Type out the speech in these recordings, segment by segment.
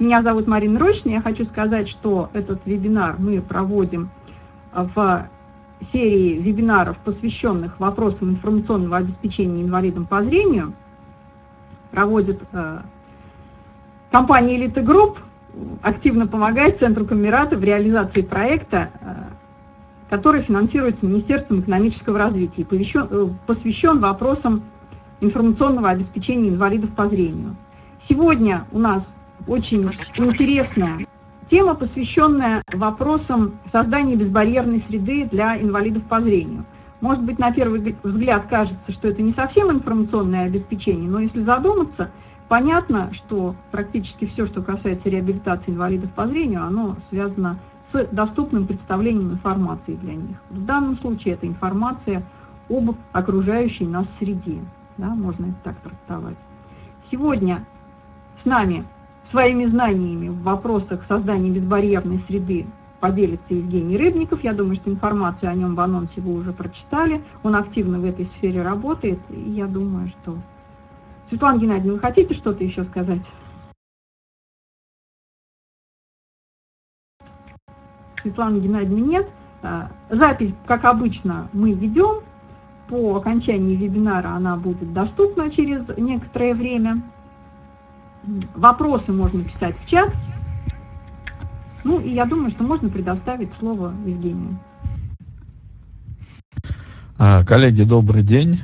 Меня зовут Марина Рощина. Я хочу сказать, что этот вебинар мы проводим в серии вебинаров, посвященных вопросам информационного обеспечения инвалидам по зрению. Проводит компания «Элита Групп», активно помогает Центру Камерата в реализации проекта, который финансируется Министерством экономического развития и посвящен вопросам информационного обеспечения инвалидов по зрению. Сегодня у нас очень интересная тема, посвященная вопросам создания безбарьерной среды для инвалидов по зрению. Может быть, на первый взгляд кажется, что это не совсем информационное обеспечение, но если задуматься, понятно, что практически все, что касается реабилитации инвалидов по зрению, оно связано с доступным представлением информации для них. В данном случае это информация об окружающей нас среде. Да, можно это так трактовать. Сегодня с нами своими знаниями в вопросах создания безбарьерной среды поделится Евгений Рыбников. Я думаю, что информацию о нем в анонсе вы уже прочитали. Он активно в этой сфере работает. И я думаю, что... Светлана Геннадьевна, вы хотите что-то еще сказать? Светланы Геннадьевны нет. Запись, как обычно, мы ведем. По окончании вебинара она будет доступна через некоторое время. Вопросы можно писать в чат. Ну и я думаю, что можно предоставить слово Евгению. Коллеги, добрый день.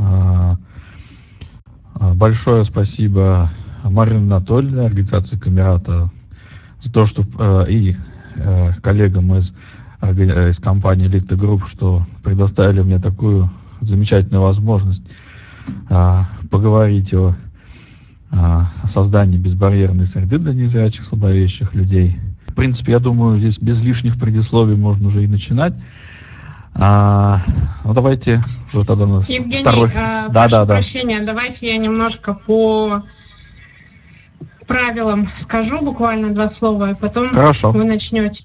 Большое спасибо Марине Анатольевне, организации Камерата, за то, что и коллегам из компании «Элита Групп», что предоставили мне такую замечательную возможность поговорить о создании безбарьерной среды для незрячих, слабовидящих людей. В принципе, я думаю, здесь без лишних предисловий можно уже и начинать. Ну, давайте уже тогда у нас Евгений, второй... прошу прощения, давайте я немножко по правилам скажу, буквально 2 слова, и потом вы начнете.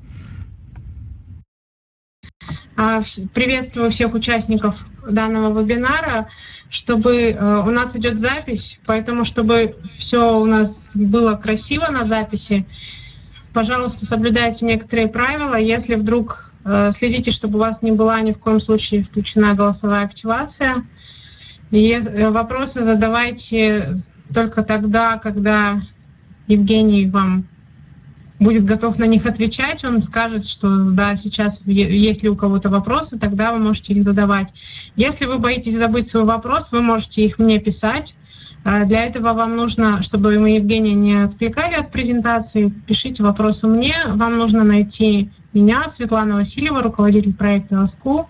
Приветствую всех участников данного вебинара. Чтобы у нас идет запись, поэтому чтобы все у нас было красиво на записи, пожалуйста, соблюдайте некоторые правила. Если вдруг следите, чтобы у вас не была ни в коем случае включена голосовая активация. И вопросы задавайте только тогда, когда Евгений вам будет готов на них отвечать. Он скажет, что да, сейчас, если у кого-то вопросы, тогда вы можете их задавать. Если вы боитесь забыть свой вопрос, вы можете их мне писать. Для этого вам нужно, чтобы мы Евгения не отвлекали от презентации, пишите вопросы мне. Вам нужно найти меня, Светлана Васильева, руководитель проекта АСКУ.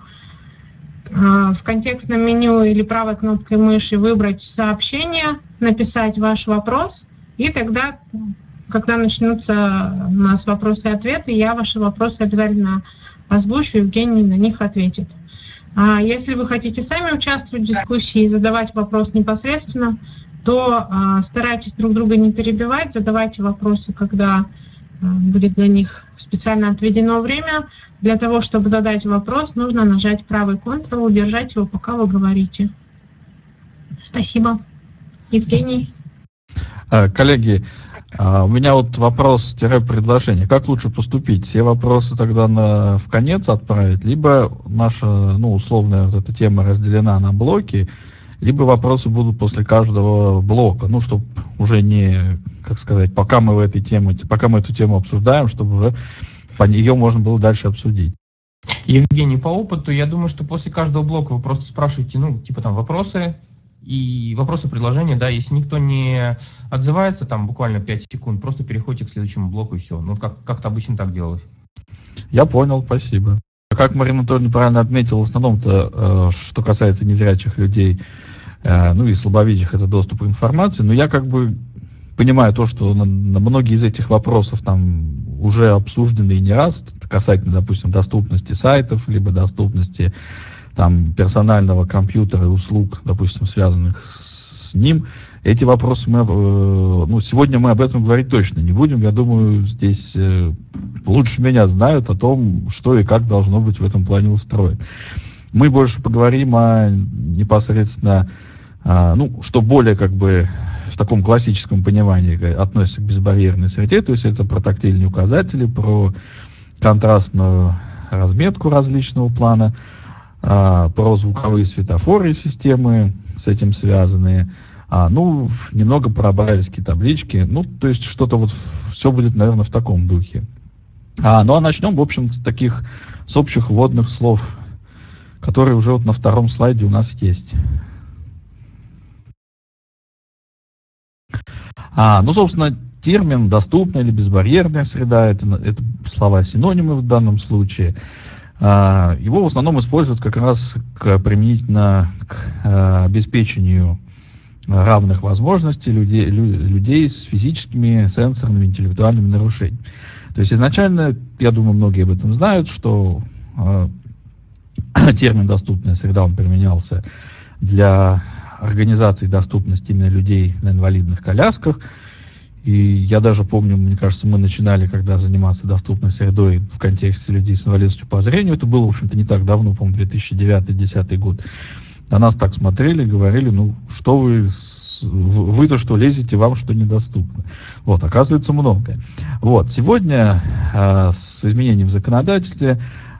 В контекстном меню или правой кнопкой мыши выбрать сообщение, написать ваш вопрос, и тогда, когда начнутся у нас вопросы и ответы, я ваши вопросы обязательно озвучу, Евгений на них ответит. Если вы хотите сами участвовать в дискуссии и задавать вопрос непосредственно, то старайтесь друг друга не перебивать, задавайте вопросы, когда будет для них специально отведено время. Для того, чтобы задать вопрос, нужно нажать правый Ctrl, удержать его, пока вы говорите. Спасибо. Евгений. Коллеги, у меня вот вопрос-предложение. Как лучше поступить? Все вопросы тогда в конец отправить, либо наша, условная вот эта тема разделена на блоки, либо вопросы будут после каждого блока, чтобы уже не, как сказать, пока мы эту тему обсуждаем, чтобы уже ее можно было дальше обсудить. Евгений, по опыту, я думаю, что после каждого блока вы просто спрашиваете, вопросы, и вопросы, предложения, да, если никто не отзывается, там буквально 5 секунд, просто переходите к следующему блоку и все. Как-то обычно так делалось. Я понял, спасибо. Как Марина Анатольевна правильно отметила, в основном-то, что касается незрячих людей, и слабовидящих, это доступ к информации, но я понимаю то, что многие из этих вопросов там уже обсуждены и не раз, касательно, допустим, доступности сайтов, либо доступности персонального компьютера и услуг, допустим, связанных с ним. Эти вопросы сегодня мы об этом говорить точно не будем. Я думаю, здесь лучше меня знают о том, что и как должно быть в этом плане устроено. Мы больше поговорим о непосредственно, что более в таком классическом понимании относится к безбарьерной среде, то есть это про тактильные указатели, про контрастную разметку различного плана, про звуковые светофоры и системы с этим связанные, ну, немного про брайлевские таблички, ну, то есть что-то вот все будет, наверное, в таком духе. Ну, а начнем, в общем, с общих вводных слов, которые уже вот на втором слайде у нас есть. Ну, собственно, термин «доступная» или «безбарьерная среда» — это слова-синонимы в данном случае. Его в основном используют как раз применительно к обеспечению равных возможностей людей с физическими, сенсорными, интеллектуальными нарушениями. То есть изначально, я думаю, многие об этом знают, что термин «доступная среда» он применялся для организации доступности именно людей на инвалидных колясках. И я даже помню, мне кажется, мы начинали, когда заниматься доступной средой в контексте людей с инвалидностью по зрению, это было, в общем-то, не так давно, по-моему, 2009-2010 год. На нас так смотрели, говорили, ну, что вы-то что лезете, вам что недоступно. Вот, оказывается, многое. Вот, сегодня с изменением в законодательстве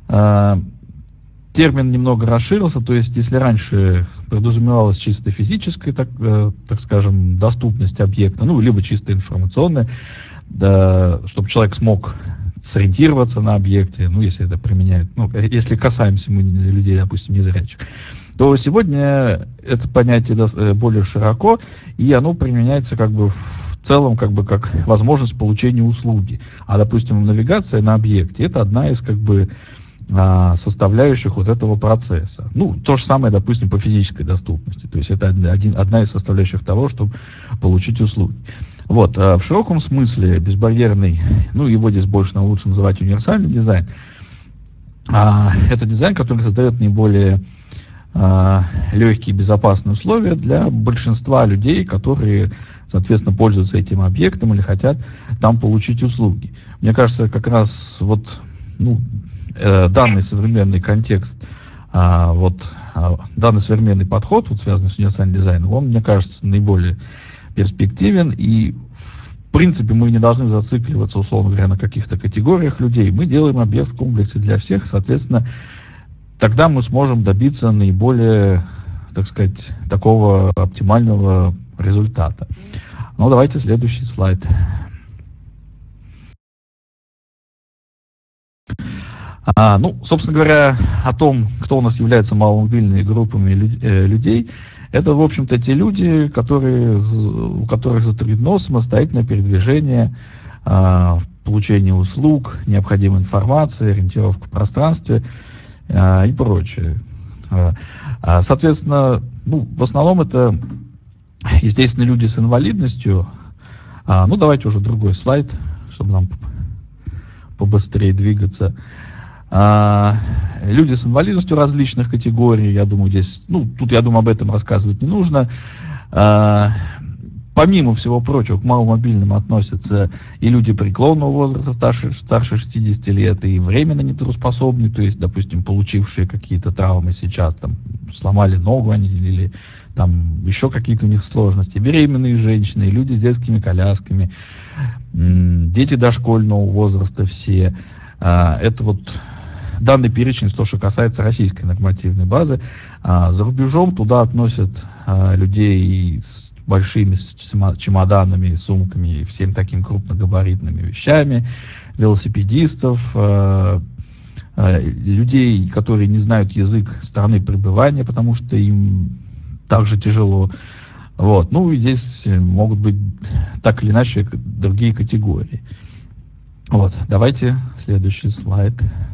термин немного расширился, то есть если раньше подразумевалась чисто физическая, так скажем, доступность объекта, ну, либо чисто информационная, да, чтобы человек смог сориентироваться на объекте, ну, если это применяют, ну, если касаемся мы людей, допустим, незрячих, то сегодня это понятие более широко, и оно применяется как бы в целом как бы как возможность получения услуги. А, допустим, навигация на объекте — это одна из как бы составляющих вот этого процесса. Ну, то же самое, допустим, по физической доступности. То есть это одна из составляющих того, чтобы получить услуги. Вот. В широком смысле безбарьерный, ну, его здесь больше лучше называть универсальный дизайн. Это дизайн, который создает наиболее легкие и безопасные условия для большинства людей, которые, соответственно, пользуются этим объектом или хотят там получить услуги. Мне кажется, как раз вот, ну, данный современный контекст, данный современный подход, вот, связанный с универсальным дизайном, он, мне кажется, наиболее перспективен, и в принципе мы не должны зацикливаться, условно говоря, на каких-то категориях людей. Мы делаем объект в комплексе для всех, соответственно, тогда мы сможем добиться наиболее, так сказать, такого оптимального результата. Ну, давайте следующий слайд. Ну, собственно говоря, о том, кто у нас является маломобильными группами людей, это, в общем-то, те люди, у которых затруднено самостоятельное передвижение, получение услуг, необходимой информации, ориентировка в пространстве и прочее. Соответственно, ну, в основном это, естественно, люди с инвалидностью. Ну, давайте уже другой слайд, чтобы нам побыстрее двигаться. Люди с инвалидностью различных категорий, я думаю, здесь, ну, тут, я думаю, об этом рассказывать не нужно. Помимо всего прочего, к маломобильным относятся и люди преклонного возраста, старше 60 лет, и временно нетрудоспособные, то есть, допустим, получившие какие-то травмы сейчас, там, сломали ногу они, или там еще какие-то у них сложности, беременные женщины, люди с детскими колясками, дети дошкольного возраста все. Это вот данный перечень, то, что касается российской нормативной базы. За рубежом туда относят людей с большими чемоданами, сумками и всем таким крупногабаритными вещами, велосипедистов, людей, которые не знают язык страны пребывания, потому что им также тяжело. Вот. Ну и здесь могут быть так или иначе другие категории. Вот, давайте следующий слайд.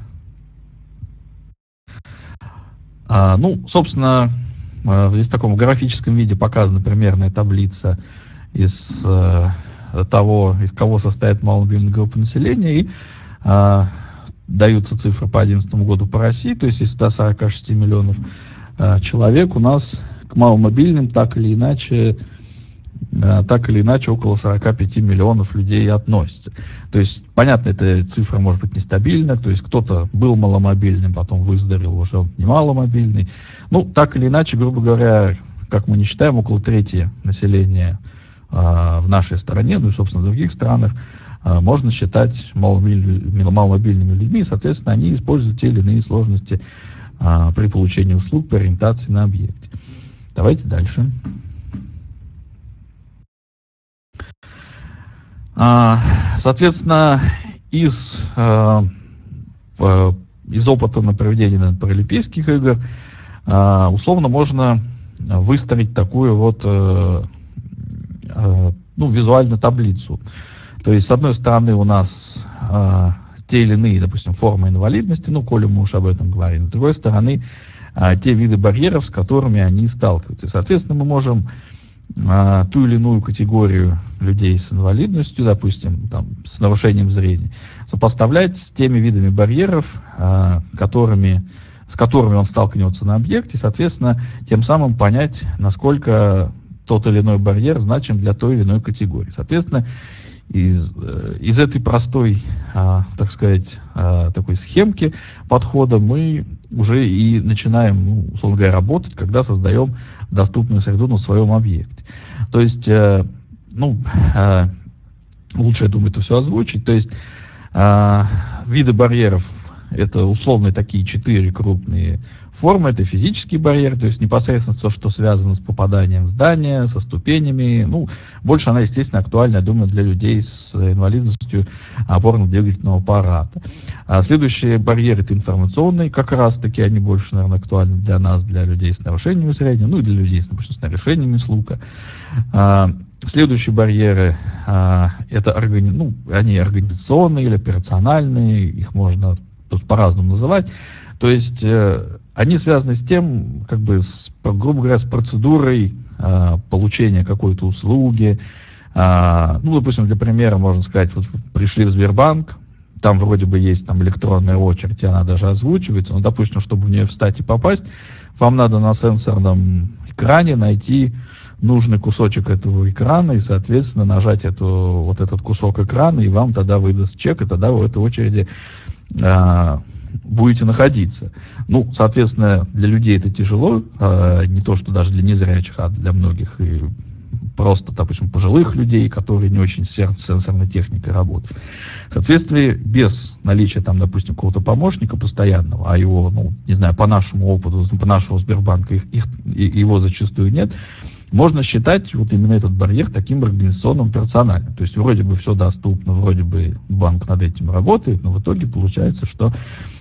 Ну, собственно, здесь в таком графическом виде показана примерная таблица из того, из кого состоит маломобильная группа населения, и даются цифры по 2011 году по России, то есть из 146 миллионов человек у нас к маломобильным так или иначе около 45 миллионов людей относятся. То есть, понятно, эта цифра может быть нестабильна, то есть кто-то был маломобильным, потом выздоровел, уже не маломобильный. Ну, так или иначе, грубо говоря, как мы не считаем, около трети населения в нашей стране, ну и, собственно, в других странах, можно считать маломобильными людьми, и, соответственно, они используют те или иные сложности при получении услуг по ориентации на объекте. Давайте дальше. Соответственно, из опыта на проведение паралимпийских игр условно можно выстроить такую вот визуальную таблицу. То есть, с одной стороны, у нас те или иные, допустим, формы инвалидности, коли мы уж об этом говорим. С другой стороны, те виды барьеров, с которыми они сталкиваются. И, соответственно, мы можем ту или иную категорию людей с инвалидностью, допустим, с нарушением зрения, сопоставлять с теми видами барьеров, с которыми он сталкивается на объекте, и, соответственно, тем самым понять, насколько тот или иной барьер значим для той или иной категории. Соответственно, из этой простой, так сказать, такой схемки подхода мы уже и начинаем, условно говоря, работать, когда создаем доступную среду на своем объекте. То есть, лучше, я думаю, это все озвучить. То есть, виды барьеров — это условно такие 4 крупные формы. Это физический барьер, то есть непосредственно то, что связано с попаданием в здание, со ступенями. Больше она, естественно, актуальна, я думаю, для людей с инвалидностью опорно-двигательного аппарата. Следующий барьер — это информационный, как раз-таки они больше, наверное, актуальны для нас, для людей с нарушениями зрения, и для людей, допустим, с нарушениями слуха. Следующие барьеры это они организационные или операциональные, их можно по-разному называть. То есть они связаны с тем, грубо говоря, с процедурой получения какой-то услуги. Допустим, для примера можно сказать, вот пришли в Сбербанк, там вроде бы есть электронная очередь, и она даже озвучивается, но, допустим, чтобы в нее встать и попасть, вам надо на сенсорном экране найти нужный кусочек этого экрана и, соответственно, нажать этот кусок экрана, и вам тогда выдаст чек, и тогда в этой очереди будете находиться. Соответственно, для людей это тяжело, не то, что даже для незрячих, а для многих и просто, допустим, пожилых людей, которые не очень с сенсорной техникой работают. Соответственно, без наличия допустим, какого-то помощника постоянного, а его, по нашему опыту, по нашему Сбербанка, его зачастую нет, можно считать вот именно этот барьер таким организационным, персональным. То есть вроде бы все доступно, вроде бы банк над этим работает, но в итоге получается, что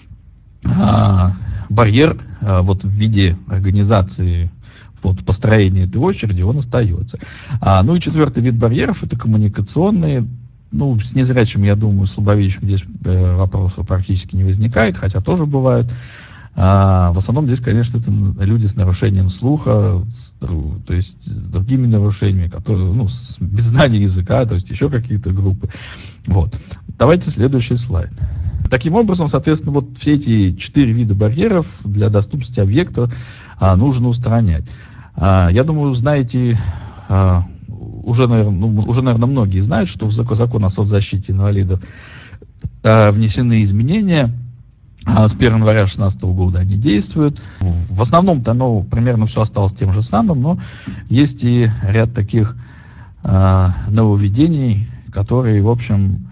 барьер в виде организации построения этой очереди, он остается. И четвертый вид барьеров — это коммуникационные. С незрячим, я думаю, слабовидящим здесь вопросов практически не возникает, хотя тоже бывают. В основном здесь, конечно, это люди с нарушением слуха, то есть с другими нарушениями, которые, без знания языка, то есть еще какие-то группы. Давайте следующий слайд. Таким образом, соответственно, все эти 4 вида барьеров для доступности объекта нужно устранять. Я думаю, знаете, уже, наверное, многие знают, что в закон о соцзащите инвалидов внесены изменения. С 1 января 2016 года они действуют. В основном-то примерно все осталось тем же самым, но есть и ряд таких нововведений, которые, в общем,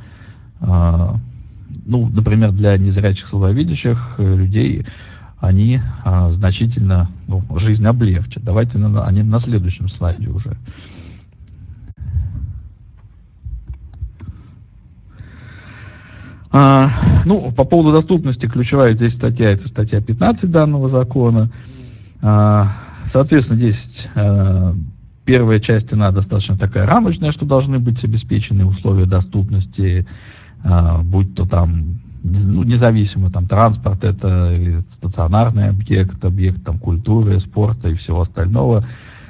например, для незрячих, слабовидящих людей, они значительно жизнь облегчат. Давайте они на следующем слайде уже. По поводу доступности ключевая здесь статья, это статья 15 данного закона. Соответственно, здесь первая часть, она достаточно такая рамочная, что должны быть обеспечены условия доступности, будь то независимо, транспорт, это или стационарный объект культуры, спорта и всего остального.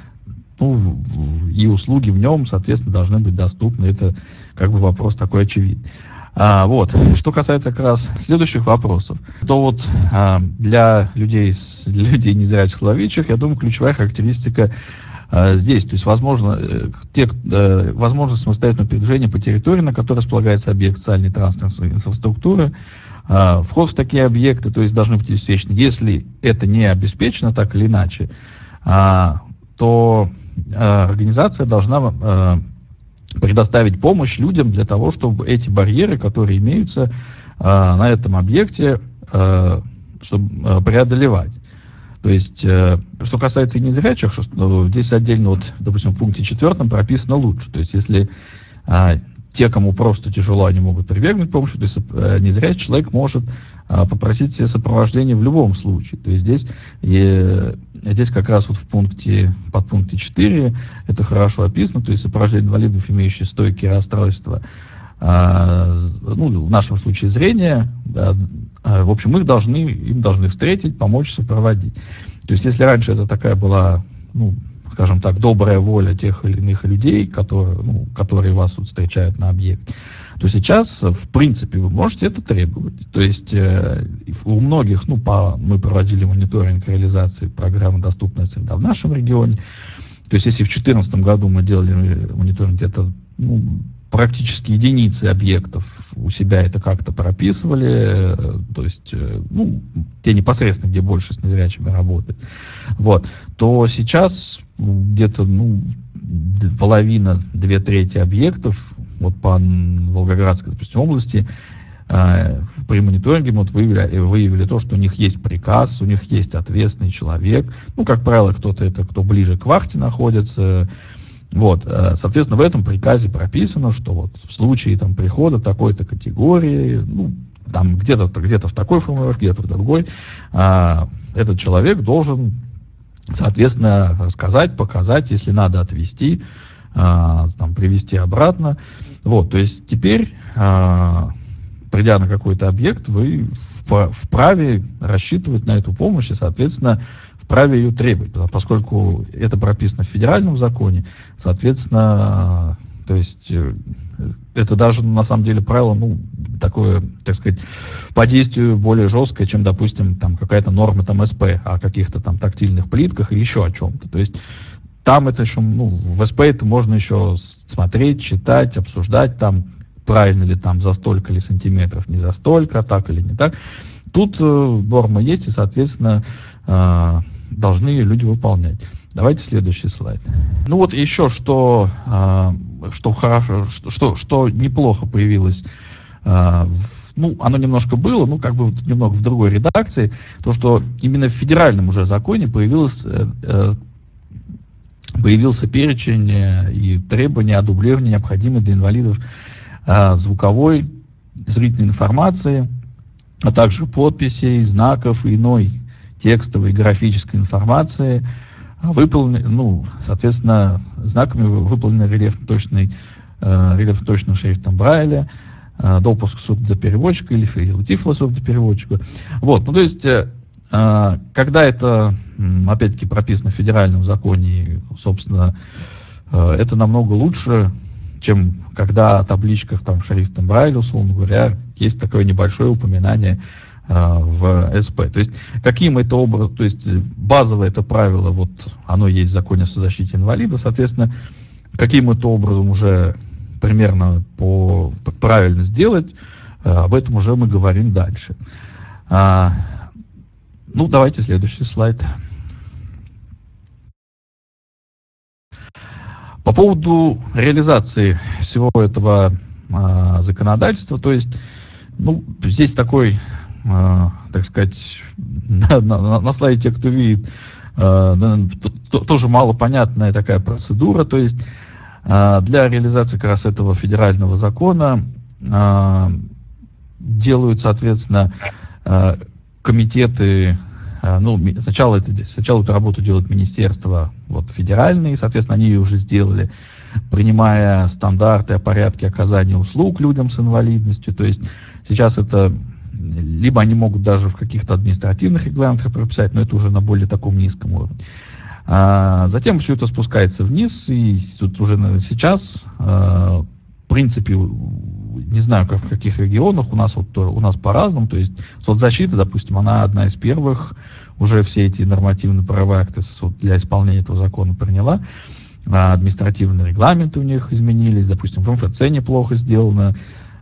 И услуги в нем, соответственно, должны быть доступны. Это вопрос такой очевидный. Что касается как раз следующих вопросов, то для людей незрячих, слабовидящих, я думаю, ключевая характеристика здесь, то есть возможность самостоятельного передвижения по территории, на которой располагается объект социальной транспортной инфраструктуры, вход в такие объекты, то есть должны быть обеспечены. Если это не обеспечено так или иначе, то организация должна предоставить помощь людям для того, чтобы эти барьеры, которые имеются на этом объекте, чтобы преодолевать. То есть, что касается и незрячих, здесь отдельно, вот, допустим, в пункте 4 прописано лучше. То есть, если те, кому просто тяжело, они могут прибегнуть к помощи, то есть незрячий человек может попросить себе сопровождение в любом случае. То есть здесь как раз вот в подпункте 4 это хорошо описано, то есть сопровождение инвалидов, имеющих стойкие расстройства, в нашем случае зрения, да, в общем, им должны встретить, помочь, сопроводить. То есть если раньше это такая была, скажем так, добрая воля тех или иных людей, которые вас вот встречают на объекте, то сейчас, в принципе, вы можете это требовать. То есть у многих, мы проводили мониторинг реализации программы «Доступная среда» в нашем регионе. То есть если в 2014 году мы делали мониторинг, где-то практически единицы объектов у себя это как-то прописывали, то есть, те непосредственно, где больше с незрячими работает, то сейчас где-то, половина, 2/3 объектов, по Волгоградской, допустим, области, при мониторинге мы выявили то, что у них есть приказ, у них есть ответственный человек, как правило, кто ближе к вахте находится. Соответственно, в этом приказе прописано, что в случае прихода такой-то категории, там где-то в такой формулировке, где-то в другой, этот человек должен, соответственно, рассказать, показать, если надо отвезти, привезти обратно. То есть теперь, придя на какой-то объект, вы вправе рассчитывать на эту помощь и, соответственно, вправе ее требовать, поскольку это прописано в федеральном законе, соответственно, то есть это даже на самом деле правило, такое, так сказать, по действию более жесткое, чем, допустим, какая-то норма СП о каких-то тактильных плитках или еще о чем-то. То есть там это еще, в СП это можно еще смотреть, читать, обсуждать, правильно ли за столько ли сантиметров, не за столько, так или не так. Тут норма есть, и, соответственно, должны ее люди выполнять. Давайте следующий слайд. Еще что хорошо, что неплохо появилось, оно немножко было, немного в другой редакции, то, что именно в федеральном уже законе появился перечень и требования о дублировании необходимой для инвалидов звуковой, зрительной информации, а также подписей, знаков и иной текстовой и графической информации, соответственно, знаками выполнены рельефно-точным шрифтом Брайля, допуск к сурдопереводчику или тифло сурдопереводчику. То есть, когда это, опять-таки, прописано в федеральном законе, собственно, это намного лучше, чем когда о табличках шрифтом Брайля, условно говоря, есть такое небольшое упоминание в СП. То есть, каким это образом, то есть, базовое это правило, оно есть в законе о защите инвалида, соответственно, каким это образом уже примерно правильно сделать, об этом уже мы говорим дальше. Давайте следующий слайд. По поводу реализации всего этого законодательства, то есть, здесь такой, так сказать, на слайде те, кто видит, тоже малопонятная такая процедура, то есть для реализации как раз этого федерального закона делают, соответственно, комитеты, сначала эту работу делают министерства федеральные, соответственно, они ее уже сделали, принимая стандарты о порядке оказания услуг людям с инвалидностью. То есть сейчас это либо они могут даже в каких-то административных регламентах прописать, но это уже на более таком низком уровне. Затем все это спускается вниз, и тут уже сейчас, в принципе, не знаю, как в каких регионах, у нас по-разному, то есть соцзащита, допустим, она одна из первых, уже все эти нормативно-правовые акты для исполнения этого закона приняла, административные регламенты у них изменились, допустим, в МФЦ неплохо сделано,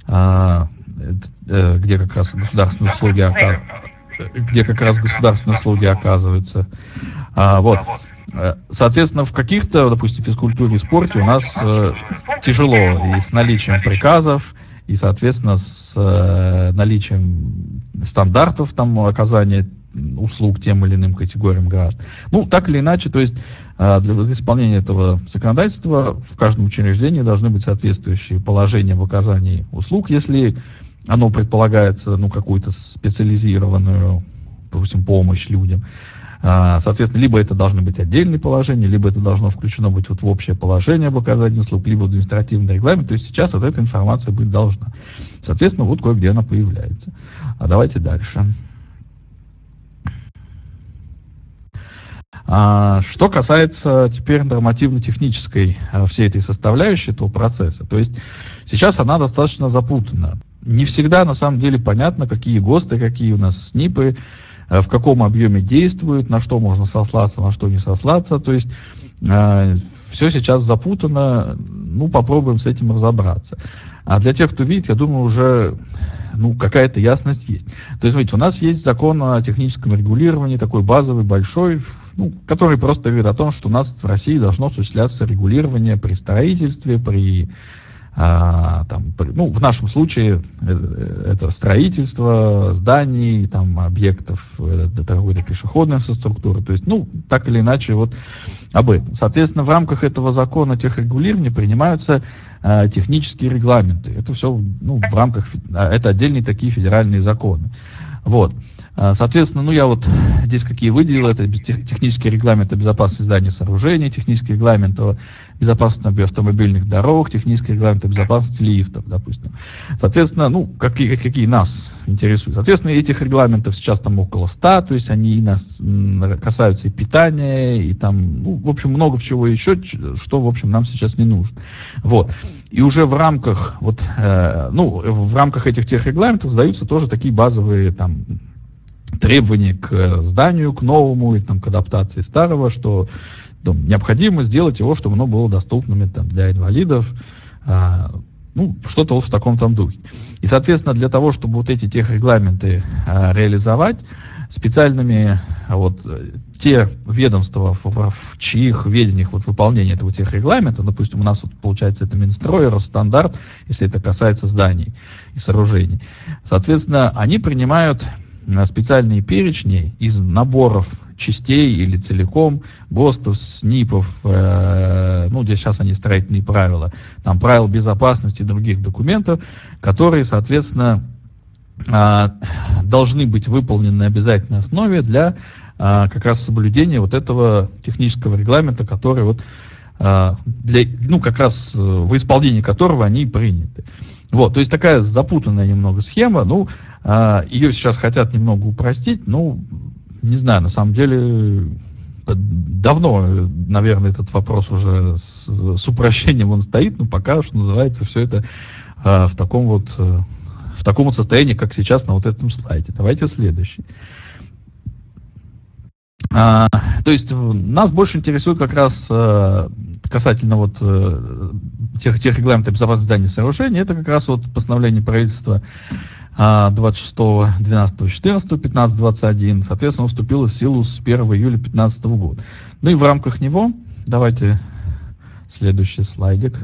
где как раз государственные услуги оказываются. Соответственно, в каких-то, допустим, физкультуре и спорте у нас тяжело и с наличием приказов, и, соответственно, с наличием стандартов там, оказания услуг тем или иным категориям граждан. Ну, так или иначе, то есть для исполнения этого законодательства в каждом учреждении должны быть соответствующие положения в оказании услуг, если оно предполагается, ну, какую-то специализированную, допустим, помощь людям. Соответственно, либо это должны быть отдельные положения, либо это должно включено быть вот в общее положение об оказании услуг, либо в административный регламент. То есть сейчас вот эта информация быть должна. Соответственно, вот кое-где она появляется. Давайте дальше. Что касается теперь нормативно-технической всей этой составляющей этого процесса, то есть сейчас она достаточно запутана. Не всегда на самом деле понятно, какие ГОСТы, какие у нас СНИПы, в каком объеме действуют, на что можно сослаться, на что не сослаться. То есть все сейчас запутано, ну, попробуем с этим разобраться. А для тех, кто видит, я думаю, уже какая-то ясность есть. То есть, смотрите, у нас есть закон о техническом регулировании, такой базовый, большой, который просто говорит о том, что у нас в России должно осуществляться регулирование при строительстве, при в нашем случае это строительство зданий, там, объектов, какой-то пешеходной инфраструктуры, то есть, так или иначе, вот об этом. Соответственно, в рамках этого закона техрегулирования принимаются технические регламенты. Это все, в рамках, это отдельные такие федеральные законы. Вот. Соответственно, я вот здесь какие выделил, это технический регламент о безопасности зданий и сооружений, технический регламент о безопасности автомобильных дорог, технический регламент о безопасности лифтов, допустим. Соответственно, какие нас интересуют. Соответственно, этих регламентов сейчас там около 100, то есть они нас касаются и питания, и там, в общем, много чего еще, что, в общем, нам сейчас не нужно. Вот. И уже в рамках, в рамках этих техрегламентов сдаются тоже такие базовые там требования к зданию, к новому, или там, к адаптации старого, что необходимо сделать его, чтобы оно было доступным там, для инвалидов, что-то вот в таком там духе. И, соответственно, для того, чтобы вот эти техрегламенты реализовать, специальными те ведомства, в чьих ведениях выполнение этого техрегламента, допустим, у нас получается это Минстрой, Росстандарт, если это касается зданий и сооружений, соответственно, они принимают специальные перечни из наборов частей или целиком, ГОСТов, СНИПов, здесь сейчас они строительные правила, там правил безопасности и других документов, которые, соответственно, должны быть выполнены на обязательной основе для как раз соблюдения вот этого технического регламента, который как раз в исполнении которого они приняты. Вот, то есть такая запутанная немного схема, ее сейчас хотят немного упростить, не знаю, на самом деле давно, наверное, этот вопрос уже с упрощением он стоит, но пока, что называется, все это в таком состоянии, как сейчас на вот этом слайде. Давайте следующий. То есть нас больше интересует как раз касательно тех регламентов безопасности зданий и сооружений, это как раз постановление правительства 26.12.14.15.21, соответственно, вступило в силу с 1 июля 2015 года. И в рамках него, давайте следующий слайдик.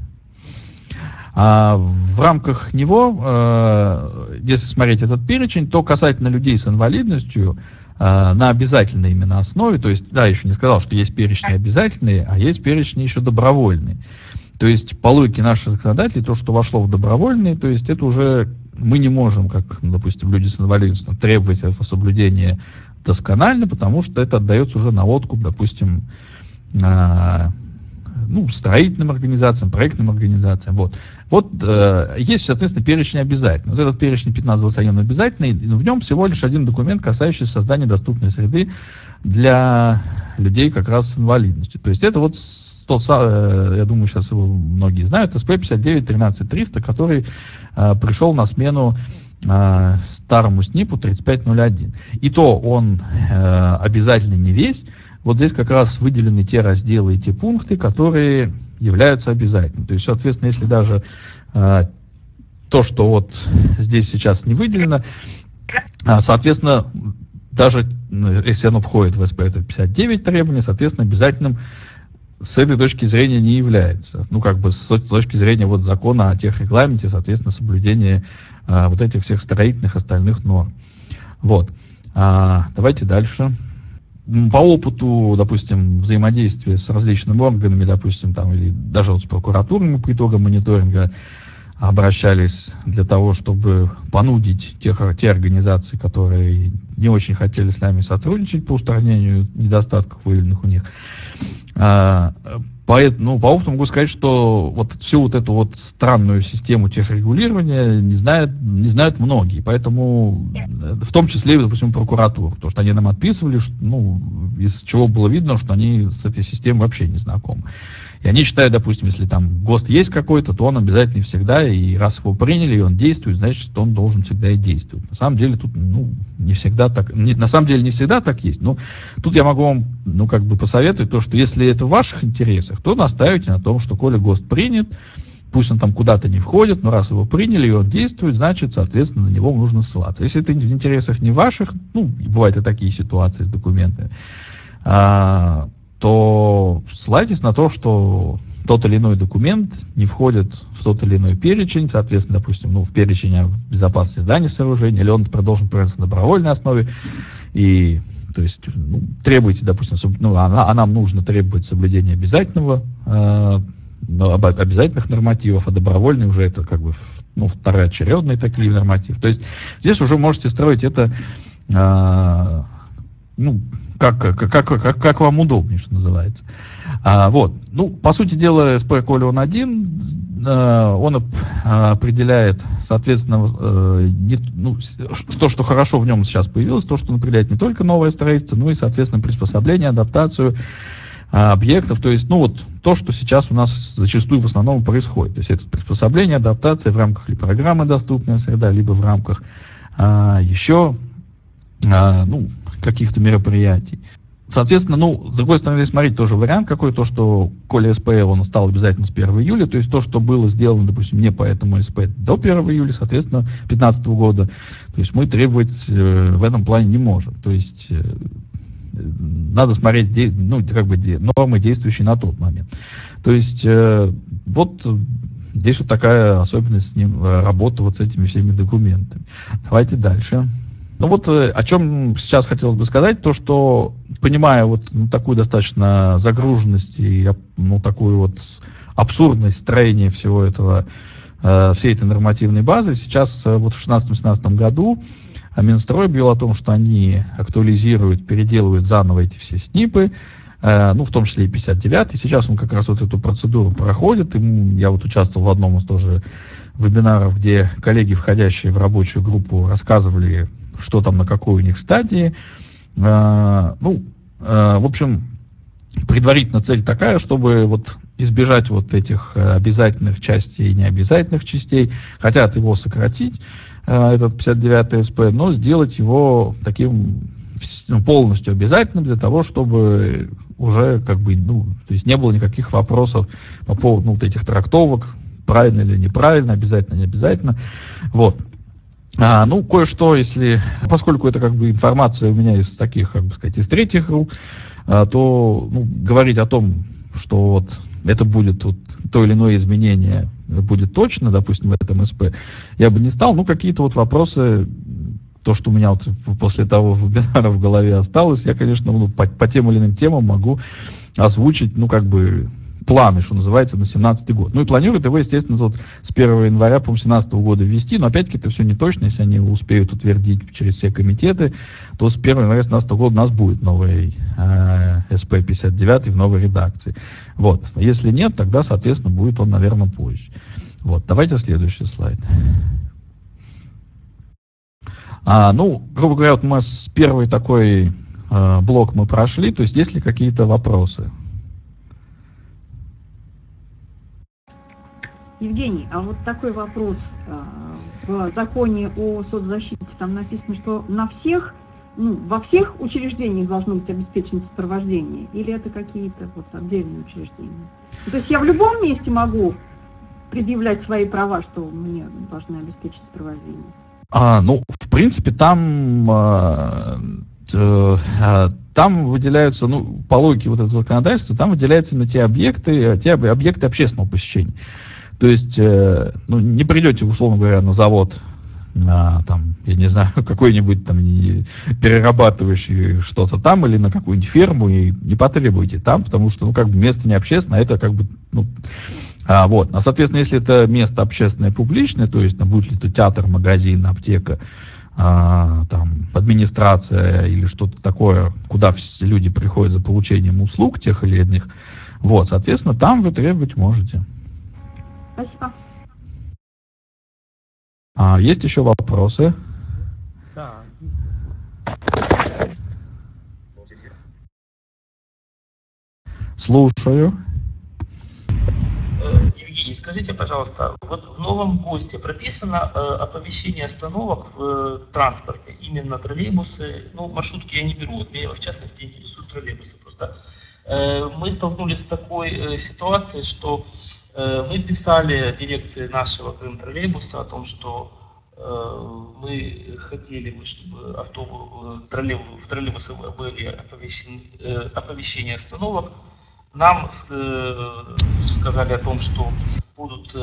В рамках него, если смотреть этот перечень, то касательно людей с инвалидностью на обязательной именно основе, то есть, еще не сказал, что есть перечни обязательные, а есть перечни еще добровольные. То есть, по логике наших законодателей, то, что вошло в добровольные, то есть, это уже мы не можем, как, допустим, люди с инвалидностью, требовать этого соблюдения досконально, потому что это отдается уже на откуп, допустим, строительным организациям, проектным организациям. Есть, соответственно, перечень обязательный. Этот перечень 1521 обязательный, но в нем всего лишь один документ, касающийся создания доступной среды для людей как раз с инвалидностью. То есть это я думаю, сейчас его многие знают, СП 59-13-300, который пришел на смену старому СНИПу 3501. И то он обязательно не весь. Вот здесь как раз выделены те разделы и те пункты, которые являются обязательными. То есть, соответственно, если даже то, что здесь сейчас не выделено, соответственно, даже если оно входит в СП, это 59 требований, соответственно, обязательным с этой точки зрения не является. Ну, как бы с точки зрения вот закона о техрегламенте, соответственно, соблюдение вот этих всех строительных остальных норм. Вот. Давайте дальше. По опыту, допустим, взаимодействия с различными органами, допустим, там, или даже вот с прокуратурой по итогам мониторинга обращались для того, чтобы понудить те организации, которые не очень хотели с нами сотрудничать по устранению недостатков, выявленных у них. По опыту могу сказать, что вот всю вот эту вот странную систему техрегулирования не знают многие, поэтому в том числе, допустим, прокуратура, потому что они нам отписывали, из чего было видно, что они с этой системой вообще не знакомы. И они считают, допустим, если там ГОСТ есть какой-то, то он обязательно всегда, и раз его приняли, и он действует, значит, он должен всегда и действовать. На самом деле тут, не всегда так, на самом деле не всегда так есть, но тут я могу вам, посоветовать то, что если это в ваших интересах, то настаивайте на том, что коли ГОСТ принят, пусть он там куда-то не входит, но раз его приняли, и он действует, значит, соответственно, на него нужно ссылаться. Если это в интересах не ваших, бывают и такие ситуации с документами, то ссылайтесь на то, что тот или иной документ не входит в тот или иной перечень, соответственно, допустим, в перечень о безопасности зданий и сооружений, или он должен проявляться на добровольной основе, и, то есть, требуйте, допустим, а нам нужно требовать соблюдения обязательных нормативов, а добровольный уже это как бы второочередные такие нормативы. То есть здесь уже можете строить это как вам удобнее, что называется. По сути дела, СП, коли он один, он определяет, соответственно, то, что хорошо в нем сейчас появилось, то, что он определяет не только новое строительство, но и, соответственно, приспособление, адаптацию объектов, то есть, то, что сейчас у нас зачастую в основном происходит. То есть это приспособление, адаптация в рамках ли программы «Доступная среда», либо в рамках еще каких-то мероприятий. Соответственно, с другой стороны, смотреть тоже вариант какой, то, что коли СП, он стал обязательно с 1 июля, то есть то, что было сделано, допустим, не по этому СП до 1 июля, соответственно, 2015 года, то есть мы требовать в этом плане не можем. То есть надо смотреть, нормы, действующие на тот момент. То есть здесь вот такая особенность работы с этими всеми документами. Давайте дальше. О чем сейчас хотелось бы сказать, то, что, понимая такую достаточно загруженность и такую абсурдность строения всего этого, всей этой нормативной базы, сейчас в 2016-2017 году Минстрой объявил о том, что они актуализируют, переделывают заново эти все СНИПы, в том числе и 59-й. Сейчас он как раз эту процедуру проходит. Я участвовал в одном из тоже вебинаров, где коллеги, входящие в рабочую группу, рассказывали, что там, на какой у них стадии. В общем, предварительно цель такая, чтобы избежать этих обязательных частей и необязательных частей. Хотят его сократить, этот 59-й СП, но сделать его таким полностью обязательным для того, чтобы уже то есть не было никаких вопросов по поводу этих трактовок, правильно или неправильно, обязательно, не обязательно. Кое-что, поскольку это информация у меня из таких, из третьих рук, то говорить о том, что это будет то или иное изменение будет точно, допустим, в этом СП, я бы не стал. Какие-то вопросы, то, что у меня после того вебинара в голове осталось, я, конечно, по тем или иным темам могу озвучить, планы, что называется, на 2017 год. И планируют его, естественно, с 1 января, по-моему, 2017 года ввести, но опять-таки это все не точно, если они успеют утвердить через все комитеты, то с 1 января 2017 года у нас будет новый СП-59 в новой редакции. Если нет, тогда, соответственно, будет он, наверное, позже. Давайте следующий слайд. Грубо говоря, мы с первый такой блок мы прошли, то есть есть ли какие-то вопросы? Евгений, а такой вопрос. В законе о соцзащите там написано, что во всех учреждениях должно быть обеспечено сопровождение, или это какие-то отдельные учреждения? То есть я в любом месте могу предъявлять свои права, что мне должны обеспечить сопровождение? В принципе, там там выделяются, ну, по логике вот этого законодательства, там выделяются на те объекты общественного посещения. То есть, ну, не придете, условно говоря, на завод, на, там, я не знаю, какой-нибудь там перерабатывающий что-то там, или на какую-нибудь ферму, и не потребуете там, потому что, ну, как бы место не общественное, а это как бы, ну, вот. А, соответственно, если это место общественное, публичное, то есть, будь ли это театр, магазин, аптека, там, администрация или что-то такое, куда все люди приходят за получением услуг тех или иных, вот, соответственно, там вы требовать можете. Спасибо. Есть еще вопросы? Да. Слушаю. Евгений, скажите, пожалуйста, вот в новом ГОСТе прописано оповещение остановок в транспорте, именно троллейбусы, ну, маршрутки я не беру, вот меня в частности интересуют троллейбусы просто. Мы столкнулись с такой ситуацией, что мы писали дирекции нашего Крымтроллейбуса о том, что мы хотели бы, чтобы в троллейбусы были оповещения остановок. Нам сказали о том, что будут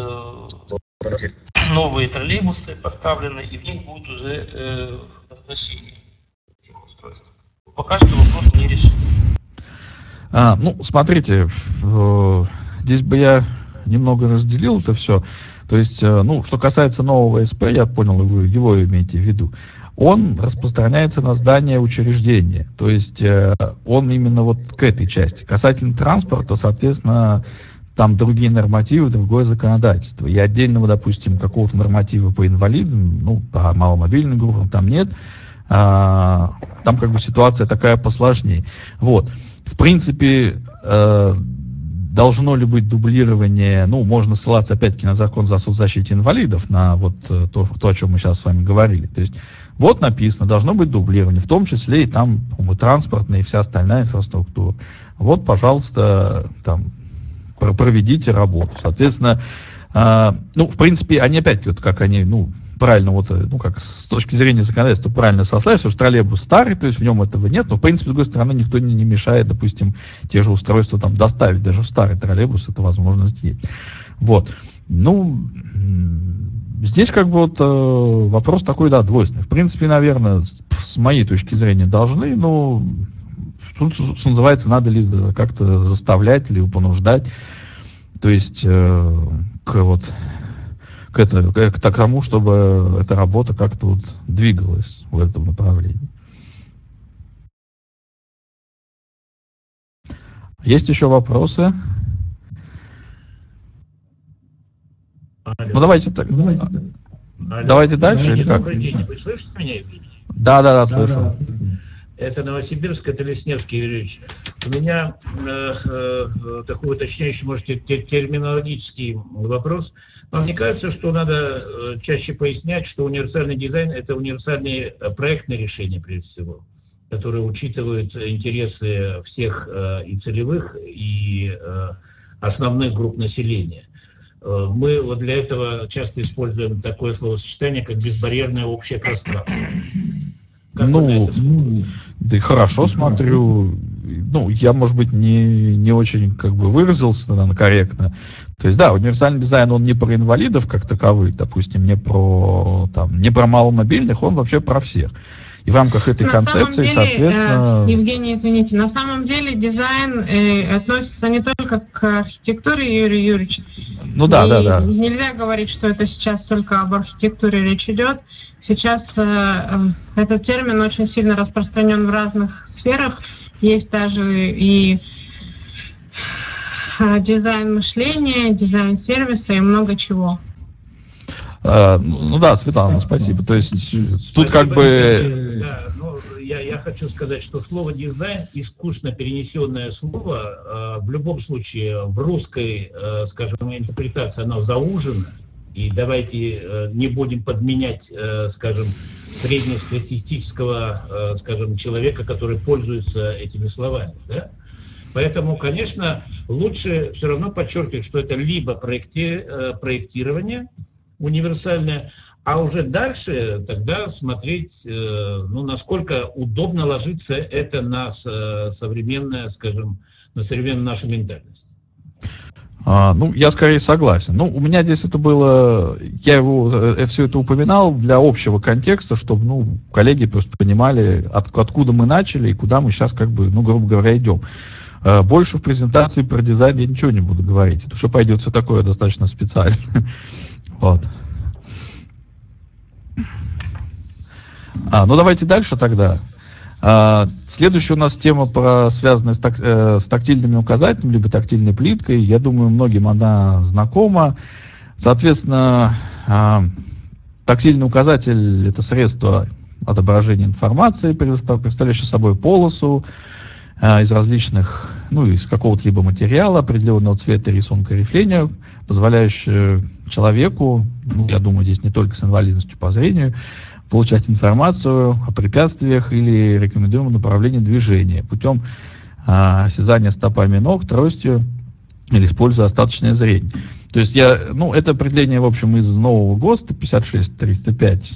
новые троллейбусы поставлены, и в них будет уже оснащение этих устройств. Пока что вопрос не решился. Ну, смотрите, здесь бы я немного разделил это все. То есть, ну, что касается нового СП, я понял, вы его имеете в виду, он распространяется на здание учреждения. То есть, он именно вот к этой части. Касательно транспорта, соответственно, там другие нормативы, другое законодательство. И отдельного, допустим, какого-то норматива по инвалидам, ну, по маломобильным группам там нет. Там как бы ситуация такая посложнее. Вот. В принципе, должно ли быть дублирование, ну, можно ссылаться опять-таки на закон о соцзащите инвалидов, на вот то, о чем мы сейчас с вами говорили. То есть вот написано, должно быть дублирование, в том числе и там, по-моему, транспортная и вся остальная инфраструктура. Вот, пожалуйста, там, проведите работу. Соответственно, ну, в принципе, они опять-таки, вот как они, ну, правильно, вот, ну, как с точки зрения законодательства правильно сослались, что троллейбус старый, то есть в нем этого нет, но, в принципе, с другой стороны, никто не мешает, допустим, те же устройства там доставить, даже в старый троллейбус это возможно сделать. Вот. Ну, здесь как бы вот вопрос такой, да, двойственный. В принципе, наверное, с моей точки зрения должны, но тут, что называется, надо ли как-то заставлять или понуждать, то есть к тому, чтобы эта работа как-то вот двигалась в этом направлении. Есть еще вопросы? Ну, давайте так. Давайте дальше или как? Вы слышите меня, Евгений? Да, слышу. Это Новосибирск, это Лесневский Юрьевич. У меня такой уточняющий, может, терминологический вопрос. Вам не кажется, что надо чаще пояснять, что универсальный дизайн – это универсальные проектные решения, прежде всего, которые учитывают интересы всех и целевых, и основных групп населения? Мы вот для этого часто используем такое словосочетание, как безбарьерное общее пространство. Да и хорошо смотрю. Ну, я, может быть, не очень как бы выразился, наверное, корректно. То есть, да, универсальный дизайн, он не про инвалидов как таковых, допустим, не про маломобильных, он вообще про всех. И в рамках этой концепции, соответственно... Евгений, извините, на самом деле дизайн относится не только к архитектуре, Юрий Юрьевич. Ну да. Нельзя говорить, что это сейчас только об архитектуре речь идет. Сейчас этот термин очень сильно распространен в разных сферах. Есть даже и дизайн мышления, дизайн сервиса и много чего. Ну да, Светлана, спасибо. То есть спасибо, тут как бы... Да, я хочу сказать, что слово «дизайн», искусственно перенесенное слово, в любом случае в русской, скажем, интерпретации оно заужено. И давайте не будем подменять, скажем, среднестатистического, скажем, человека, который пользуется этими словами. Да? Поэтому, конечно, лучше все равно подчеркивать, что это либо проектирование, универсальная, а уже дальше тогда смотреть, ну, насколько удобно ложится это на современное, скажем, на современную нашу ментальность. Ну, я скорее согласен. Ну, у меня здесь это было, я все это упоминал для общего контекста, чтобы, ну, коллеги просто понимали, откуда мы начали и куда мы сейчас, как бы, ну, грубо говоря, идем. Больше в презентации про дизайн я ничего не буду говорить, потому что пойдет все такое достаточно специально. Вот. Ну, давайте дальше тогда. Следующая у нас тема, связанная с тактильными указателями, либо тактильной плиткой. Я думаю, многим она знакома. Соответственно, тактильный указатель – это средство отображения информации, представляющее собой полосу из различных, ну, из какого-то либо материала, определенного цвета, рисунка, рифления, позволяющее человеку, ну, я думаю, здесь не только с инвалидностью по зрению, получать информацию о препятствиях или рекомендуемом направлении движения путем осязания стопами ног, тростью или используя остаточное зрение. То есть это определение, в общем, из нового ГОСТа 56305,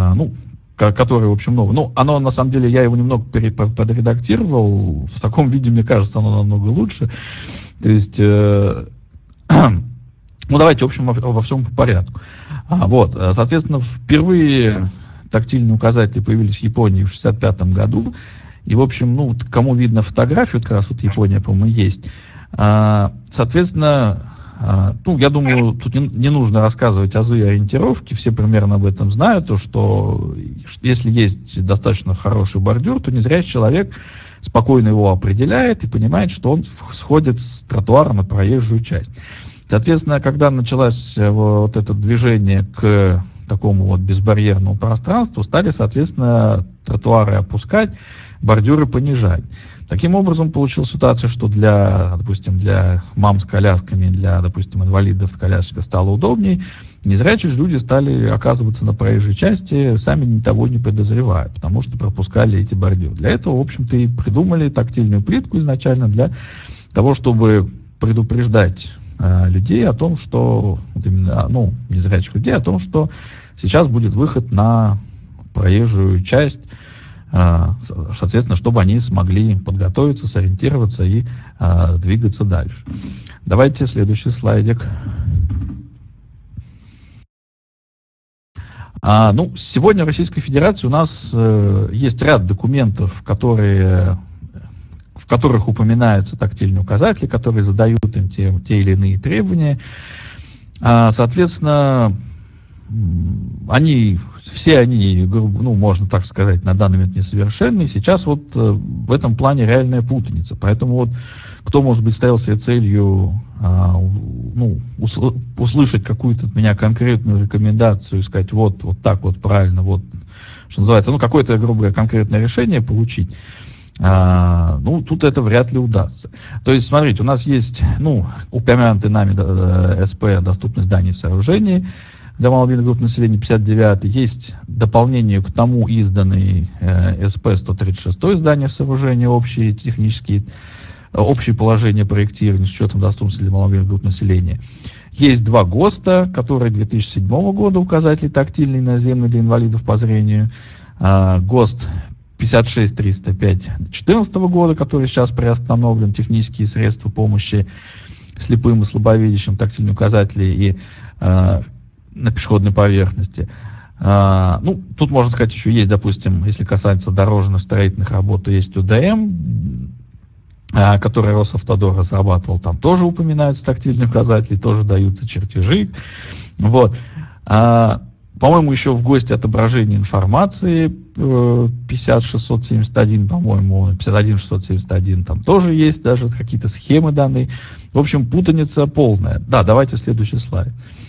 который, в общем, новый. Ну, оно, на самом деле, я его немного подредактировал. В таком виде, мне кажется, оно намного лучше. То есть, ну, давайте, в общем, обо всем по порядку. Вот, соответственно, впервые тактильные указатели появились в Японии в 1965 году. И, в общем, ну, кому видно фотографию, вот как раз вот Япония, по-моему, есть. Соответственно, ну, я думаю, тут не нужно рассказывать азы ориентировки, все примерно об этом знают, то, что если есть достаточно хороший бордюр, то незрячий человек спокойно его определяет и понимает, что он сходит с тротуара на проезжую часть. Соответственно, когда началось вот это движение к такому вот безбарьерному пространству, стали, соответственно, тротуары опускать, бордюры понижать. Таким образом, получилась ситуация, что допустим, для мам с колясками, для, допустим, инвалидов колясочка стало удобней. Незрячие люди стали оказываться на проезжей части, сами того не подозревая, потому что пропускали эти бордюры. Для этого, в общем-то, и придумали тактильную плитку изначально для того, чтобы предупреждать людей о том, что, ну, незрячих людей, о том, что сейчас будет выход на проезжую часть, соответственно, чтобы они смогли подготовиться, сориентироваться и двигаться дальше. Давайте следующий слайдик. Ну, сегодня в Российской Федерации у нас есть ряд документов, в которых упоминаются тактильные указатели, которые задают им те или иные требования. Соответственно, все они, ну, можно так сказать, на данный момент несовершенны. Сейчас вот в этом плане реальная путаница. Поэтому вот кто, может быть, ставил себе целью услышать какую-то от меня конкретную рекомендацию и сказать, вот так вот правильно, вот, что называется, ну, какое-то, грубо говоря, конкретное решение получить, ну, тут это вряд ли удастся. То есть, смотрите, у нас есть, ну, упомянутый нами СП «Доступность зданий и сооружений» для маломобильных групп населения 59, есть дополнение к тому изданный СП 136 «Здания и сооружения общие положения проектирования с учетом доступности для маломобильных групп населения». Есть два ГОСТа, которые 2007 года, указатели тактильные и наземные для инвалидов по зрению. ГОСТ 56305 2014 года, который сейчас приостановлен, технические средства помощи слепым и слабовидящим, тактильные указатели и на пешеходной поверхности. Ну, тут можно сказать, еще есть, допустим, если касается дорожно-строительных работ, то есть УДМ, который Росавтодор разрабатывал, там тоже упоминаются тактильные указатели, тоже даются чертежи. Вот. По-моему, еще в ГОСТе отображение информации 50671, по-моему, 51671, там тоже есть даже какие-то схемы данные. В общем, путаница полная. Да, давайте следующий слайд.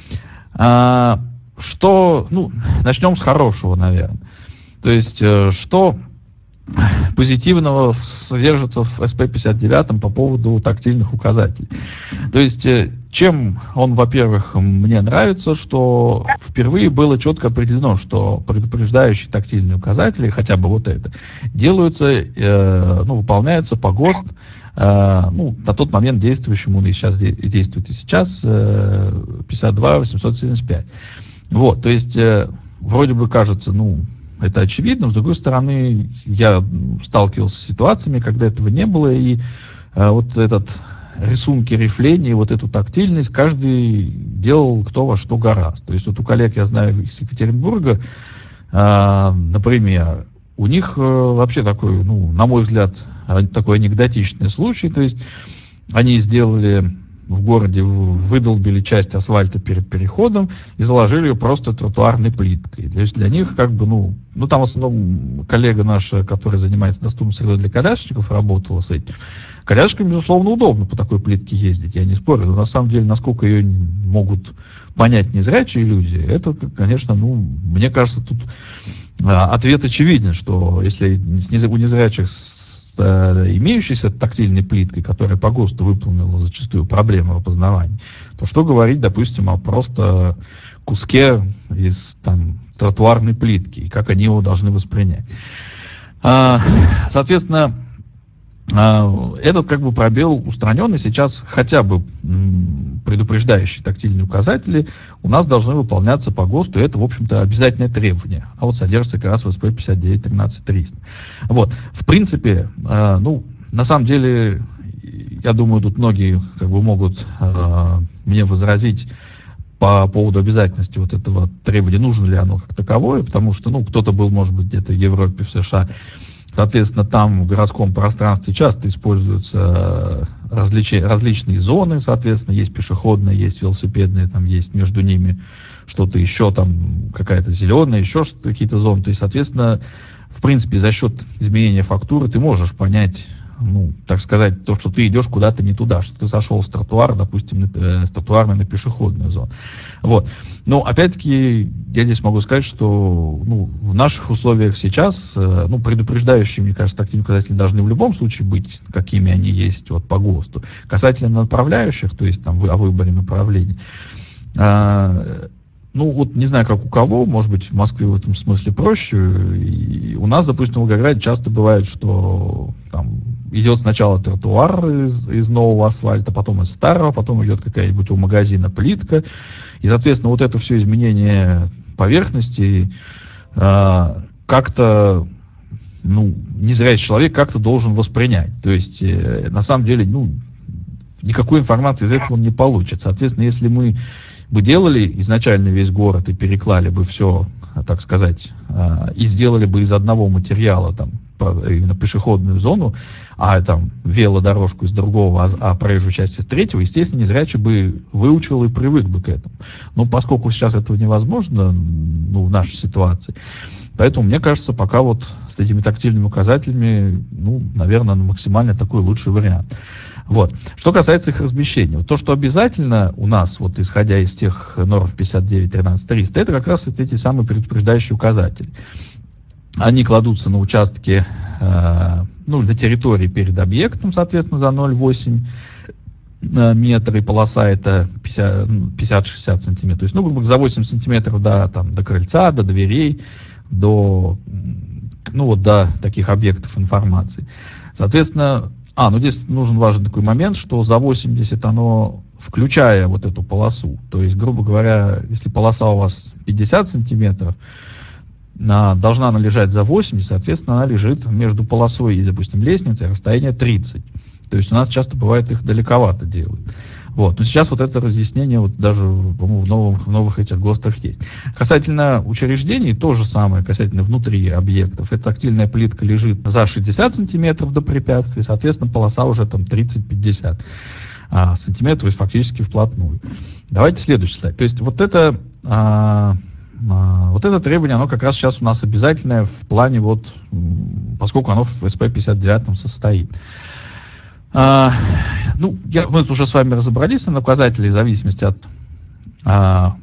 Начнем с хорошего, наверное. То есть, что позитивного содержится в СП-59 по поводу тактильных указателей. То есть, чем он, во-первых, мне нравится, что впервые было четко определено, что предупреждающие тактильные указатели, хотя бы вот это, выполняются по ГОСТ, на тот момент действующему, и сейчас действует и сейчас, 52 875. Вот, то есть, вроде бы кажется, это очевидно, с другой стороны, я сталкивался с ситуациями, когда этого не было, и вот этот рисунки рифлений, вот эту тактильность каждый делал кто во что гораст. То есть вот у коллег, я знаю, из Екатеринбурга, например, у них вообще такой, на мой взгляд, такой анекдотичный случай. То есть они сделали в городе, выдолбили часть асфальта перед переходом и заложили ее просто тротуарной плиткой. То есть для них там в основном коллега наша, которая занимается доступной средой для колясочников, работала с этим. Колясочкам, безусловно, удобно по такой плитке ездить, я не спорю, но на самом деле, насколько ее могут понять незрячие люди, это, конечно, мне кажется, тут ответ очевиден, что если у незрячих имеющейся тактильной плиткой, которая по ГОСТу выполнила зачастую проблемы в опознавании, то что говорить, допустим, о просто куске из тротуарной плитки, и как они его должны воспринять. Соответственно, этот пробел устранен, и сейчас хотя бы предупреждающие тактильные указатели у нас должны выполняться по ГОСТу, и это, в общем-то, обязательное требование. А вот содержится как раз в СП 59.13.300. Вот, в принципе, на самом деле, я думаю, тут многие могут мне возразить по поводу обязательности вот этого требования, нужно ли оно как таковое, потому что, кто-то был, может быть, где-то в Европе, в США. Соответственно, там в городском пространстве часто используются различные зоны, соответственно, есть пешеходные, есть велосипедные, там есть между ними что-то еще, какая-то зеленая, еще какие-то зоны. То есть, соответственно, в принципе, за счет изменения фактуры ты можешь понять, так сказать, то, что ты идешь куда-то не туда, что ты сошел с тротуара, допустим, с тротуарной на пешеходную зону. Вот. Но, опять-таки, я здесь могу сказать, что в наших условиях сейчас, предупреждающие, мне кажется, тактильные указатели должны в любом случае быть, какими они есть по ГОСТу. Касательно направляющих, то есть о выборе направлений, не знаю, как у кого, может быть, в Москве в этом смысле проще. И у нас, допустим, в Волгограде часто бывает, что идет сначала тротуар из нового асфальта, потом из старого, потом идет какая-нибудь у магазина плитка. И, соответственно, вот это все изменение поверхности как-то, незрячий человек как-то должен воспринять. То есть, на самом деле, никакой информации из этого он не получит. Соответственно, если мы бы делали изначально весь город и переклали бы все, так сказать, и сделали бы из одного материала именно пешеходную зону, а велодорожку из другого, а проезжую часть из третьего, естественно, незрячий бы выучил и привык бы к этому. Но поскольку сейчас этого невозможно, в нашей ситуации, поэтому, мне кажется, пока с этими тактильными указателями, наверное, максимально такой лучший вариант. Вот. Что касается их размещения, то, что обязательно у нас, исходя из тех норм 59.13.300, это как раз эти самые предупреждающие указатели. Они кладутся на участке, на территории перед объектом, соответственно, за 0,8 метра, и полоса это 50-60 сантиметров. То есть, грубо говоря, за 8 сантиметров до крыльца, до дверей, до таких объектов информации. Соответственно, здесь нужен важный такой момент, что за 80 оно, включая вот эту полосу, то есть, грубо говоря, если полоса у вас 50 сантиметров, должна она лежать за 80, соответственно, она лежит между полосой и, допустим, лестницей, расстояние 30. То есть у нас часто бывает их далековато делают. Вот. Но сейчас это разъяснение даже, по-моему, в новых этих ГОСТах есть. Касательно учреждений, то же самое, касательно внутри объектов. Эта тактильная плитка лежит за 60 сантиметров до препятствий, соответственно, полоса уже 30-50 сантиметров, то есть фактически вплотную. Давайте следующий слайд. То есть это требование, оно как раз сейчас у нас обязательное в плане, поскольку оно в СП 59 состоит. Мы уже с вами разобрались на указатели в зависимости от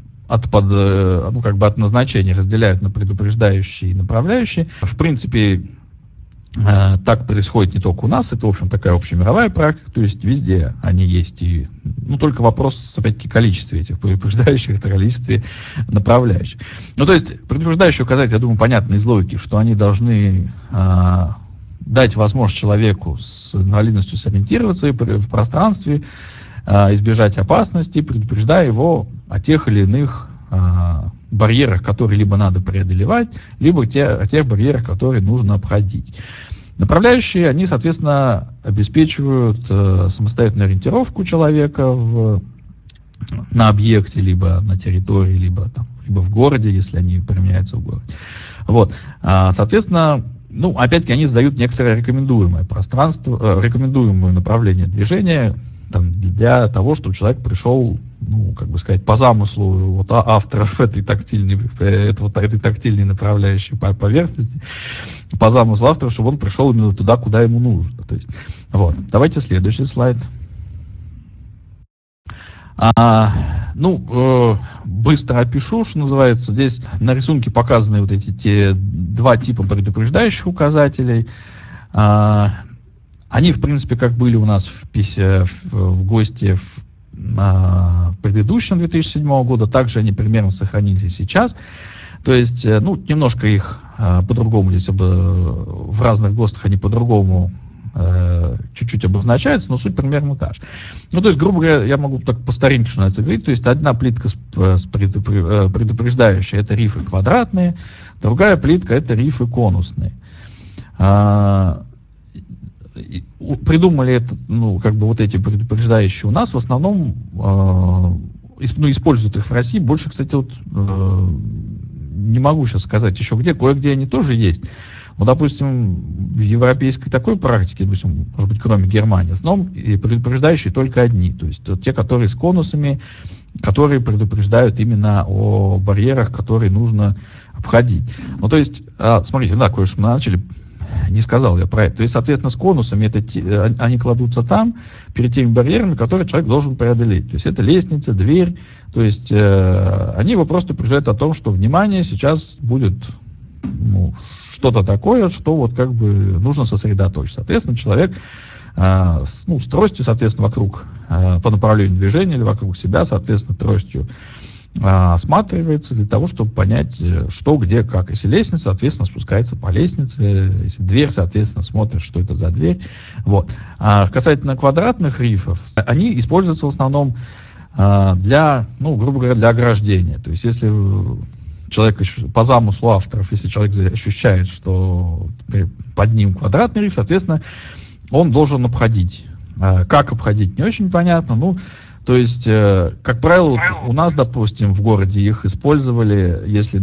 назначения, разделяют на предупреждающие и направляющие. В принципе, так происходит не только у нас, это, в общем, такая общемировая практика, то есть везде они есть. И, только вопрос, опять-таки, количества этих предупреждающих, это количестве направляющих. То есть предупреждающие указатели, я думаю, понятно из логики, что они должны дать возможность человеку с инвалидностью сориентироваться в пространстве, избежать опасности, предупреждая его о тех или иных барьерах, которые либо надо преодолевать, либо о тех барьерах, которые нужно обходить. Направляющие, они, соответственно, обеспечивают самостоятельную ориентировку человека на объекте, либо на территории, либо в городе, если они применяются в городе. Вот. Соответственно, опять-таки, они задают некоторое рекомендуемое пространство, рекомендуемое направление движения для того, чтобы человек пришел, по замыслу авторов этой тактильной направляющей поверхности, по замыслу авторов, чтобы он пришел именно туда, куда ему нужно. То есть, вот. Давайте следующий слайд. Быстро опишу, что называется. Здесь на рисунке показаны вот эти два типа предупреждающих указателей. Они, в принципе, как были у нас в гости в предыдущем 2007 года, также они примерно сохранились и сейчас. То есть, немножко их по-другому здесь в разных ГОСТах они по-другому чуть-чуть обозначается, но суть примерно та же. То есть, грубо говоря, я могу так по старинке, что называется, говорить, то есть одна плитка предупреждающая, это рифы квадратные, другая плитка, это рифы конусные. Придумали это, вот эти предупреждающие у нас в основном, используют их в России, больше, кстати, не могу сейчас сказать еще где, кое-где они тоже есть. Допустим, в европейской такой практике, допустим, может быть, кроме Германии, в основном предупреждающие только одни. То есть те, которые с конусами, которые предупреждают именно о барьерах, которые нужно обходить. То есть, смотрите, кое-что мы начали, не сказал я про это. То есть, соответственно, с конусами они кладутся там, перед теми барьерами, которые человек должен преодолеть. То есть это лестница, дверь. То есть они его просто предупреждают о том, что, внимание, сейчас будет что-то такое, что нужно сосредоточиться. Соответственно, человек с тростью, соответственно, вокруг, по направлению движения или вокруг себя, соответственно, тростью осматривается для того, чтобы понять, что, где, как. Если лестница, соответственно, спускается по лестнице. Если дверь, соответственно, смотрит, что это за дверь. Вот. А касательно квадратных рифов, они используются в основном для, грубо говоря, для ограждения. То есть, если человек, по замыслу авторов, если человек ощущает, что под ним квадратный риф, соответственно, он должен обходить. Как обходить, не очень понятно. То есть, как правило, у нас, допустим, в городе их использовали, если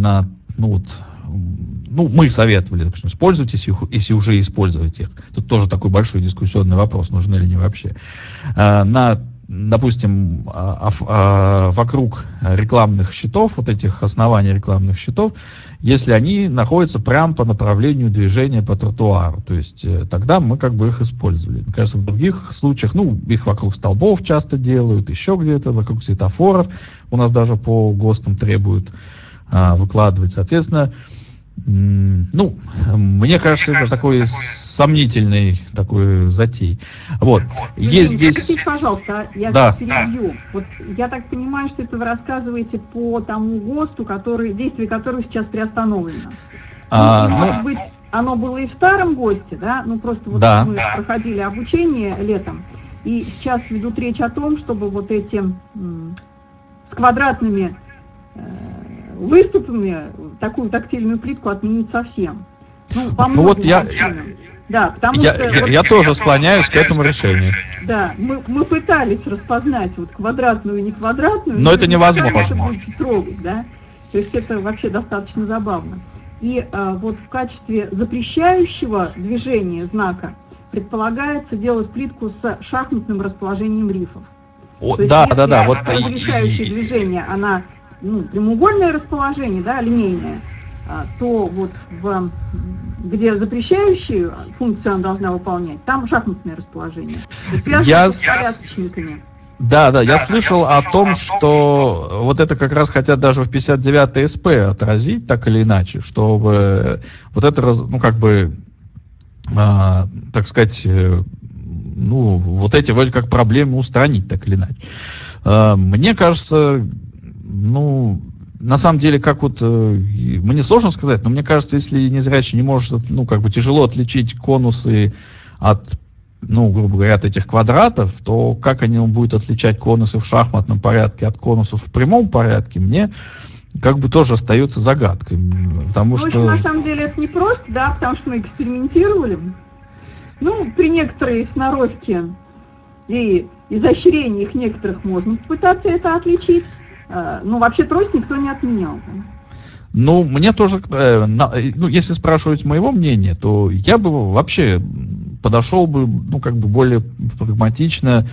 мы советовали, допустим, использовать, если уже использовать их. Тут тоже такой большой дискуссионный вопрос, нужны ли они вообще. Допустим, вокруг рекламных щитов, этих оснований рекламных щитов, если они находятся прямо по направлению движения по тротуару, то есть тогда мы их использовали. Мне кажется, в других случаях, их вокруг столбов часто делают, еще где-то, вокруг светофоров, у нас даже по ГОСТам требуют выкладывать. Соответственно, мне кажется, это такой сомнительный такой затей. Вот. Есть здесь... Прекратите, пожалуйста, я перебью. Я так понимаю, что это вы рассказываете по тому ГОСТу, действие которого сейчас приостановлено. Может быть, оно было и в старом ГОСТе, да? Просто мы проходили обучение летом, и сейчас ведут речь о том, чтобы эти с квадратными выступами такую тактильную плитку отменить совсем. По многим причинам. Да, потому что я тоже склоняюсь к этому решению. Да, мы пытались распознать квадратную и не квадратную, но это невозможно. Это будете трогать, да? То есть это вообще достаточно забавно. И в качестве запрещающего движения знака предполагается делать плитку с шахматным расположением рифов. Разрешающее движение, она прямоугольное расположение, да, линейное, то где запрещающую функцию она должна выполнять, там шахматное расположение. Связано с колясочниками. Я слышал о том, что это как раз хотят даже в 59-й СП отразить, так или иначе, чтобы это, так сказать, эти вроде как проблемы устранить, так или иначе. Мне кажется, на самом деле, мне сложно сказать, но мне кажется, если незрячий не может, тяжело отличить конусы от ну, грубо говоря, от этих квадратов, то как он будет отличать конусы в шахматном порядке от конусов в прямом порядке, мне как бы тоже остается загадкой. Потому в общем, на самом деле это не просто, да, потому что мы экспериментировали. Ну, при некоторой сноровке и изощрениях некоторых можно попытаться это отличить. Ну, вообще трость никто не отменял. Ну, мне тоже, ну, если спрашивать моего мнения, то я бы вообще подошел бы, ну, как бы более прагматично,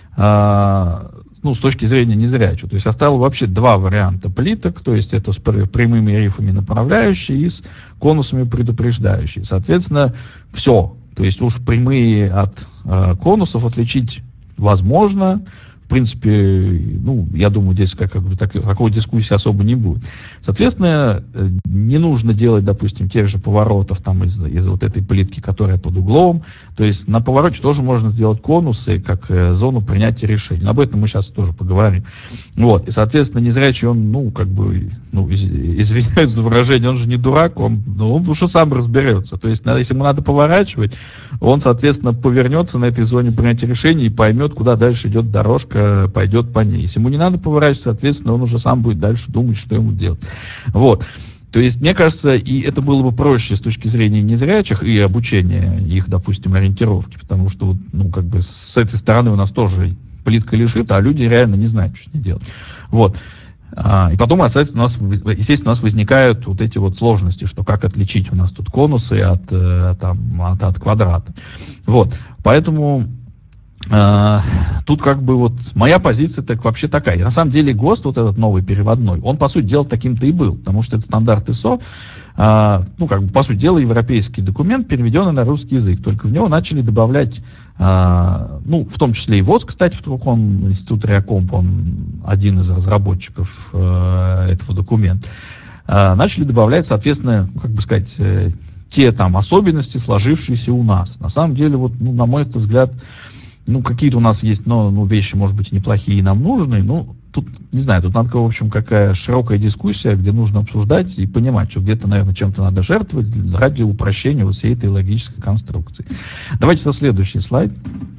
ну, с точки зрения незрячего. То есть оставил вообще два варианта плиток, то есть это с прямыми рифами направляющие и с конусами предупреждающие. Соответственно, все. То есть уж прямые от конусов отличить возможно. В принципе, ну, я думаю, здесь такой дискуссии особо не будет. Соответственно, не нужно делать, допустим, тех же поворотов там из вот этой плитки, которая под углом. То есть на повороте тоже можно сделать конусы, как зону принятия решений. Об этом мы сейчас тоже поговорим. Вот. И, соответственно, незрячий, он, ну, как бы, ну, извиняюсь за выражение, он же не дурак, он уже сам разберется. То есть, если ему надо поворачивать, он, соответственно, повернется на этой зоне принятия решений и поймет, куда дальше идет дорожка, пойдет по ней. Если ему не надо поворачивать, соответственно, он уже сам будет дальше думать, что ему делать. Вот. То есть, мне кажется, и это было бы проще с точки зрения незрячих и обучения их, допустим, ориентировки, потому что, ну, как бы с этой стороны у нас тоже плитка лежит, а люди реально не знают, что с ней делать. Вот. И потом, естественно, у нас возникают вот эти вот сложности, что как отличить у нас тут конусы от квадрата. Вот. Поэтому тут как бы вот моя позиция так вообще такая. И на самом деле ГОСТ, вот этот новый переводной, он, по сути дела, таким-то и был, потому что это стандарт ISO, ну, как бы, по сути дела, европейский документ, переведенный на русский язык. Только в него начали добавлять, ну, в том числе и ВОЗ, кстати, поскольку он, Институт Реакомп, он один из разработчиков этого документа, начали добавлять, соответственно, как бы сказать, те там особенности, сложившиеся у нас. На самом деле, вот, ну, на мой взгляд, ну, какие-то у нас есть, ну, вещи, может быть, и неплохие, и нам нужны, ну, тут, не знаю, тут надо, в общем, какая широкая дискуссия, где нужно обсуждать и понимать, что где-то, наверное, чем-то надо жертвовать ради упрощения вот всей этой логической конструкции. Давайте на следующий слайд.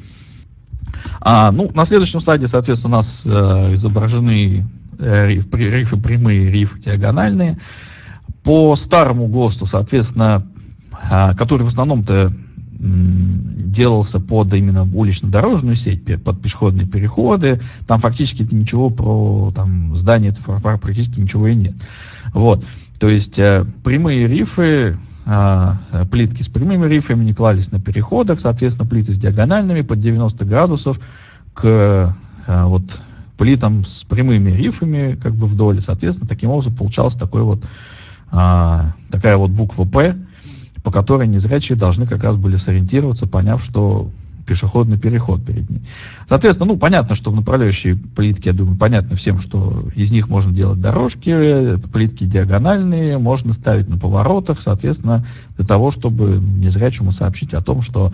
Ну, на следующем слайде, соответственно, у нас изображены рифы прямые, рифы диагональные. По старому ГОСТу, соответственно, который в основном-то делался под именно улично-дорожную сеть, под пешеходные переходы. Там фактически ничего про там, здание, практически ничего и нет. Вот. То есть прямые рифы, плитки с прямыми рифами не клались на переходах, соответственно, плиты с диагональными под 90 градусов к вот, плитам с прямыми рифами как бы вдоль. Соответственно, таким образом получалась такая вот буква «П», по которой незрячие должны как раз были сориентироваться, поняв, что пешеходный переход перед ней. Соответственно, ну, понятно, что в направляющей плитке, я думаю, понятно всем, что из них можно делать дорожки, плитки диагональные, можно ставить на поворотах, соответственно, для того, чтобы незрячему сообщить о том, что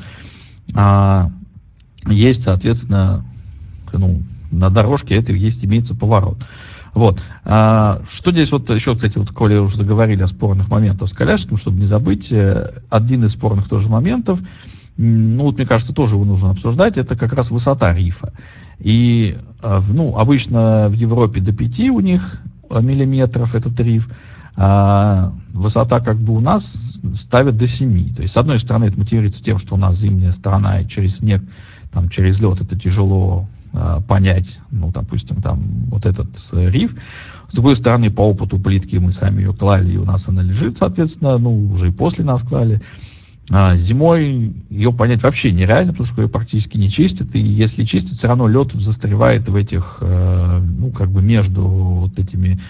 есть, соответственно, ну, на дорожке это имеется поворот. Вот. Что здесь вот еще, кстати, вот коли уже заговорили о спорных моментах с колясочками, чтобы не забыть, один из спорных тоже моментов, ну вот мне кажется, тоже его нужно обсуждать, это как раз высота рифа. И, ну, обычно в Европе до 5 у них миллиметров этот риф, высота как бы у нас ставят до 7. То есть, с одной стороны, это мотивируется тем, что у нас зимняя сторона, и через снег, там, через лед это тяжело понять, ну, допустим, там, вот этот риф. С другой стороны, по опыту плитки мы сами ее клали, и у нас она лежит, соответственно, ну, уже и после нас клали. Зимой ее понять вообще нереально, потому что ее практически не чистят, и если чистят, все равно лед застревает в этих, ну, как бы между вот этими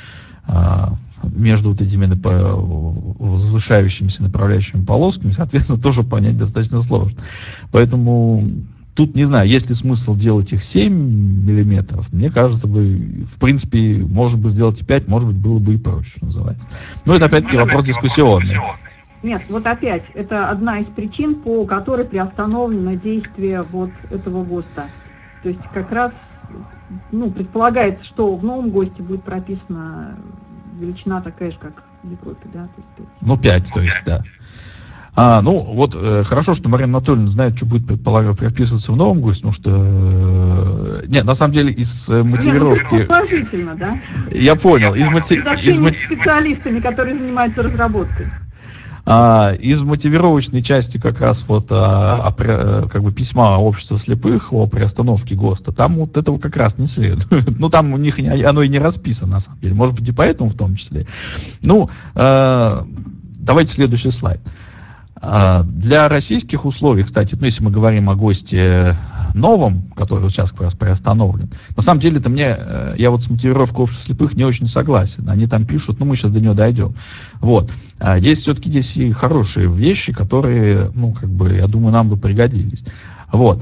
возвышающимися направляющими полосками, соответственно, тоже понять достаточно сложно. Поэтому тут, не знаю, есть ли смысл делать их 7 миллиметров. Мне кажется, в принципе, может быть, сделать и 5, может быть, было бы и проще, что называется. Но это, опять-таки, вопрос дискуссионный. Нет, вот опять, это одна из причин, по которой приостановлено действие вот этого ГОСТа. То есть как раз, ну, предполагается, что в новом ГОСТе будет прописана величина такая же, как в Европе, да? То есть 5. Ну, 5, то есть, да. Ну, вот хорошо, что Марина Анатольевна знает, что будет, предполагаю, прописываться в новом ГОСТе, потому что... Нет, на самом деле, из мотивировки... Положительно, да? Я понял. Из общения с специалистами, которые занимаются разработкой. Из мотивировочной части как раз вот как бы письма общества слепых о приостановке ГОСТа, там вот этого как раз не следует. Ну, там у них оно и не расписано, на самом деле. Может быть, и поэтому в том числе. Ну, давайте следующий слайд. Для российских условий, кстати, ну, если мы говорим о ГОСТе новом, который вот сейчас как раз приостановлен, на самом деле я вот с мотивировкой общества слепых не очень согласен. Они там пишут, мы сейчас до нее дойдем. Вот. Есть все-таки здесь и хорошие вещи, которые, ну, как бы, я думаю, нам бы пригодились. Вот.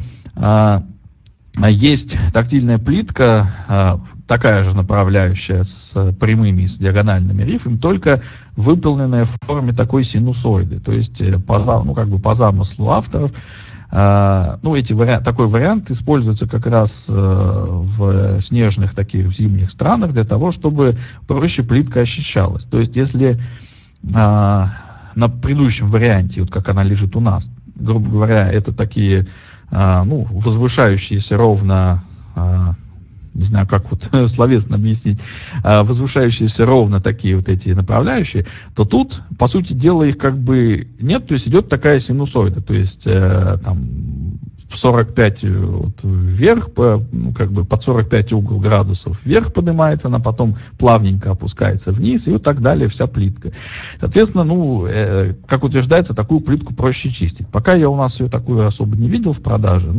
Есть тактильная плитка, такая же направляющая с прямыми и с диагональными рифами, только выполненная в форме такой синусоиды. То есть по замыслу авторов, такой вариант используется как раз в снежных таких в зимних странах для того, чтобы проще плитка ощущалась. То есть если на предыдущем варианте, вот как она лежит у нас, грубо говоря, это такие возвышающиеся ровно, не знаю, как вот словесно объяснить, возвышающиеся ровно такие вот эти направляющие, то тут, по сути дела, их как бы нет, то есть идет такая синусоида, то есть там 45 вот вверх, как бы под 45 угол градусов вверх поднимается, она потом плавненько опускается вниз, и вот так далее вся плитка. Соответственно, как утверждается, такую плитку проще чистить. Пока я у нас ее такую особо не видел в продаже,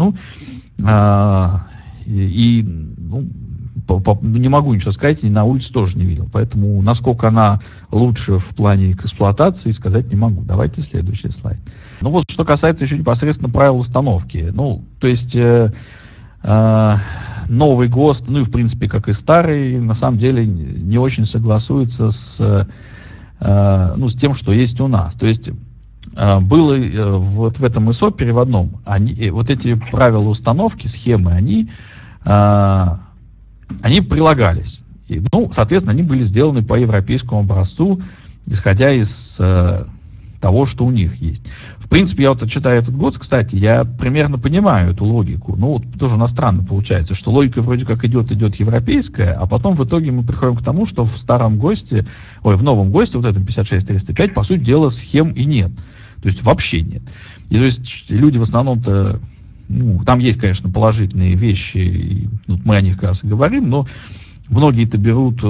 не могу ничего сказать, и на улице тоже не видел. Поэтому насколько она лучше в плане эксплуатации, сказать не могу. Давайте следующий слайд. Вот что касается еще непосредственно правил установки. То есть новый ГОСТ, и в принципе как и старый, на самом деле не очень согласуется с тем, что есть у нас. То есть было вот в этом ISO переводном, вот эти правила установки, схемы, они прилагались. Соответственно, они были сделаны по европейскому образцу, исходя из того, что у них есть. В принципе, я вот читаю этот ГОСТ, кстати, я примерно понимаю эту логику. Тоже странно получается, что логика вроде как идет европейская, а потом в итоге мы приходим к тому, что в новом ГОСТе, вот этом 56.305, по сути дела, схем и нет. То есть вообще нет. И то есть люди в основном-то, там есть, конечно, положительные вещи, и мы о них как раз и говорим, но многие-то берут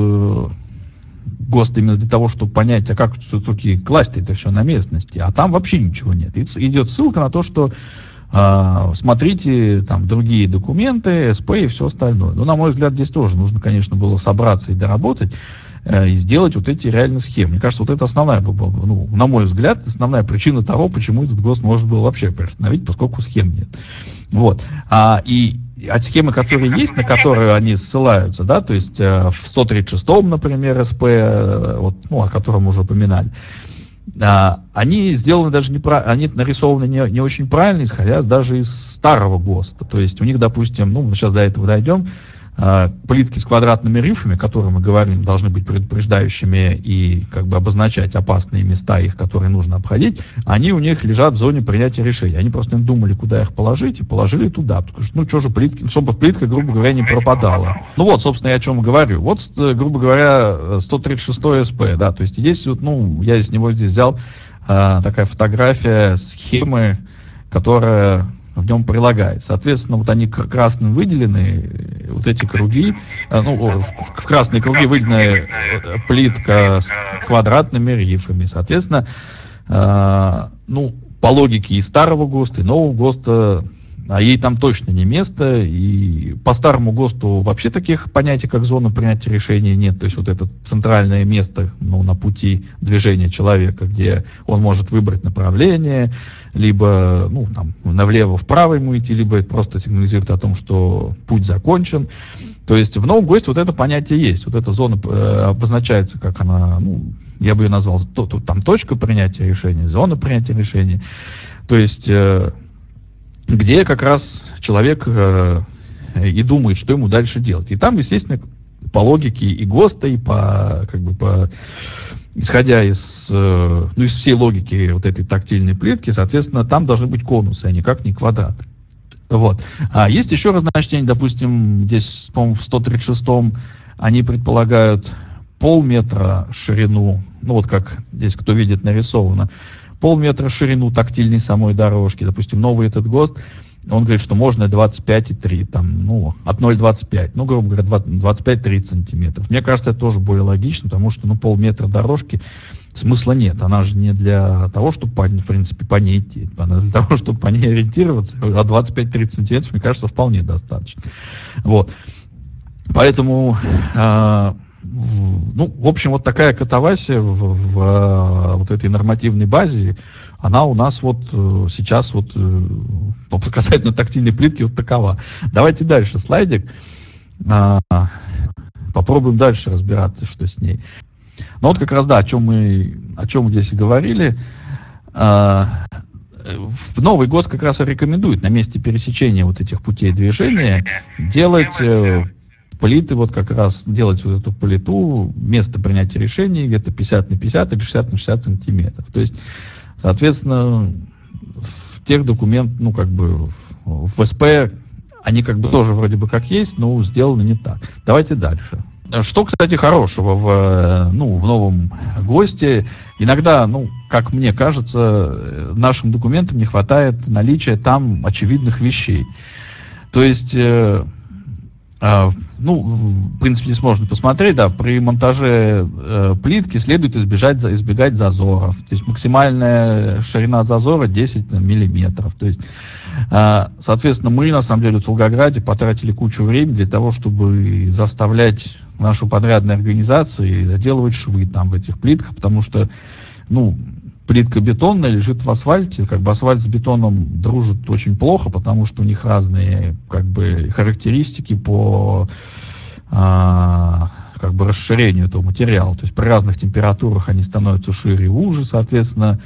ГОСТ именно для того, чтобы понять, а как все-таки класть это все на местности, а там вообще ничего нет. И идет ссылка на то, что смотрите там другие документы, СП и все остальное. На мой взгляд, здесь тоже нужно, конечно, было собраться и доработать, и сделать вот эти реальные схемы. Мне кажется, вот это основная, на мой взгляд, основная причина того, почему этот ГОСТ можно было вообще приостановить, поскольку схем нет. Вот. И схемы, которые есть, на которые они ссылаются, да, то есть в 136-м, например, СП, о котором уже упоминали, они сделаны даже они нарисованы не очень правильно, исходя даже из старого ГОСТа. То есть у них, допустим, мы сейчас до этого дойдем, плитки с квадратными рифами, о которых мы говорим, должны быть предупреждающими и как бы обозначать опасные места, их, которые нужно обходить, они у них лежат в зоне принятия решений. Они просто не думали, куда их положить, и положили туда. Потому что, что же чтобы плитка, грубо говоря, не пропадала. Собственно, я о чем и говорю. Вот, грубо говоря, 136 СП, да, то есть здесь, я из него здесь взял такая фотография схемы, которая в нем прилагается. Соответственно, вот они красным выделены, вот эти круги, в красные круги выделена плитка с квадратными рифами. Соответственно, по логике и старого ГОСТа, и нового ГОСТа, а ей там точно не место, и по старому ГОСТу вообще таких понятий, как зона принятия решения, нет. То есть вот это центральное место на пути движения человека, где он может выбрать направление, либо налево-вправо ему идти, либо это просто сигнализирует о том, что путь закончен. То есть в новом ГОСТе вот это понятие есть. Вот эта зона обозначается, как она, я бы ее назвал, там точка принятия решения, зона принятия решения. То есть где как раз человек и думает, что ему дальше делать. И там, естественно, по логике и ГОСТа, и исходя из всей логики вот этой тактильной плитки, соответственно, там должны быть конусы, а никак не квадраты. Вот. А есть еще разночтения, допустим, здесь, по-моему, в 136-м они предполагают полметра ширину, ну вот как здесь кто видит нарисовано, полметра ширину тактильной самой дорожки. Допустим, новый этот ГОСТ, он говорит, что можно 25,3, там, ну, от 0,25, ну, грубо говоря, 25-30 сантиметров. Мне кажется, это тоже более логично, потому что, ну, полметра дорожки смысла нет. Она же не для того, чтобы, в принципе, по ней идти. Она для того, чтобы по ней ориентироваться. А 25-30 сантиметров, мне кажется, вполне достаточно. Вот. Поэтому, ну, в общем, вот такая катавасия в вот этой нормативной базе, она у нас вот сейчас вот по касательно тактильной плитки вот такова. Давайте дальше слайдик. Попробуем дальше разбираться, что с ней. Ну вот как раз, да, о чем мы здесь и говорили. Новый ГОСТ как раз и рекомендует на месте пересечения вот этих путей движения делать плиты, вот как раз делать вот эту плиту, место принятия решений где-то 50 на 50 или 60 на 60 сантиметров. То есть, соответственно, в тех документах, ну, как бы в СП они как бы тоже вроде бы как есть, но сделаны не так. Давайте дальше. Что, кстати, хорошего в новом ГОСТе? Иногда, ну, как мне кажется, нашим документам не хватает наличия там очевидных вещей. То есть, в принципе, здесь можно посмотреть, да, при монтаже плитки следует избегать зазоров. То есть максимальная ширина зазора 10 миллиметров. То есть, соответственно, мы, на самом деле, в Волгограде потратили кучу времени для того, чтобы заставлять нашу подрядную организацию заделывать швы там в этих плитках, потому что, ну, плитка бетонная лежит в асфальте, как бы асфальт с бетоном дружит очень плохо, потому что у них разные, как бы, характеристики по как бы расширению этого материала. То есть при разных температурах они становятся шире и уже, соответственно,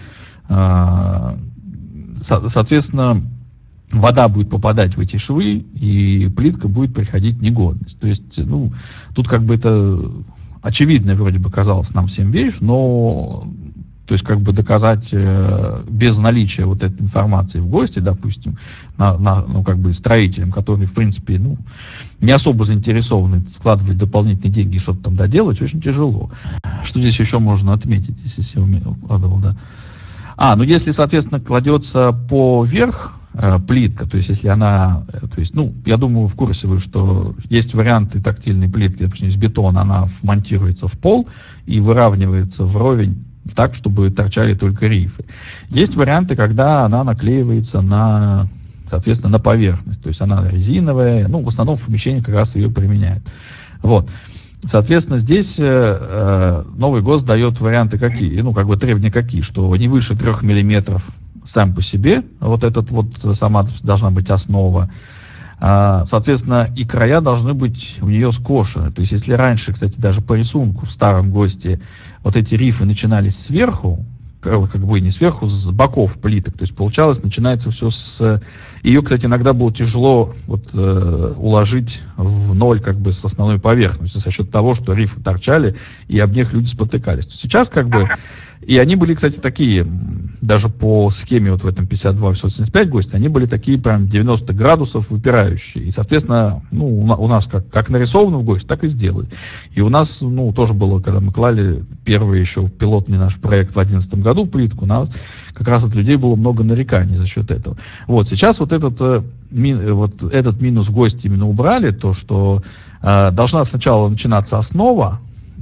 вода будет попадать в эти швы, и плитка будет приходить в негодность. То есть, ну, тут как бы это очевидная вроде бы казалось нам всем вещь, но, то есть, как бы доказать без наличия вот этой информации в ГОСТе, допустим, ну, как бы строителям, которые, в принципе, ну, не особо заинтересованы вкладывать дополнительные деньги и что-то там доделать, очень тяжело. Что здесь еще можно отметить, если я укладывал, да? Ну, если, соответственно, кладется поверх плитка, то есть если она, то есть, ну, я думаю, в курсе вы, что есть варианты тактильной плитки, допустим, из бетона, она вмонтируется в пол и выравнивается вровень так, чтобы торчали только рифы. Есть варианты, когда она наклеивается на, соответственно, на поверхность, то есть она резиновая, ну, в основном в помещении как раз ее применяют. Вот. Соответственно, здесь новый ГОСТ дает варианты какие, ну, как бы требования какие, что не выше 3 миллиметров сам по себе, вот этот вот сама должна быть основа. Соответственно, и края должны быть у нее скошены. То есть, если раньше, кстати, даже по рисунку в старом ГОСТе вот эти рифы начинались сверху, как бы не сверху, с боков плиток. То есть, получалось, начинается все с... Ее, кстати, иногда было тяжело вот, уложить в ноль как бы с основной поверхностью за счет того, что рифы торчали, и об них люди спотыкались. Сейчас как бы... И они были, кстати, такие, даже по схеме вот в этом 52-875 ГОСТе, они были такие прям 90 градусов выпирающие. И, соответственно, ну, у нас как нарисовано в ГОСТе, так и сделали. И у нас, ну, тоже было, когда мы клали первый еще пилотный наш проект в 2011 году, плитку, как раз от людей было много нареканий за счет этого. Вот, сейчас вот этот минус в ГОСТе именно убрали, то, что должна сначала начинаться основа,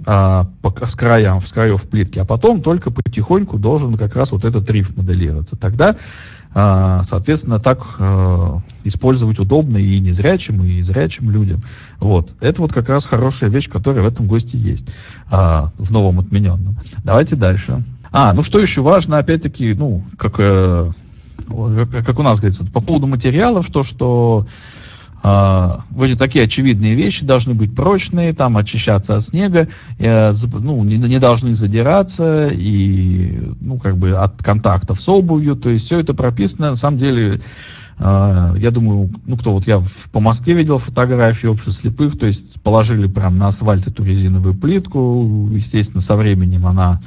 с краев плитки, а потом только потихоньку должен как раз вот этот риф моделироваться. Тогда, соответственно, так использовать удобно и незрячим, и зрячим людям. Вот. Это вот как раз хорошая вещь, которая в этом ГОСТе есть, в новом отмененном. Давайте дальше. Ну что еще важно, опять-таки, ну, как у нас говорится, по поводу материалов, что эти такие очевидные вещи должны быть прочные, там очищаться от снега, ну, не должны задираться и, ну, как бы от контактов с обувью, то есть все это прописано, на самом деле, Я думаю, я по Москве видел фотографии общества слепых, то есть положили прям на асфальт эту резиновую плитку, естественно, со временем она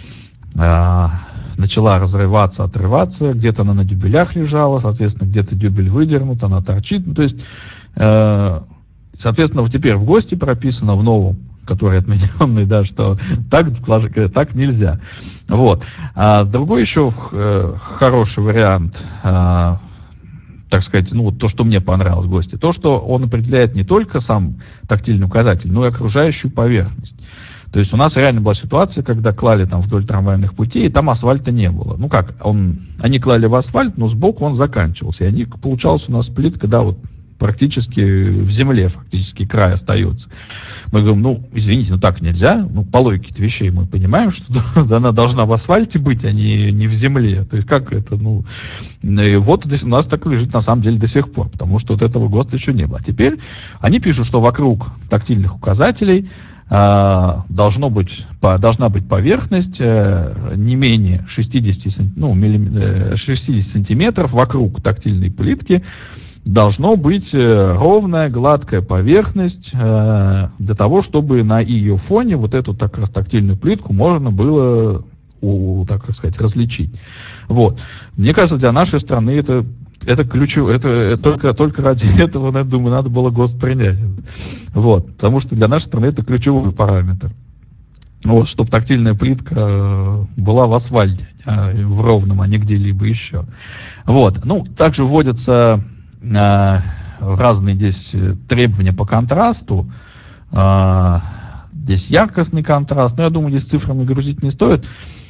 начала разрываться, отрываться, где-то она на дюбелях лежала, соответственно, где-то дюбель выдернут, она торчит, то есть, соответственно, теперь в ГОСТе прописано, в новом, который отмененный, да, что так нельзя. Вот. А другой еще хороший вариант, так сказать, то, что мне понравилось в ГОСТе, то, что он определяет не только сам тактильный указатель, но и окружающую поверхность. То есть у нас реально была ситуация, когда клали там вдоль трамвайных путей, и там асфальта не было. Они клали в асфальт, но сбоку он заканчивался. И получалась у нас плитка, да, вот практически в земле, фактически край остается. Мы говорим, извините, так нельзя. По логике вещей мы понимаем, что она должна в асфальте быть, а не в земле. То есть как это, и вот здесь у нас так лежит на самом деле до сих пор, потому что вот этого ГОСТа еще не было. А теперь они пишут, что вокруг тактильных указателей должна быть поверхность не менее 60 сантиметров вокруг тактильной плитки. Должно быть ровная, гладкая поверхность для того, чтобы на ее фоне вот эту так раз тактильную плитку можно было, различить. Вот. Мне кажется, для нашей страны это ключевое, это только ради этого, я думаю, надо было ГОСТ принять. Вот. Потому что для нашей страны это ключевой параметр. Вот, чтобы тактильная плитка была в асфальте, в ровном, а не где-либо еще. Вот. Также вводятся разные здесь требования по контрасту. Здесь яркостный контраст, но я думаю, здесь цифрами грузить не стоит.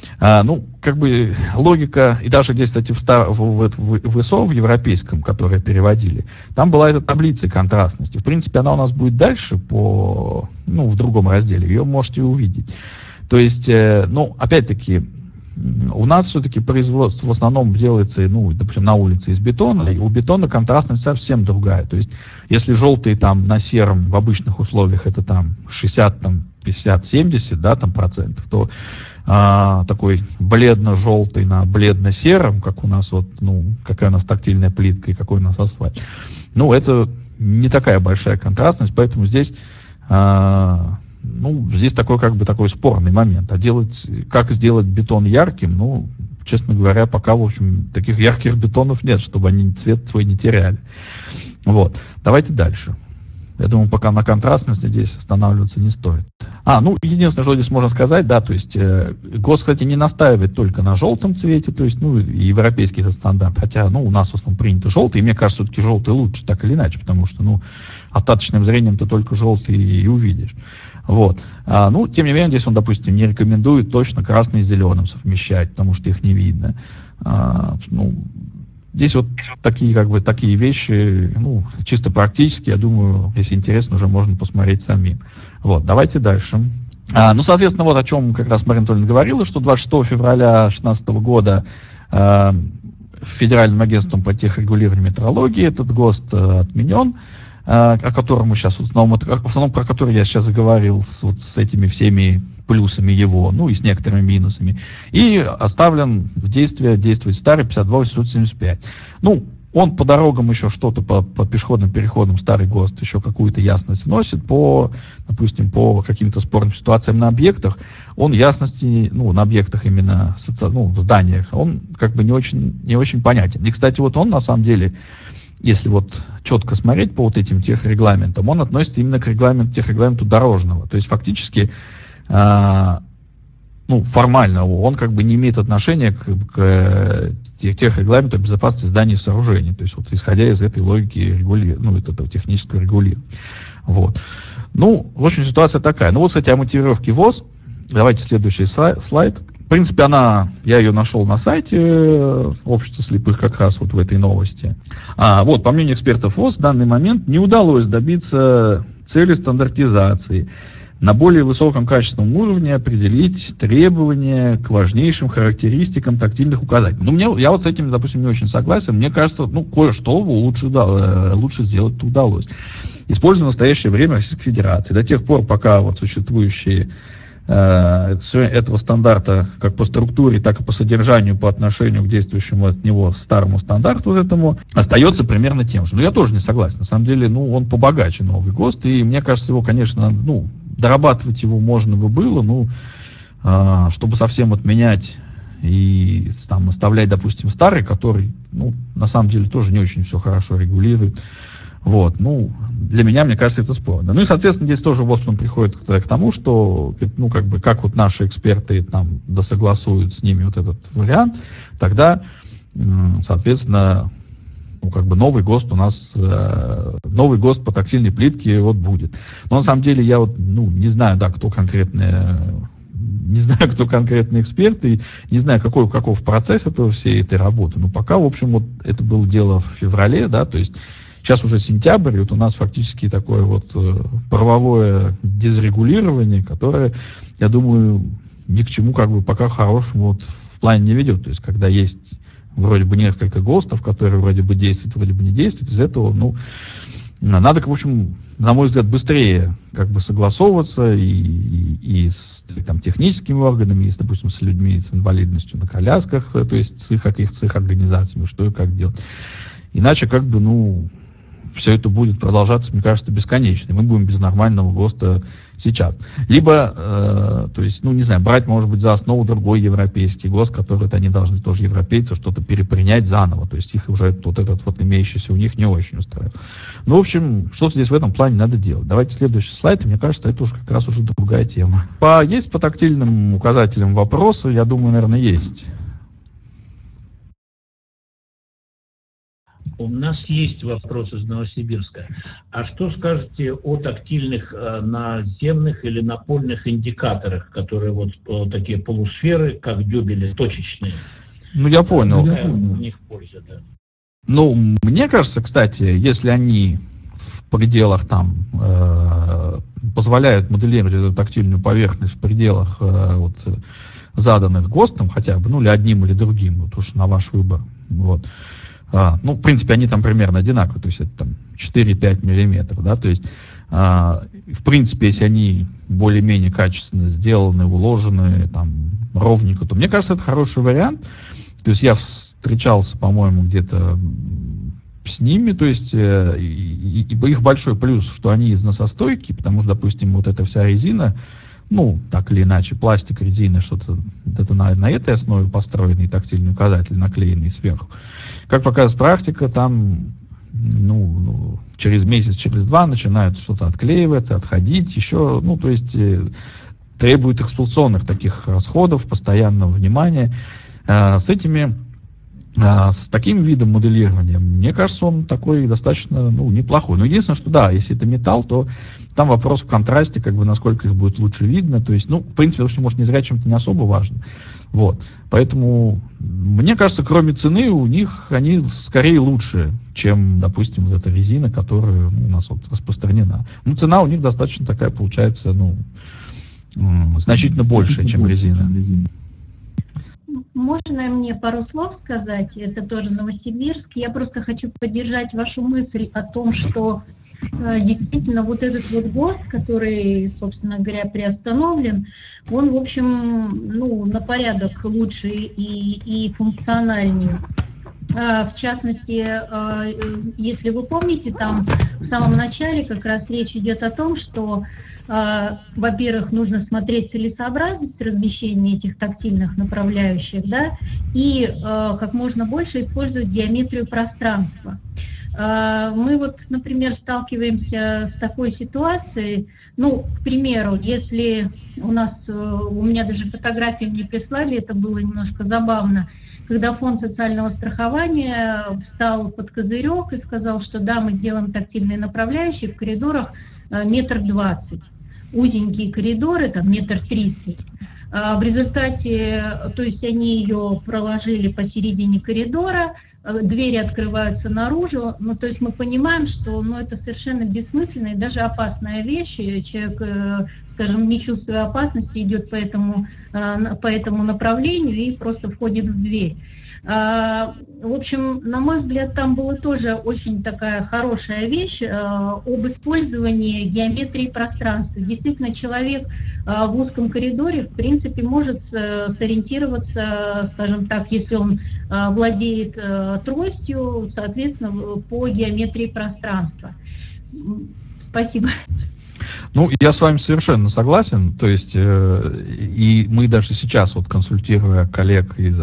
Логика, и даже здесь, кстати, в ИСО, в европейском, которое переводили, там была эта таблица контрастности. В принципе, она у нас будет дальше в другом разделе, ее можете увидеть. То есть, опять-таки, у нас все-таки производство в основном делается, допустим, на улице из бетона, и у бетона контрастность совсем другая. То есть, если желтый там на сером в обычных условиях это там 60, 50, 70, да, там процентов, то такой бледно-желтый на бледно-сером, как у нас какая у нас тактильная плитка и какой у нас асфальт. Это не такая большая контрастность, поэтому здесь здесь такой спорный момент. А как сделать бетон ярким, честно говоря, пока, в общем, таких ярких бетонов нет, чтобы они цвет свой не теряли. Вот. Давайте дальше. Я думаю, пока на контрастности здесь останавливаться не стоит. Единственное, что здесь можно сказать, да, то есть ГОСТ, кстати, не настаивает только на желтом цвете, то есть, и европейский этот стандарт, хотя, у нас в основном принято желтый, и мне кажется, все-таки желтый лучше, так или иначе, потому что, остаточным зрением ты только желтый и увидишь. Вот. Тем не менее, здесь он, допустим, не рекомендует точно красный с зеленым совмещать, потому что их не видно. Здесь вот такие вещи, чисто практически, я думаю, если интересно, уже можно посмотреть самим. Вот, давайте дальше. Соответственно, вот о чем как раз Марина Анатольевна говорила, что 26 февраля 2016 года Федеральным агентством по техрегулированию метрологии этот ГОСТ отменен, о котором мы сейчас, в основном про который я сейчас заговорил, с этими всеми плюсами его, и с некоторыми минусами, и оставлен в действовать старый 52-875. Он по дорогам еще что-то, по пешеходным переходам старый ГОСТ еще какую-то ясность вносит, допустим, по каким-то спорным ситуациям на объектах, он ясности, на объектах именно, в зданиях, он не очень понятен. И, кстати, он на самом деле, если четко смотреть по этим техрегламентам, он относится именно к техрегламенту дорожного. То есть фактически, формально он не имеет отношения к техрегламенту безопасности зданий и сооружений. То есть исходя из этой логики этого технического регулирования. Вот. В общем, ситуация такая. Кстати, о мотивировке ВОЗ. Давайте следующий слайд. В принципе, я ее нашел на сайте общества слепых как раз в этой новости. По мнению экспертов ВОЗ, в данный момент не удалось добиться цели стандартизации. На более высоком качественном уровне определить требования к важнейшим характеристикам тактильных указателей. Я с этим, допустим, не очень согласен. Мне кажется, кое-что лучше сделать удалось. Используя в настоящее время Российской Федерации. До тех пор, пока существующие этого стандарта как по структуре, так и по содержанию, по отношению к действующему от него старому стандарту вот этому, остается примерно тем же. Но я тоже не согласен. На самом деле, он побогаче новый ГОСТ, и мне кажется, его, конечно, дорабатывать его можно бы было, чтобы совсем отменять и там оставлять, допустим, старый, который, на самом деле тоже не очень все хорошо регулирует. Вот, для меня, мне кажется, это спорно. И, соответственно, здесь тоже ВОСТ приходит к тому, что, как вот наши эксперты там досогласуют с ними вот этот вариант, тогда, соответственно, новый ГОСТ у нас, новый ГОСТ по тактильной плитке вот будет. Но на самом деле я не знаю, кто конкретные эксперты, не знаю, каков процесс всей этой работы. Но пока, в общем, это было дело в феврале, то есть сейчас уже сентябрь, и вот у нас фактически такое правовое дезрегулирование, которое, я думаю, ни к чему пока хорошему в плане не ведет. То есть когда есть вроде бы несколько ГОСТов, которые вроде бы действуют, вроде бы не действуют, из этого, надо, в общем, на мой взгляд, быстрее согласовываться и с техническими органами, и, допустим, с людьми с инвалидностью на колясках, то есть с их организациями, что и как делать. Иначе, все это будет продолжаться, мне кажется, бесконечно. Мы будем без нормального ГОСТа сейчас. Либо, брать, может быть, за основу другой европейский ГОСТ, который они должны тоже, европейцы, что-то перепринять заново. То есть их уже этот имеющийся у них не очень устраивает. В общем, что-то здесь в этом плане надо делать. Давайте следующий слайд. Мне кажется, это уже как раз уже другая тема. Есть по тактильным указателям вопросы? Я думаю, наверное, есть. У нас есть вопрос из Новосибирска. А что скажете о тактильных наземных или напольных индикаторах, которые такие полусферы, как дюбели, точечные? Я понял. Какая у них польза, да? Мне кажется, кстати, если они в пределах позволяют моделировать эту тактильную поверхность в пределах заданных ГОСТом хотя бы, или одним, или другим, уж на ваш выбор, в принципе, они там примерно одинаковые, то есть это 4-5 миллиметров, то есть, в принципе, если они более-менее качественно сделаны, уложены, ровненько, то мне кажется, это хороший вариант. То есть я встречался, по-моему, где-то с ними, то есть их большой плюс, что они износостойкие, потому что, допустим, эта вся резина, так или иначе, пластик, резина, что-то это на этой основе построенный тактильный указатель, наклеенный сверху. Как показывает практика, там, через месяц, через два начинают что-то отклеиваться, отходить, еще, то есть требует эксплуатационных таких расходов, постоянного внимания. С таким видом моделирования, мне кажется, он такой достаточно неплохой. Но единственное, что если это металл, то там вопрос в контрасте, насколько их будет лучше видно. То есть, в принципе, может, незрячим-то не особо важно. Поэтому, мне кажется, кроме цены, у них они скорее лучше, чем, допустим, эта резина, которая у нас распространена. Цена у них достаточно такая, получается, значительно большая, чем резина. Можно мне пару слов сказать? Это тоже Новосибирск. Я просто хочу поддержать вашу мысль о том, что действительно этот ГОСТ, который, собственно говоря, приостановлен, он, в общем, на порядок лучше и функциональнее. В частности, если вы помните, там в самом начале как раз речь идет о том, что, во-первых, нужно смотреть целесообразность размещения этих тактильных направляющих, и как можно больше использовать геометрию пространства. Мы например, сталкиваемся с такой ситуацией, к примеру, если у меня даже фотографии мне прислали, это было немножко забавно, когда фонд социального страхования встал под козырек и сказал, что да, мы сделаем тактильные направляющие в коридорах 1,20 м, узенькие коридоры, 1,30 м. В результате, то есть они ее проложили посередине коридора, двери открываются наружу, то есть мы понимаем, что это совершенно бессмысленная и даже опасная вещь. Человек, скажем, не чувствуя опасности, идет по этому направлению и просто входит в дверь. В общем, на мой взгляд, там была тоже очень такая хорошая вещь об использовании геометрии пространства. Действительно, человек в узком коридоре, в принципе, может сориентироваться, скажем так, если он владеет тростью, соответственно, по геометрии пространства. Спасибо. Ну, я с вами совершенно согласен, то есть, и мы даже сейчас, вот консультируя коллег из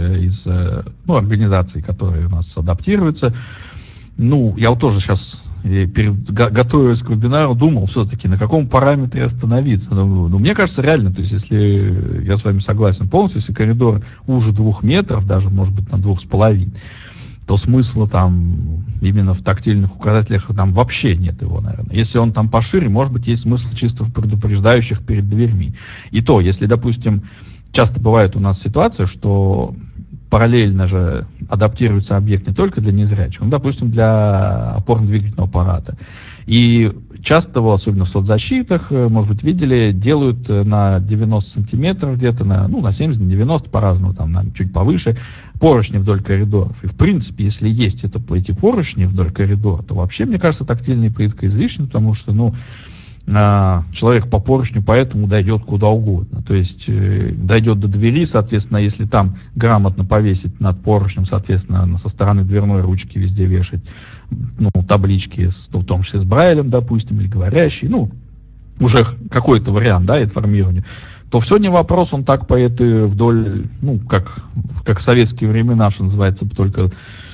организаций, которые у нас адаптируются, ну, я вот тоже сейчас, готовясь к вебинару, думал все-таки, на каком параметре остановиться. Ну, мне кажется, реально, то есть, если я с вами согласен полностью, если коридор уже 2 метров, даже, может быть, на 2,5, то смысла там именно в тактильных указателях там вообще нет его, наверное. Если он там пошире, может быть, есть смысл чисто в предупреждающих перед дверьми. И то, если, допустим, часто бывает у нас ситуация, что параллельно же адаптируется объект не только для незрячих, ну, допустим, для опорно-двигательного аппарата. И часто, особенно в соцзащитах, может быть, видели, делают на 90 сантиметров где-то, на 70, на 90 по-разному, там, чуть повыше, поручни вдоль коридоров. И, в принципе, если есть эти поручни вдоль коридора, то вообще, мне кажется, тактильная плитка излишня, потому что, человек по поручню поэтому дойдет куда угодно. То есть дойдет до двери, соответственно, если там грамотно повесить над поручнем, соответственно, со стороны дверной ручки везде вешать таблички, в том числе с Брайлем, допустим, или говорящие, уже какой-то вариант, да, информирования, то все не вопрос, он так по этой вдоль, как в советские времена, что называется, только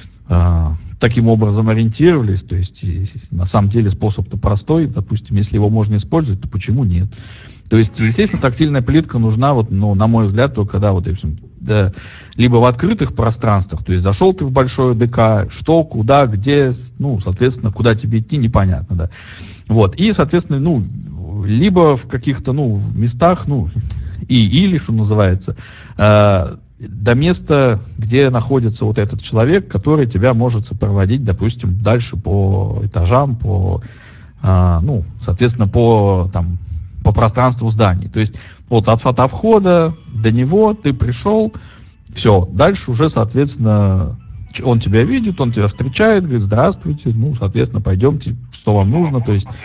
таким образом ориентировались, то есть на самом деле способ-то простой, допустим, если его можно использовать, то почему нет? То есть, естественно, тактильная плитка нужна, на мой взгляд, только когда либо в открытых пространствах, то есть зашел ты в большое ДК, что, куда, где, соответственно, куда тебе идти, непонятно, да. Вот, и, соответственно, либо в каких-то, местах, или, что называется, до места, где находится вот этот человек, который тебя может сопроводить, допустим, дальше по этажам, соответственно, по пространству зданий. То есть вот от входа до него ты пришел, все, дальше уже, соответственно, он тебя видит, он тебя встречает, говорит: здравствуйте, соответственно, пойдемте, что вам нужно, то есть...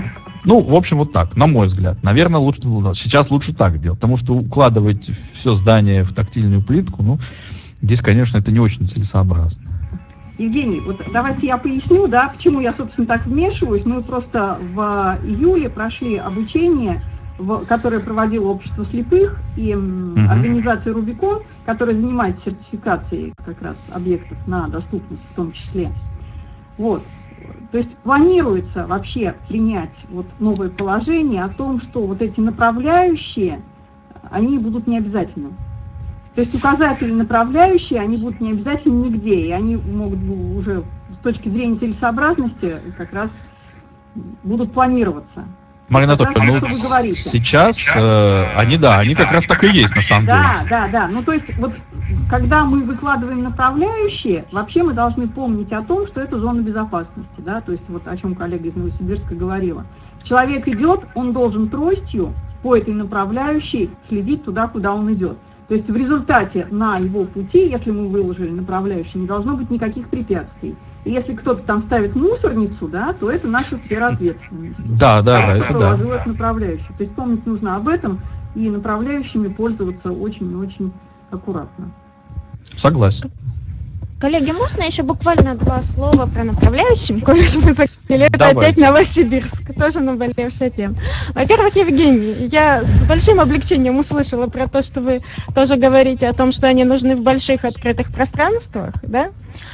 в общем, вот так, на мой взгляд. Наверное, сейчас лучше так делать, потому что укладывать все здание в тактильную плитку, здесь, конечно, это не очень целесообразно. Евгений, вот давайте я поясню, да, почему я, собственно, так вмешиваюсь. Мы просто в июле прошли обучение, которое проводило общество слепых и организация Рубикон, которая занимается сертификацией как раз объектов на доступность в том числе. Вот. То есть планируется вообще принять новое положение о том, что вот эти направляющие, они будут необязательны. То есть указатели направляющие, они будут не обязательно нигде, и они могут уже с точки зрения целесообразности как раз будут планироваться. Марина Анатольевна, сейчас они как раз так и есть на самом деле. Да. То есть когда мы выкладываем направляющие, вообще мы должны помнить о том, что это зона безопасности, да, то есть о чем коллега из Новосибирска говорила. Человек идет, он должен тростью по этой направляющей следить туда, куда он идет. То есть в результате на его пути, если мы выложили направляющие, не должно быть никаких препятствий. И если кто-то там ставит мусорницу, да, то это наша сфера ответственности. Да, это проложил эту направляющую. То есть помнить нужно об этом и направляющими пользоваться очень-очень аккуратно. Согласен. Коллеги, можно еще буквально 2 слова про направляющие? Коллеги, мы закрыли. Это опять Новосибирск, тоже наболевшая тема. Во-первых, Евгений, я с большим облегчением услышала про то, что вы тоже говорите о том, что они нужны в больших открытых пространствах, да?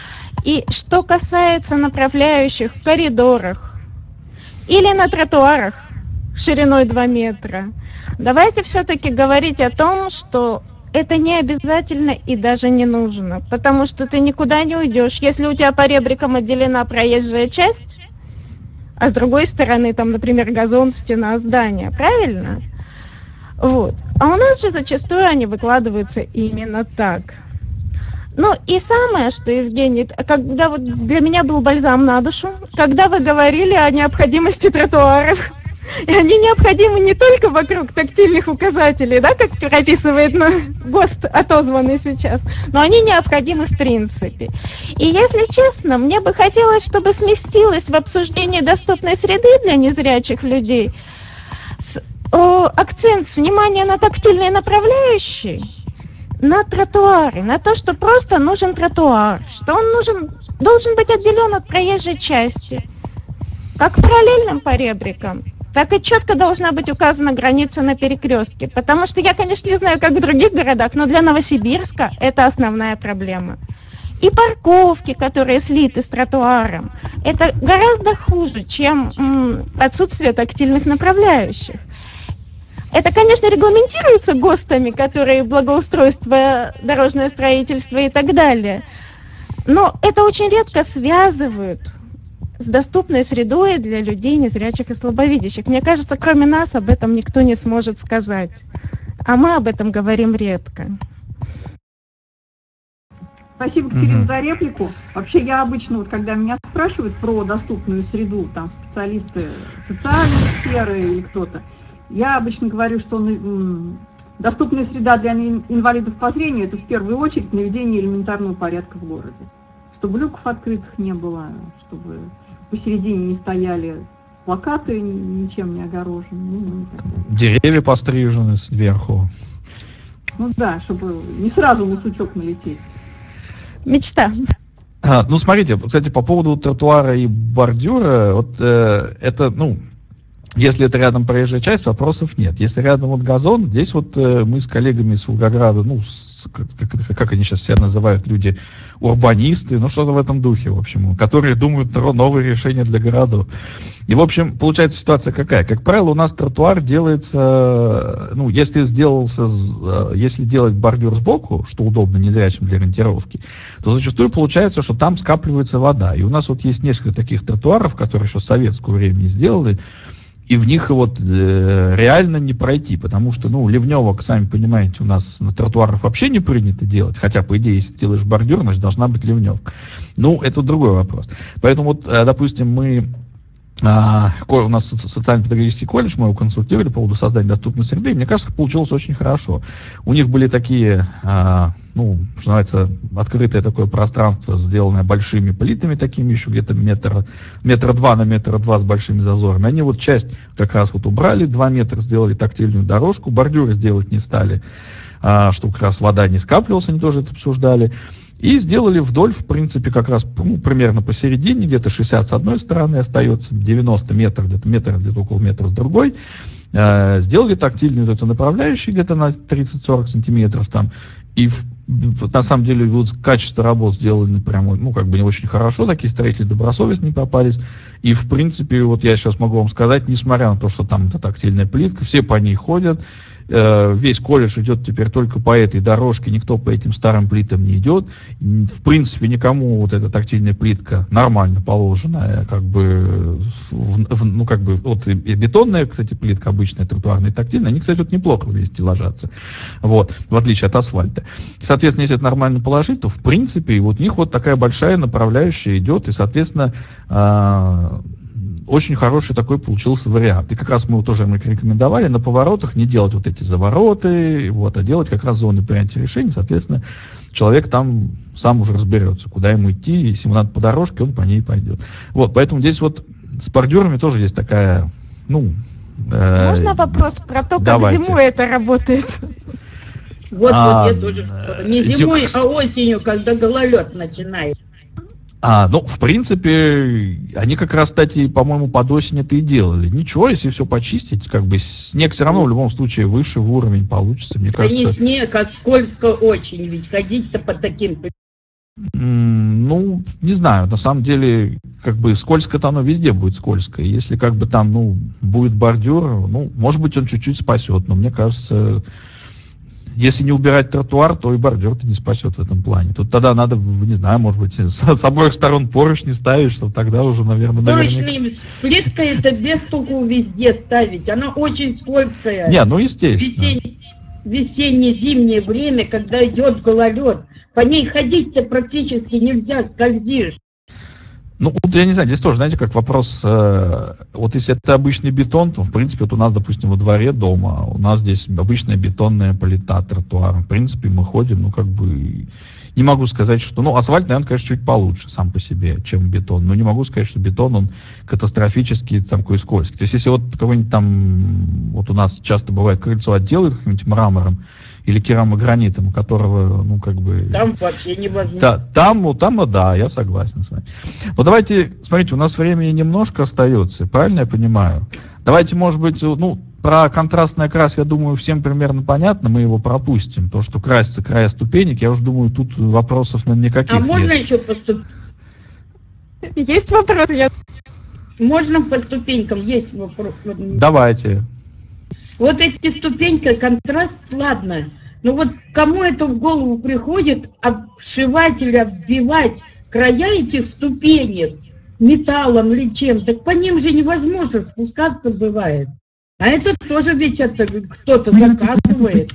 И что касается направляющих в коридорах или на тротуарах шириной 2 метра, давайте все-таки говорить о том, что это не обязательно и даже не нужно, потому что ты никуда не уйдешь. Если у тебя по ребрикам отделена проезжая часть, а с другой стороны, там, например, газон, стена, здание, правильно? Вот. А у нас же зачастую они выкладываются именно так. И самое, что, Евгений, когда для меня был бальзам на душу, когда вы говорили о необходимости тротуаров И они необходимы не только вокруг тактильных указателей, да, как прописывает ГОСТ, отозванный сейчас, но они необходимы в принципе. И если честно, мне бы хотелось, чтобы сместилось в обсуждении доступной среды для незрячих людей акцент внимания на тактильные направляющие, на тротуары, на то, что просто нужен тротуар, что он должен быть отделен от проезжей части, как параллельным поребрикам, так и четко должна быть указана граница на перекрестке. Потому что я, конечно, не знаю, как в других городах, но для Новосибирска это основная проблема. И парковки, которые слиты с тротуаром, это гораздо хуже, чем отсутствие тактильных направляющих. Это, конечно, регламентируется ГОСТами, которые благоустройство, дорожное строительство и так далее. Но это очень редко связывают с доступной средой для людей незрячих и слабовидящих. Мне кажется, кроме нас об этом никто не сможет сказать. А мы об этом говорим редко. Спасибо, Катерина, за реплику. Вообще, я обычно, вот, когда меня спрашивают про доступную среду, там специалисты социальной сферы или кто-то, я обычно говорю, что доступная среда для инвалидов по зрению – это в первую очередь наведение элементарного порядка в городе. Чтобы люков открытых не было, чтобы посередине не стояли плакаты, ничем не огорожены. Деревья пострижены сверху. Ну да, чтобы не сразу на сучок налететь. Мечта. Ну, смотрите, кстати, по поводу тротуара и бордюра, вот это, ну, если это рядом проезжая часть, вопросов нет. Если рядом вот газон, здесь вот мы с коллегами из Волгограда, ну, как они сейчас себя называют, люди, урбанисты, ну, что-то в этом духе, в общем, которые думают про новые решения для городов. И, в общем, получается ситуация какая? Как правило, у нас тротуар делается, ну, если делать бордюр сбоку, что удобно незрячим для ориентировки, то зачастую получается, что там скапливается вода. И у нас вот есть несколько таких тротуаров, которые еще в советское время сделали, и в них вот реально не пройти, потому что, ну, ливневок, сами понимаете, у нас на тротуарах вообще не принято делать, хотя, по идее, если делаешь бордюр, значит, должна быть ливневка. Ну, это другой вопрос. Поэтому вот, допустим, у нас социально-педагогический колледж, мы его консультировали по поводу создания доступной среды, и мне кажется, получилось очень хорошо. У них были такие, ну, что называется, открытое такое пространство, сделанное большими плитами такими, еще где-то метра 2 на метра 2 с большими зазорами. Они вот часть как раз вот убрали, 2 метра сделали тактильную дорожку, бордюры сделать не стали, чтобы как раз вода не скапливалась, они тоже это обсуждали. И сделали вдоль, в принципе, как раз, ну, примерно посередине, где-то 60 с одной стороны остается, 90 метров, где-то около метра с другой. Сделали тактильную эту направляющую где-то на 30-40 сантиметров там. И на самом деле вот качество работ сделано прямо, ну, как бы не очень хорошо, такие строители добросовестные попались. И, в принципе, вот я сейчас могу вам сказать, несмотря на то, что там это тактильная плитка, все по ней ходят, весь колледж идет теперь только по этой дорожке, никто по этим старым плитам не идет. В принципе, никому вот эта тактильная плитка нормально положенная, как бы, ну, как бы, вот и бетонная, кстати, плитка обычная, тротуарная и тактильная, они, кстати, вот неплохо вместе ложатся, вот, в отличие от асфальта. Соответственно, если это нормально положить, то, в принципе, вот у них вот такая большая направляющая идет, и, соответственно, очень хороший такой получился вариант. И как раз мы его тоже рекомендовали на поворотах не делать вот эти завороты, вот, а делать как раз зоны принятия решений. Соответственно, человек там сам уже разберется, куда ему идти. Если ему надо по дорожке, он по ней пойдет. Вот, поэтому здесь вот с бордюрами тоже есть такая, ну... Можно вопрос про то, как зимой это работает? Вот я тоже... Не зимой, а осенью, когда гололед начинается. Ну, в принципе, они как раз, кстати, по-моему, под осень это и делали. Ничего, если все почистить, как бы снег все равно в любом случае выше в уровень получится, мне кажется. Это не снег, а скользко очень, ведь ходить-то по таким... Ну, не знаю, на самом деле, как бы скользко-то оно везде будет скользко. Если как бы там, ну, будет бордюр, ну, может быть, он чуть-чуть спасет, но мне кажется... Если не убирать тротуар, то и бордюр-то не спасет в этом плане. Тут тогда надо, не знаю, может быть, с обоих сторон поручни ставить, чтобы тогда уже, наверное... Поручни, плитка это без толку везде ставить, она очень скользкая. Не, ну естественно. Весенне-зимнее время, когда идет гололед, по ней ходить-то практически нельзя, скользишь. Ну, вот я не знаю, здесь тоже, знаете, как вопрос, вот если это обычный бетон, то, в принципе, вот у нас, допустим, во дворе дома, у нас здесь обычная бетонная плита, тротуар, в принципе, мы ходим, ну, как бы, не могу сказать, что, ну, асфальт, наверное, конечно, чуть получше сам по себе, чем бетон, но не могу сказать, что бетон, он катастрофически там такой скользкий. То есть, если вот какой-нибудь там, вот у нас часто бывает, крыльцо отделают каким-нибудь мрамором, или керамогранитом, у которого, ну, как бы... Там вообще невозможно. Да, там, да, я согласен с вами. Но давайте, смотрите, у нас времени немножко остается, правильно я понимаю? Давайте, может быть, ну, про контрастный окрас, я думаю, всем примерно понятно, мы его пропустим. То, что красятся края ступенек, я уже думаю, тут вопросов, наверное, никаких нет. Можно еще поступить? Есть вопрос? Можно по ступенькам, есть вопрос. Давайте. Вот эти ступеньки, контраст, ладно. Но вот кому это в голову приходит обшивать или обвивать края этих ступенек металлом или чем? Так по ним же невозможно спускаться бывает. А это тоже ведь это кто-то заказывает.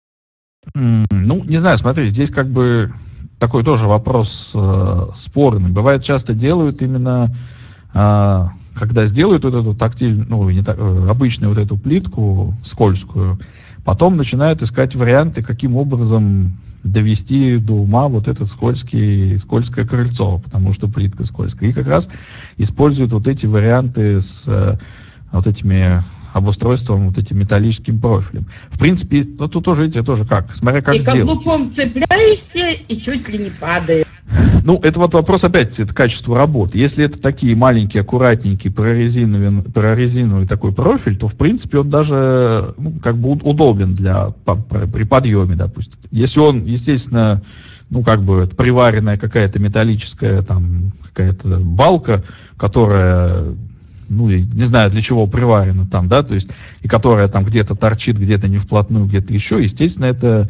Ну, не знаю, смотрите, здесь как бы такой тоже вопрос спорный. Бывает, часто делают именно... когда сделают вот эту тактильную, ну, не так, обычную вот эту плитку скользкую, потом начинают искать варианты, каким образом довести до ума вот это скользкое крыльцо, потому что плитка скользкая. И как раз используют вот эти варианты с вот этими обустройством, вот этим металлическим профилем. В принципе, ну, тут тоже, видите, тоже как, смотря как сделать. И каблуком цепляешься, и чуть ли не падаешь. Ну, это вот вопрос опять, это качество работы. Если это такие маленькие, аккуратненькие, прорезиновый такой профиль, то, в принципе, он даже, ну, как бы удобен при подъеме, допустим. Если он, естественно, ну, как бы приваренная какая-то металлическая, там, какая-то балка, которая, ну, не знаю, для чего приварена там, да, то есть, и которая там где-то торчит, где-то не вплотную, где-то еще, естественно, это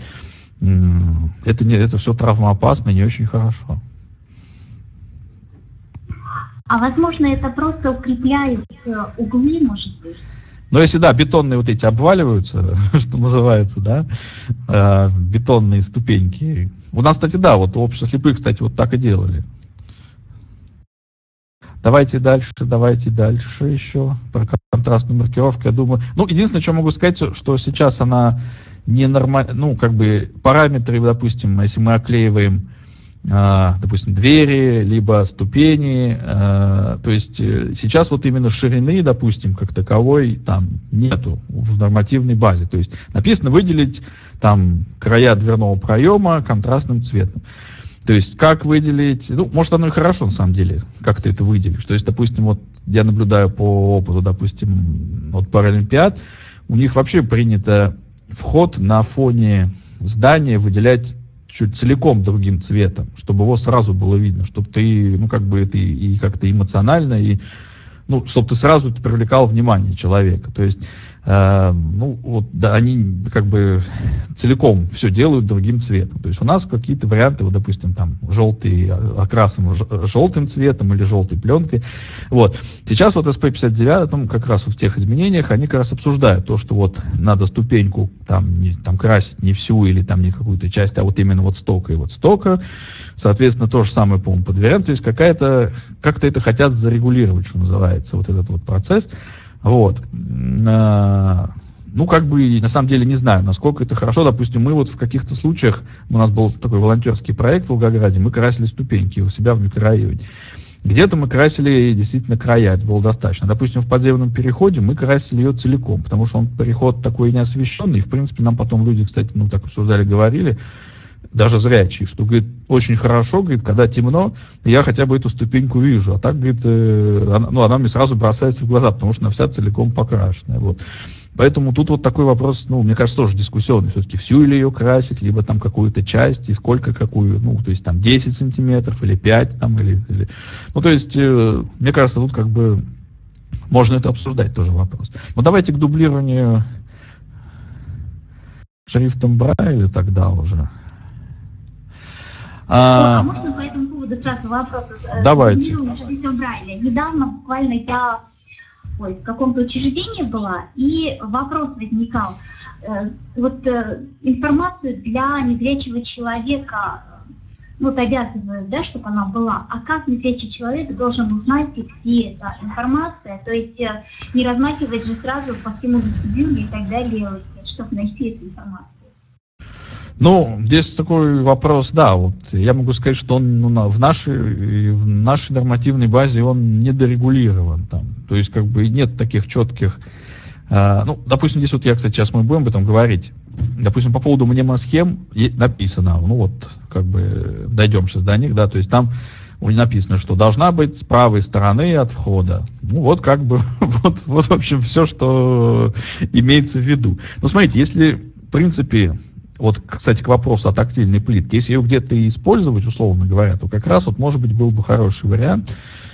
все травмоопасно и не очень хорошо. А возможно, это просто укрепляет углы, может быть? Но если, да, бетонные вот эти обваливаются, что называется, да, бетонные ступеньки. У нас, кстати, да, вот общество слепых, кстати, вот так и делали. Давайте дальше еще про контрастную маркировку, я думаю. Ну, единственное, что могу сказать, что сейчас она не нормально, ну, как бы параметры, допустим, если мы оклеиваем, допустим, двери, либо ступени, то есть сейчас вот именно ширины, допустим, как таковой там нету в нормативной базе. То есть написано выделить там края дверного проема контрастным цветом. То есть как выделить, ну, может, оно и хорошо, на самом деле, как ты это выделишь. То есть, допустим, вот я наблюдаю по опыту, допустим, от Паралимпиад, у них вообще принято вход на фоне здания выделять чуть целиком другим цветом, чтобы его сразу было видно, чтобы ты, ну, как бы это и как-то эмоционально, и, ну, чтобы ты сразу привлекал внимание человека. То есть, ну, вот, да, они как бы целиком все делают другим цветом. То есть у нас какие-то варианты, вот, допустим, там, желтый окрасом желтым цветом или желтой пленкой. Вот. Сейчас вот СП-59, там, как раз в тех изменениях, они как раз обсуждают то, что вот надо ступеньку там красить не всю или там не какую-то часть, а вот именно вот стока и вот стока. Соответственно, то же самое, по-моему, по дверям. То есть как-то это хотят зарегулировать, что называется, вот этот вот процесс. Вот. Ну, как бы, на самом деле, не знаю, насколько это хорошо. Допустим, мы вот в каких-то случаях, у нас был такой волонтерский проект в Волгограде, мы красили ступеньки у себя в микрорайоне. Где-то мы красили действительно края, это было достаточно. Допустим, в подземном переходе мы красили ее целиком, потому что он переход такой неосвещенный, и, в принципе, нам потом люди, кстати, ну, так обсуждали, говорили, даже зрячие, что, говорит, очень хорошо, говорит, когда темно, я хотя бы эту ступеньку вижу, а так, говорит, она мне сразу бросается в глаза, потому что она вся целиком покрашенная, вот. Поэтому тут вот такой вопрос, ну, мне кажется, тоже дискуссионный, все-таки всю или ее красить, либо там какую-то часть, и сколько какую, ну, то есть там 10 сантиметров или 5, там, или... Ну, то есть, мне кажется, тут как бы можно это обсуждать, тоже вопрос. Но давайте к дублированию шрифтом Брайля тогда уже. А можно по этому поводу сразу вопрос? Давайте. Недавно буквально я в каком-то учреждении была, и вопрос возникал. Вот информацию для незрячего человека вот обязывают, да, чтобы она была. А как незрячий человек должен узнать, где эта информация? То есть не размахивать же сразу по всему вестибюлю и так далее, чтобы найти эту информацию. Ну, здесь такой вопрос, да, вот я могу сказать, что он в нашей нормативной базе он недорегулирован там. То есть как бы нет таких четких, ну, допустим, здесь вот сейчас мы будем об этом говорить. Допустим, по поводу мнемосхем написано, ну вот, как бы дойдем сейчас до них, да, то есть там написано, что должна быть с правой стороны от входа. Ну вот как бы, вот в общем, все, что имеется в виду. Ну, смотрите, если, в принципе, вот, кстати, к вопросу о тактильной плитке, если ее где-то использовать, условно говоря, то как раз вот, может быть, был бы хороший вариант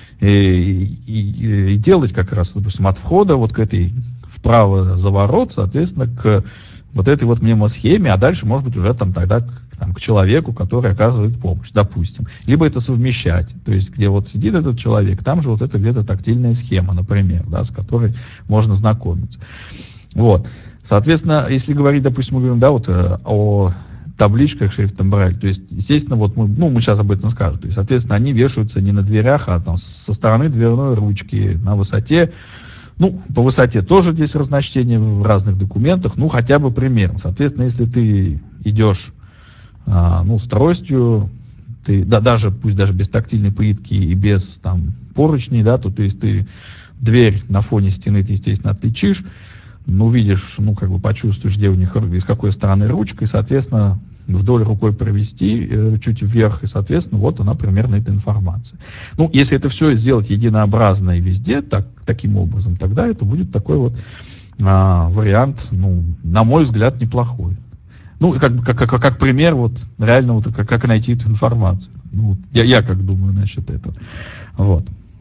и делать как раз, допустим, от входа вот к этой вправо за ворот, соответственно, к вот этой вот мнемосхеме, а дальше, может быть, уже там тогда к человеку, который оказывает помощь, допустим. Либо это совмещать, то есть где вот сидит этот человек, там же вот это где-то тактильная схема, например, да, с которой можно знакомиться. Вот. Соответственно, если говорить, допустим, мы говорим, да, вот о табличках шрифтом Брайль, то есть, естественно, вот мы сейчас об этом скажем, то есть, соответственно, они вешаются не на дверях, а там со стороны дверной ручки на высоте. Ну, по высоте тоже здесь разночтение в разных документах, ну, хотя бы примерно. Соответственно, если ты идешь, с тростью, ты, да, пусть даже без тактильной плитки и без там поручней, да, то есть ты дверь на фоне стены, ты, естественно, отличишь, увидишь, как бы почувствуешь, где у них, с какой стороны ручка, и, соответственно, вдоль рукой провести чуть вверх, и, соответственно, вот она примерно эта информация. Ну, если это все сделать единообразно и везде, таким образом, тогда это будет такой вот вариант, на мой взгляд, неплохой. Ну, как пример, вот, реально, вот, как найти эту информацию. Я как думаю насчет этого. Вот.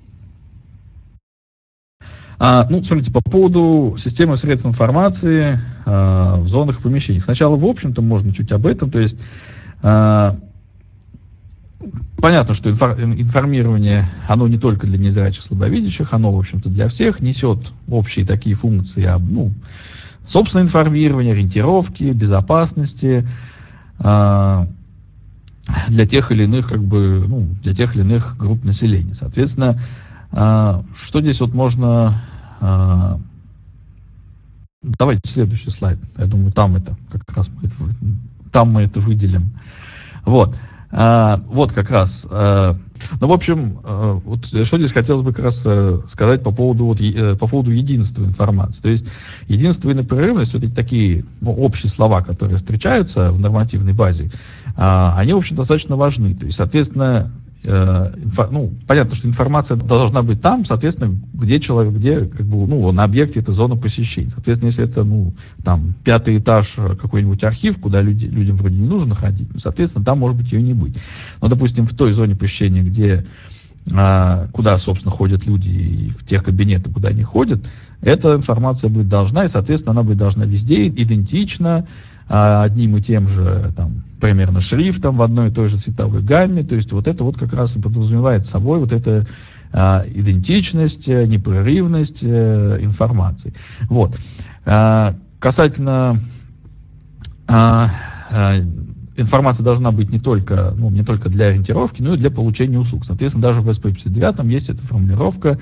Смотрите, по поводу системы средств информации в зонах помещений. Сначала, в общем-то, можно чуть об этом. То есть, понятно, что информирование, оно не только для незрячих, слабовидящих, оно, в общем-то, для всех несет общие такие функции, собственное информирование, ориентировки, безопасности для тех или иных, для тех или иных групп населения. Соответственно, что здесь вот можно... Давайте следующий слайд. Я думаю, там это как раз мы это выделим. Вот. Вот как раз. В общем, вот что здесь хотелось бы как раз сказать по поводу единства информации. То есть единство и непрерывность, вот эти такие общие слова, которые встречаются в нормативной базе, они, в общем, достаточно важны. То есть, соответственно, понятно, что информация должна быть там, соответственно, где человек, на объекте это зона посещения. Соответственно, если это, там, 5-й этаж, какой-нибудь архив, куда людям вроде не нужно ходить, соответственно, там может быть ее не быть. Но, допустим, в той зоне посещения, куда, собственно, ходят люди, и в тех кабинетах, куда они ходят, эта информация быть должна, и, соответственно, она быть должна везде идентична, одним и тем же, там, примерно шрифтом в одной и той же цветовой гамме. То есть вот это вот как раз и подразумевает собой вот эта идентичность, непрерывность информации. Вот. Касательно информация должна быть не только для ориентировки, но и для получения услуг. Соответственно, даже в СП-59 есть эта формулировка.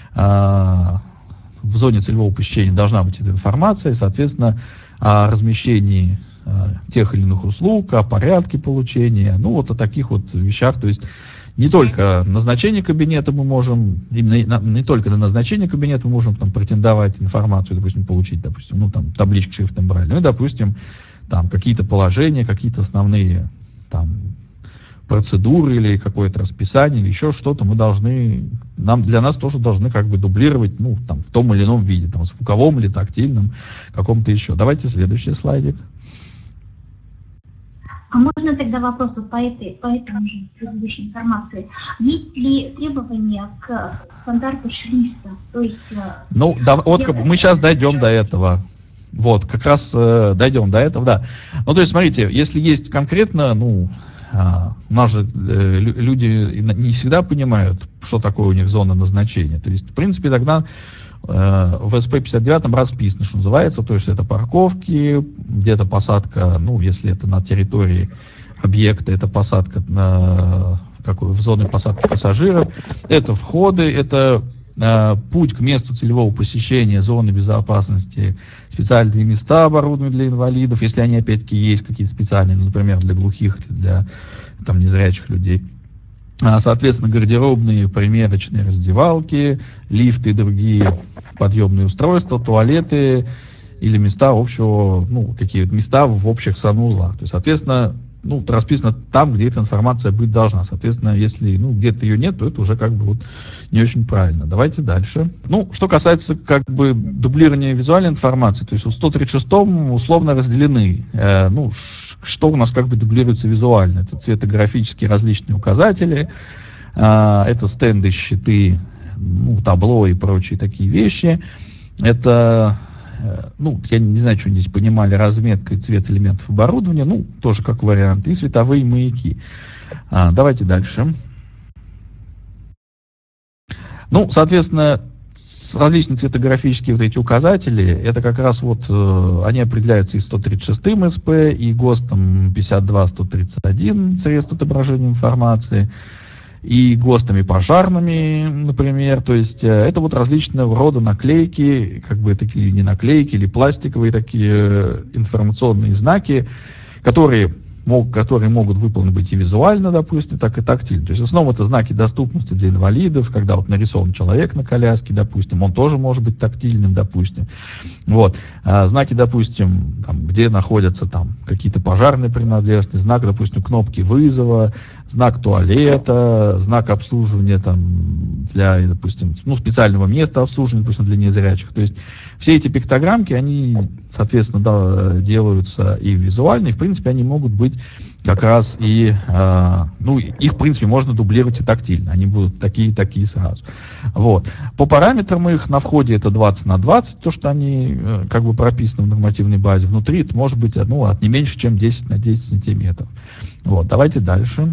В зоне целевого посещения должна быть эта информация, и, соответственно, о размещении тех или иных услуг, о порядке получения, о таких вот вещах. То есть не только назначение кабинета мы можем, не только на назначение кабинета мы можем там претендовать информацию, допустим, получить, таблички шрифтом Брайля, ну и, допустим, там какие-то положения, какие-то основные там процедуры или какое-то расписание, или еще что-то для нас тоже должны дублировать, в том или ином виде, там, звуковом или тактильном, каком-то еще. Давайте следующий слайдик. А можно тогда вопрос по этой же предыдущей информации? Есть ли требования к стандарту шрифта? То есть... мы сейчас дойдем до этого. Вот, как раз дойдем до этого, да. То есть, смотрите, если есть конкретно, у нас же люди не всегда понимают, что такое у них зона назначения. То есть, в принципе, тогда в СП-59 расписано, что называется, то есть это парковки, где-то посадка, если это на территории объекта, это посадка в зоны посадки пассажиров, это входы, это путь к месту целевого посещения, зоны безопасности, специальные места, оборудование для инвалидов, если они опять-таки есть какие-то специальные, например, для глухих или для там, незрячих людей. Соответственно, гардеробные, примерочные раздевалки, лифты и другие подъемные устройства, туалеты или места общего, какие-то места в общих санузлах. То есть, соответственно, расписано там, где эта информация быть должна. Соответственно, если где-то ее нет, то это уже не очень правильно. Давайте дальше. Что касается дублирования визуальной информации, то есть в 136-м условно разделены, что у нас дублируется визуально. Это цветографические различные указатели, это стенды, щиты, табло и прочие такие вещи. Это я не знаю, что здесь понимали, разметка и цвет элементов оборудования, тоже как вариант, и световые маяки. Давайте дальше. Соответственно, различные цветографические эти указатели, это как раз они определяются и 136-м СП, и ГОСТом 52-131, средств отображения информации, и ГОСТами пожарными, например. То есть это различного рода наклейки, такие не наклейки, или пластиковые такие информационные знаки, которые могут выполнены быть и визуально, допустим, так и тактильно. То есть в основном это знаки доступности для инвалидов, когда нарисован человек на коляске, допустим, он тоже может быть тактильным, допустим. Знаки, допустим, где находятся какие-то пожарные принадлежности, знак, допустим, кнопки вызова, знак туалета, знак обслуживания для, допустим, специального места обслуживания, допустим, для незрячих. То есть все эти пиктограммки, они, соответственно, делаются и визуально, и, в принципе, они могут быть как раз и, их, в принципе, можно дублировать и тактильно. Они будут такие сразу. По параметрам их на входе это 20×20, то, что они прописаны в нормативной базе. Внутри это может быть от не меньше, чем 10×10 сантиметров. Давайте дальше.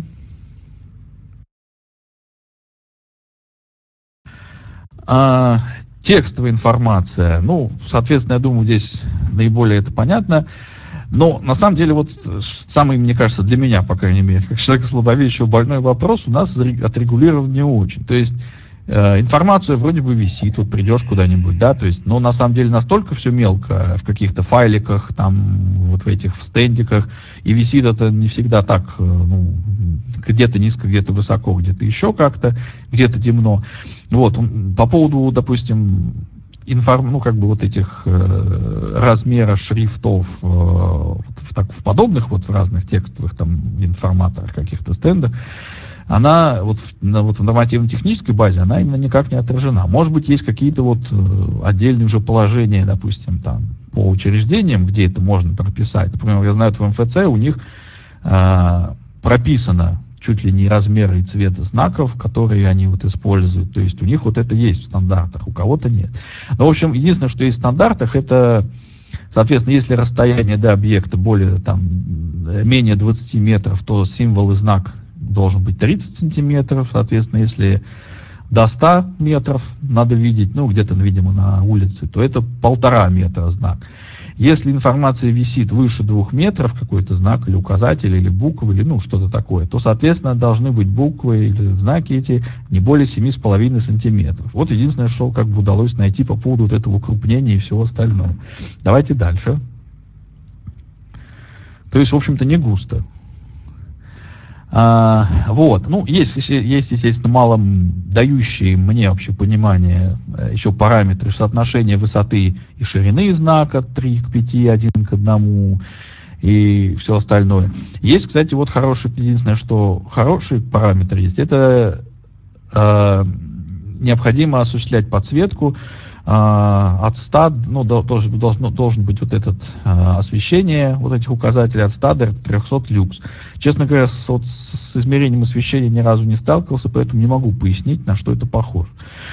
Текстовая информация. Соответственно, я думаю, здесь наиболее это понятно. Но на самом деле, самый, мне кажется, для меня, по крайней мере, как человека слабовидящего, больной вопрос у нас отрегулирован не очень. То есть информация вроде бы висит, придешь куда-нибудь, да, то есть, но на самом деле настолько все мелко в каких-то файликах, в этих в стендиках, и висит это не всегда так, где-то низко, где-то высоко, где-то еще как-то, где-то темно. По поводу, допустим, этих размера шрифтов в подобных в разных текстовых информаторах, каких-то стендах, она в нормативно-технической базе она именно никак не отражена. Может быть, есть какие-то отдельные уже положения, допустим, по учреждениям, где это можно прописать. Например, я знаю, в МФЦ у них прописано чуть ли не размеры и цвет знаков, которые они используют. То есть у них это есть в стандартах, у кого-то нет. Но, в общем, единственное, что есть в стандартах, это, соответственно, если расстояние до объекта менее 20 метров, то символ и знак должен быть 30 сантиметров. Соответственно, если до 100 метров надо видеть, где-то, видимо, на улице, то это 1,5 метра знак. Если информация висит выше 2 метров, какой-то знак или указатель, или буквы, или что-то такое, то, соответственно, должны быть буквы или знаки эти не более 7,5 сантиметров. Единственное, что удалось найти по поводу этого укрупнения и всего остального. Давайте дальше. То есть, в общем-то, не густо. Есть, естественно, мало дающие мне вообще понимание еще параметры соотношения высоты и ширины знака 3:5, 1:1 и все остальное. Есть, кстати, единственное, что хороший параметр есть, это необходимо осуществлять подсветку от 100, должен быть этот освещение этих указателей от 100 до 300 люкс. Честно говоря, с измерением освещения ни разу не сталкивался, поэтому не могу пояснить, на что это похоже.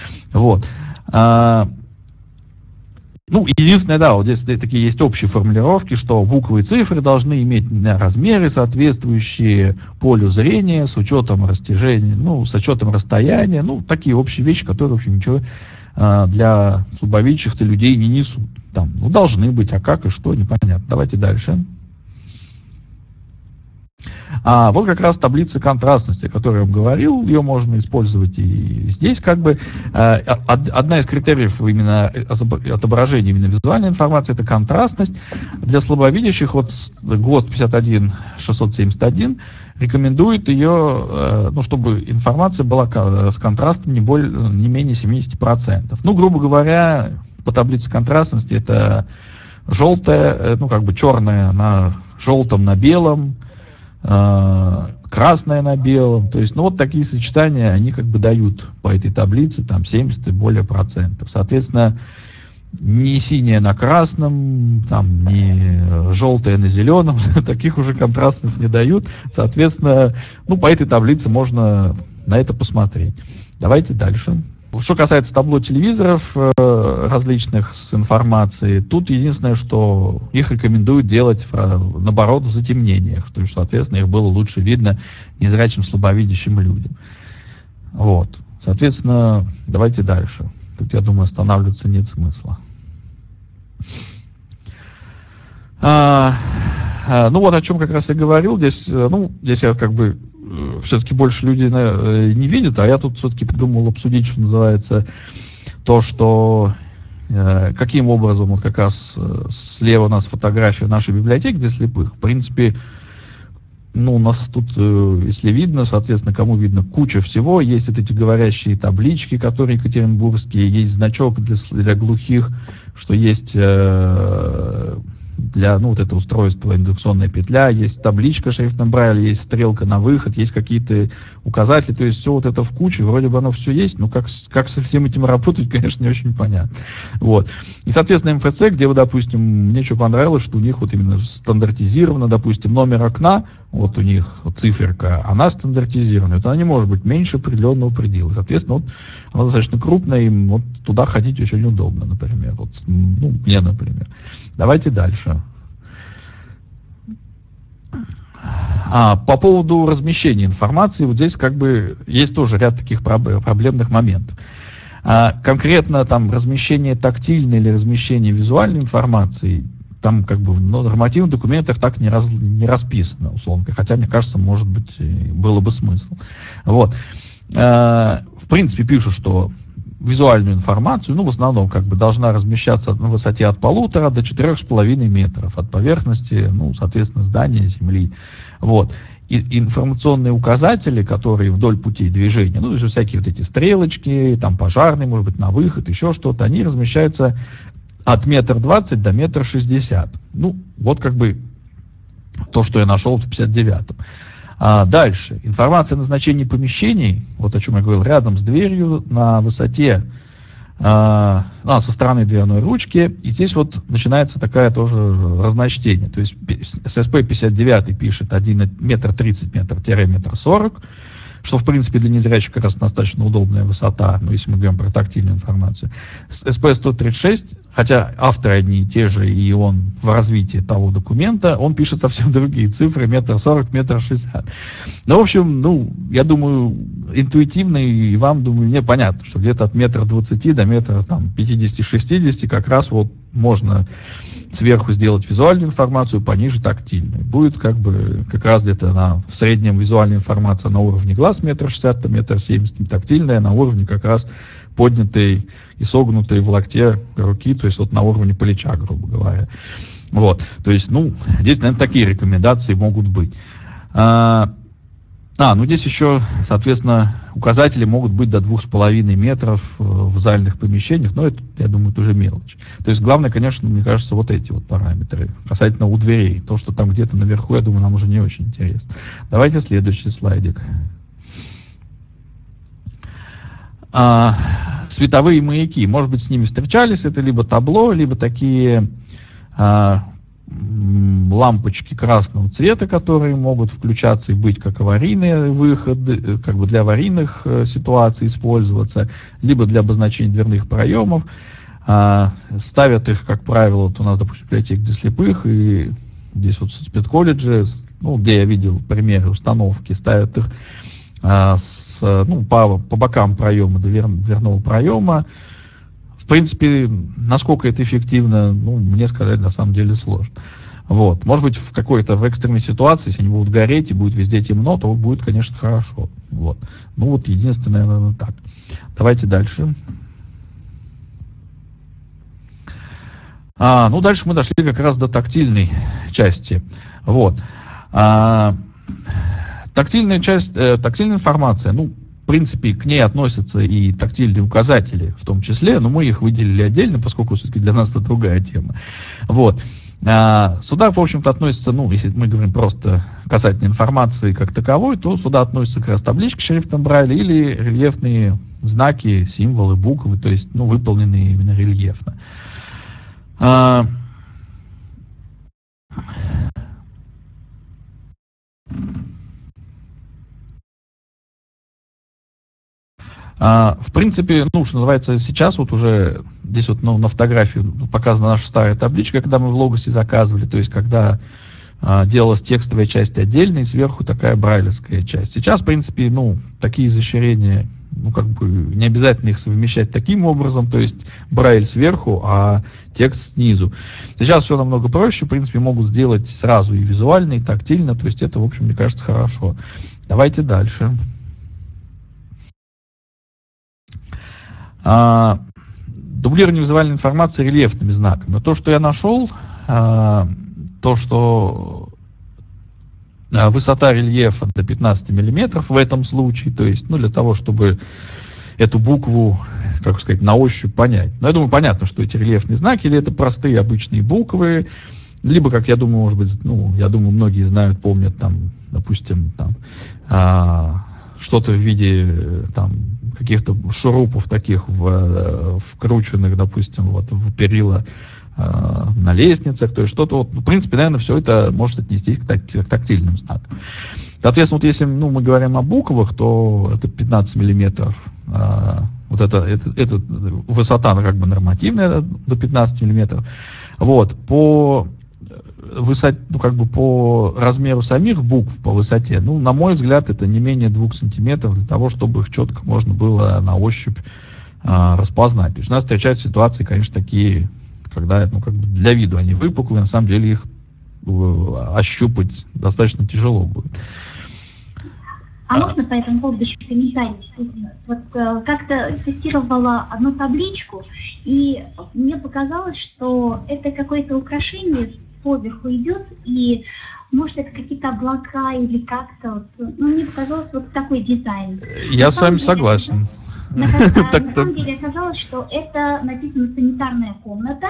Единственное, здесь такие есть общие формулировки, что буквы и цифры должны иметь размеры, соответствующие полю зрения, с учетом растяжения, с учетом расстояния, такие общие вещи, которые, в общем, ничего для слабовидящих-то людей не несут. Должны быть, а как и что, непонятно. Давайте дальше. А вот как раз таблица контрастности, о которой я вам говорил, ее можно использовать и здесь как бы. Одна из критериев именно отображения именно визуальной информации — это контрастность. Для слабовидящих вот ГОСТ 51671 рекомендует ее, ну, чтобы информация была с контрастом не менее 70%. Ну, грубо говоря, по таблице контрастности это желтое, ну, как бы черное на желтом на белом, красное на белом. То есть, ну, вот такие сочетания, они как бы дают по этой таблице там 70 и более процентов. Соответственно, не синее на красном, там, не желтое на зеленом, таких уже контрастов не дают. Соответственно, ну, по этой таблице можно на это посмотреть. Давайте дальше. Что касается табло телевизоров различных с информацией, тут единственное, что их рекомендуют делать, наоборот, в затемнениях, что, соответственно, их было лучше видно незрячим, слабовидящим людям. Вот. Соответственно, давайте дальше. Тут, я думаю, останавливаться нет смысла. Ну вот о чем как раз я говорил. Здесь, ну, здесь я как бы все-таки больше людей не видят, а я тут все-таки придумал обсудить, что называется, то, что каким образом, вот как раз слева у нас фотография нашей библиотеки для слепых. В принципе, ну, у нас тут, если видно, соответственно, кому видно, куча всего. Есть вот эти говорящие таблички, которые екатеринбургские, есть значок для глухих, что есть для, ну, вот это устройство, индукционная петля, есть табличка шрифтом Брайля, есть стрелка на выход, есть какие-то указатели, то есть все вот это в куче, вроде бы оно все есть, но как со всем этим работать, конечно, не очень понятно. Вот. И, соответственно, МФЦ, где, вот, допустим, мне что понравилось, что у них вот именно стандартизировано, допустим, номер окна, вот у них циферка, она стандартизирована, вот она не может быть меньше определенного предела. Соответственно, вот она достаточно крупная, и вот туда ходить очень удобно, например. Вот, ну, мне, например. Давайте дальше. По поводу размещения информации, вот здесь как бы есть тоже ряд таких проблемных моментов. Конкретно там размещение тактильной или размещение визуальной информации, там как бы в нормативных документах так не расписано, условно, хотя, мне кажется, может быть, было бы смысл. Вот. В принципе, пишут, что визуальную информацию, ну, в основном, как бы должна размещаться на высоте от 1,5 до 4,5 метров от поверхности, ну, соответственно, здания, земли. Вот. И информационные указатели, которые вдоль путей движения, ну, то есть всякие вот эти стрелочки, там пожарные, может быть, на выход, еще что-то, они размещаются от 1,20 до 1,60 м. Ну, вот как бы то, что я нашел в 59-м. Дальше. Информация о назначении помещений, вот о чем я говорил, рядом с дверью, на высоте, со стороны дверной ручки. И здесь вот начинается такая тоже разночтение. То есть ССП 59 пишет 1,30 метр-1,40 м, что, в принципе, для незрячих как раз достаточно удобная высота, ну, если мы говорим про тактильную информацию. СП-136, хотя авторы одни и те же, и он в развитии того документа, он пишет совсем другие цифры, 1,40 м, 1,60 м. Ну, в общем, ну, я думаю, интуитивно, и вам, думаю, мне понятно, что где-то от 1,20 м до 1,50-60 м как раз вот можно сверху сделать визуальную информацию, пониже тактильную. Будет как бы как раз где-то в среднем визуальная информация на уровне глаз 1,60 м, 1,70 м, тактильная на уровне как раз поднятой и согнутой в локте руки, то есть вот на уровне плеча, грубо говоря. Вот. То есть, ну, здесь, наверное, такие рекомендации могут быть. Ну здесь еще, соответственно, указатели могут быть до 2,5 метров в зальных помещениях, но это, я думаю, тоже мелочь. То есть главное, конечно, мне кажется, вот эти вот параметры касательно у дверей. То, что там где-то наверху, я думаю, нам уже не очень интересно. Давайте следующий слайдик. Световые маяки. Может быть, с ними встречались. Это либо табло, либо такие лампочки красного цвета, которые могут включаться и быть как аварийный выход, как бы для аварийных ситуаций использоваться, либо для обозначения дверных проемов. Ставят их, как правило, вот у нас, допустим, библиотека для слепых, и здесь вот в спецколледже, ну, где я видел примеры установки, ставят их по бокам проема дверного проема. В принципе, насколько это эффективно, ну, мне сказать на самом деле сложно. Вот. Может быть, в какой-то в экстренной ситуации, если они будут гореть и будет везде темно, то будет, конечно, хорошо. Вот. Ну вот единственное, наверное, так. Давайте дальше. Ну, дальше мы дошли как раз до тактильной части. Вот. Тактильная часть, тактильная информация, ну, в принципе, к ней относятся и тактильные указатели в том числе, но мы их выделили отдельно, поскольку все-таки для нас это другая тема. Вот. Сюда, в общем-то, относятся, ну, если мы говорим просто касательно информации как таковой, то сюда относятся как раз таблички шрифтом Брайля или рельефные знаки, символы, буквы, то есть, ну, выполненные именно рельефно. В принципе, ну, что называется, сейчас вот уже здесь вот на фотографии показана наша старая табличка, когда мы в Логосе заказывали, то есть когда делалась текстовая часть отдельно и сверху такая брайлевская часть. Сейчас, в принципе, ну, такие изощрения, ну, как бы не обязательно их совмещать таким образом, то есть брайль сверху, а текст снизу. Сейчас все намного проще, в принципе, могут сделать сразу и визуально, и тактильно, то есть это, в общем, мне кажется, хорошо. Давайте дальше. Дублирование визуальной информации рельефными знаками. То, что я нашел, то, что высота рельефа до 15 миллиметров в этом случае, то есть, ну, для того, чтобы эту букву, как сказать, на ощупь понять. Но я думаю, понятно, что эти рельефные знаки, или это простые обычные буквы, либо, как я думаю, может быть, ну, я думаю, многие знают, помнят, там, допустим, там, что-то в виде, там, каких-то шурупов таких вкрученных, допустим, вот в перила на лестницах, то есть что-то, вот, в принципе, наверное, все это может отнестись к тактильным знакам. Соответственно, вот если, ну, мы говорим о буквах, то это 15 миллиметров, вот это высота, как бы нормативная до 15 миллиметров. Вот, по высоте, ну, как бы по размеру самих букв, по высоте, ну, на мой взгляд, это не менее 2 сантиметров для того, чтобы их четко можно было на ощупь распознать. То есть у нас встречаются ситуации, конечно, такие, когда, ну, как бы для виду они выпуклые, на самом деле их ощупать достаточно тяжело будет. А можно по этому поводу еще комментарий? Вот как-то тестировала одну табличку, и мне показалось, что это какое-то украшение поверху идет, и может это какие-то облака или как-то, вот, ну, мне показалось вот такой дизайн. Я с вами согласен. На самом деле оказалось, что это написано «санитарная комната»,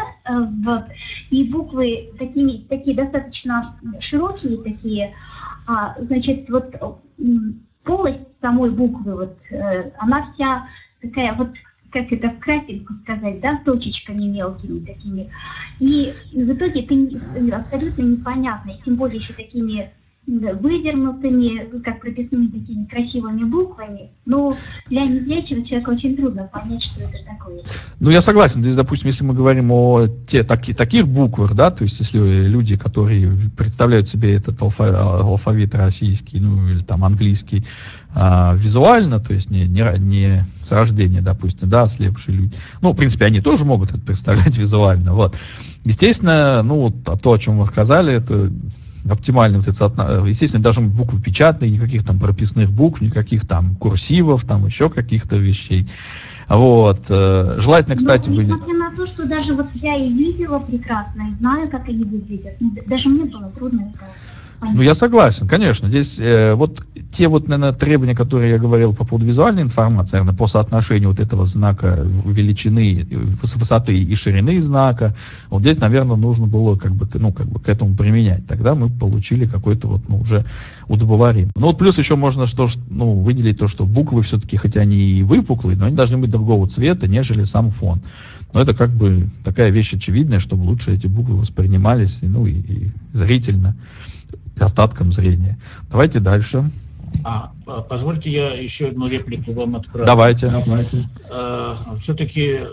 и буквы такие достаточно широкие, такие, значит, вот полость самой буквы, вот, она вся такая вот, как это в крапинку сказать, да, точечками мелкими такими. И в итоге это абсолютно непонятно, тем более еще такими вывернутыми, как прописными такими красивыми буквами. Но для незрячего человека очень трудно понять, что это такое. Ну, я согласен. Здесь, допустим, если мы говорим о таких буквах, да, то есть если люди, которые представляют себе этот алфавит российский, ну, или там английский, визуально, то есть не с рождения, допустим, да, ослепшие люди. Ну, в принципе, они тоже могут это представлять визуально. Вот. Естественно, ну, вот, то, о чем вы сказали, это оптимально, вот это, естественно, должны быть буквы печатные, никаких там прописных букв, никаких там курсивов, там еще каких-то вещей. Вот. Желательно, кстати, были... Несмотря на то, что даже вот я и видела прекрасно, и знаю, как они выглядят, даже мне было трудно это понять. Ну, я согласен, конечно. Здесь вот те вот, наверное, требования, которые я говорил по поводу визуальной информации, наверное, по соотношению вот этого знака величины, высоты и ширины знака, вот здесь, наверное, нужно было как бы к этому применять. Тогда мы получили какой-то вот, ну, уже удобоваримый. Ну, вот плюс еще можно выделить то, что буквы все-таки, хотя они и выпуклые, но они должны быть другого цвета, нежели сам фон. Но это как бы такая вещь очевидная, чтобы лучше эти буквы воспринимались, ну, и зрительно, остатком зрения. Давайте дальше. Позвольте я еще одну реплику вам отправлю. Давайте. Все-таки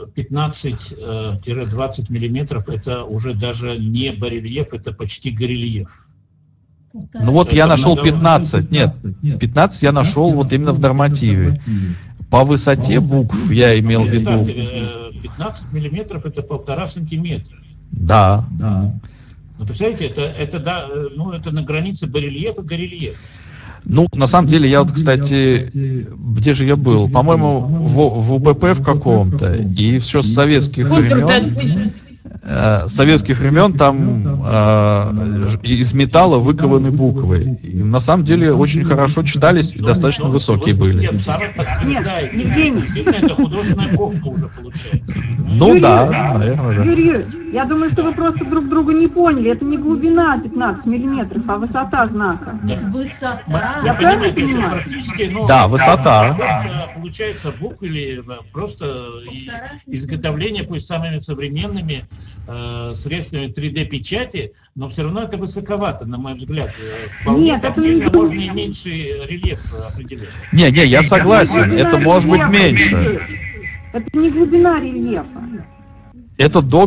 15-20 миллиметров это уже даже не барельеф, это почти горельеф. Ну вот я нашел 15. Нет, 15 я нашел вот именно в нормативе. По высоте букв я имел в виду. 15 миллиметров это 1,5 сантиметра. Да. Ну, представляете, это на границе барельефа и горельефа. Ну, на самом деле, я вот, кстати, где же я был? По-моему, в УПП в каком-то, и все с советских времен. Советских времен там из металла выкованы буквы. И на самом деле очень хорошо читались и достаточно высокие были. Нет, Евгений. Это художественная ковка уже получается. Ну Юрий, да, наверное, да. Юрий Юрьевич, я думаю, что вы просто друг друга не поняли. Это не глубина 15 миллиметров, а высота знака. Высота. Я правильно понимаю? Практически, Да, высота. Получается буквы или просто изготовление, пусть самыми современными средствами 3D-печати, но все равно это высоковато, на мой взгляд. Нет, это не... Можно и меньший рельеф определять. Не, я согласен, это может быть меньше. Это не глубина рельефа. Это до.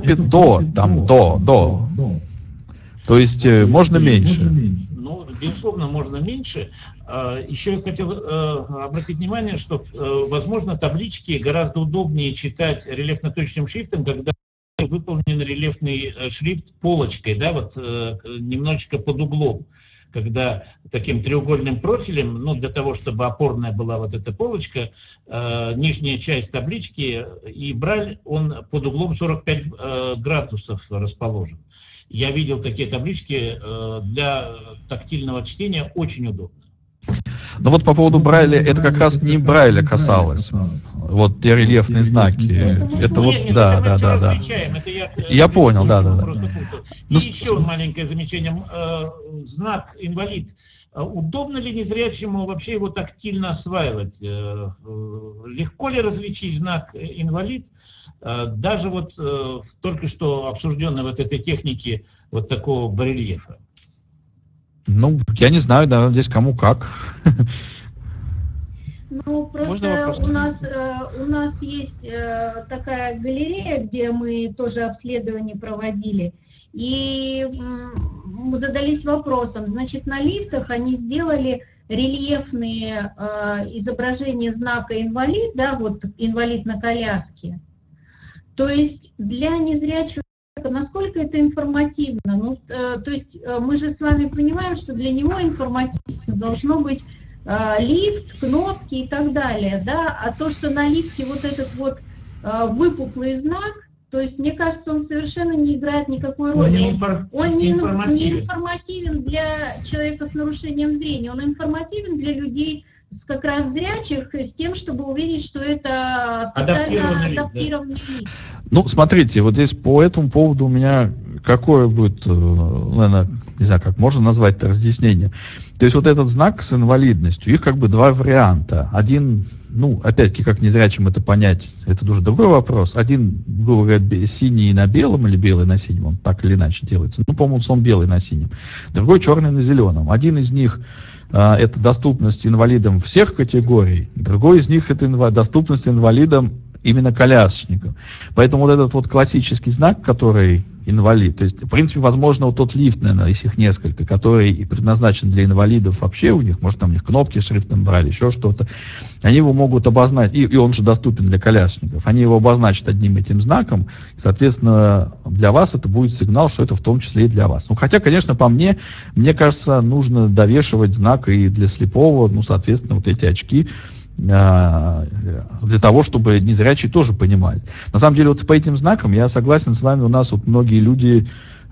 То есть можно меньше. Ну, безусловно, можно меньше. Еще я хотел обратить внимание, что, возможно, таблички гораздо удобнее читать рельефно-точным шрифтом, когда выполнен рельефный шрифт полочкой, да, вот немножечко под углом, когда таким треугольным профилем, ну, для того, чтобы опорная была вот эта полочка, нижняя часть таблички и брайль, он под углом 45 градусов расположен. Я видел такие таблички, для тактильного чтения очень удобно. Но вот по поводу Брайля, это как раз не Брайля касалось. Вот те рельефные знаки. Это вот, да. Я понял, да. И еще маленькое замечание. Знак инвалид. Удобно ли незрячему вообще его тактильно осваивать? Легко ли различить знак инвалид? Даже вот только что обсужденной вот этой техники вот такого барельефа. Ну, я не знаю, да, здесь кому как. Ну, просто у нас есть такая галерея, где мы тоже обследование проводили, и мы задались вопросом, значит, на лифтах они сделали рельефные изображения знака инвалид, да, вот инвалид на коляске. То есть для незрячего, насколько это информативно? Ну, то есть мы же с вами понимаем, что для него информативно должно быть лифт, кнопки и так далее, да? А то, что на лифте вот этот вот выпуклый знак, то есть мне кажется, он совершенно не играет никакой роли. Он не информативен для человека с нарушением зрения, он информативен для людей как раз зрячих, с тем, чтобы увидеть, что это специально адаптированный лифт. Ну, смотрите, вот здесь по этому поводу у меня какое будет, наверное, не знаю, как можно назвать это разъяснение. То есть вот этот знак с инвалидностью, их как бы два варианта. Один, ну, опять-таки, как незрячим это понять, это уже другой вопрос. Один, грубо говоря, синий на белом или белый на синем, он так или иначе делается. Ну, по-моему, он белый на синем. Другой черный на зеленом. Один из них это доступность инвалидам всех категорий, другой из них это доступность инвалидам именно колясочникам. Поэтому вот этот вот классический знак, который инвалид, то есть, в принципе, возможно, вот тот лифт, наверное, из их несколько, который и предназначен для инвалидов вообще, у них, может, там у них кнопки с шрифтом брали, еще что-то, они его могут обозначить, и он же доступен для колясочников, они его обозначат одним этим знаком, соответственно, для вас это будет сигнал, что это в том числе и для вас. Ну, хотя, конечно, по мне кажется, нужно довешивать знак и для слепого, ну, соответственно, вот эти очки, для того, чтобы незрячие тоже понимали. На самом деле, вот по этим знакам я согласен с вами, у нас вот многие люди,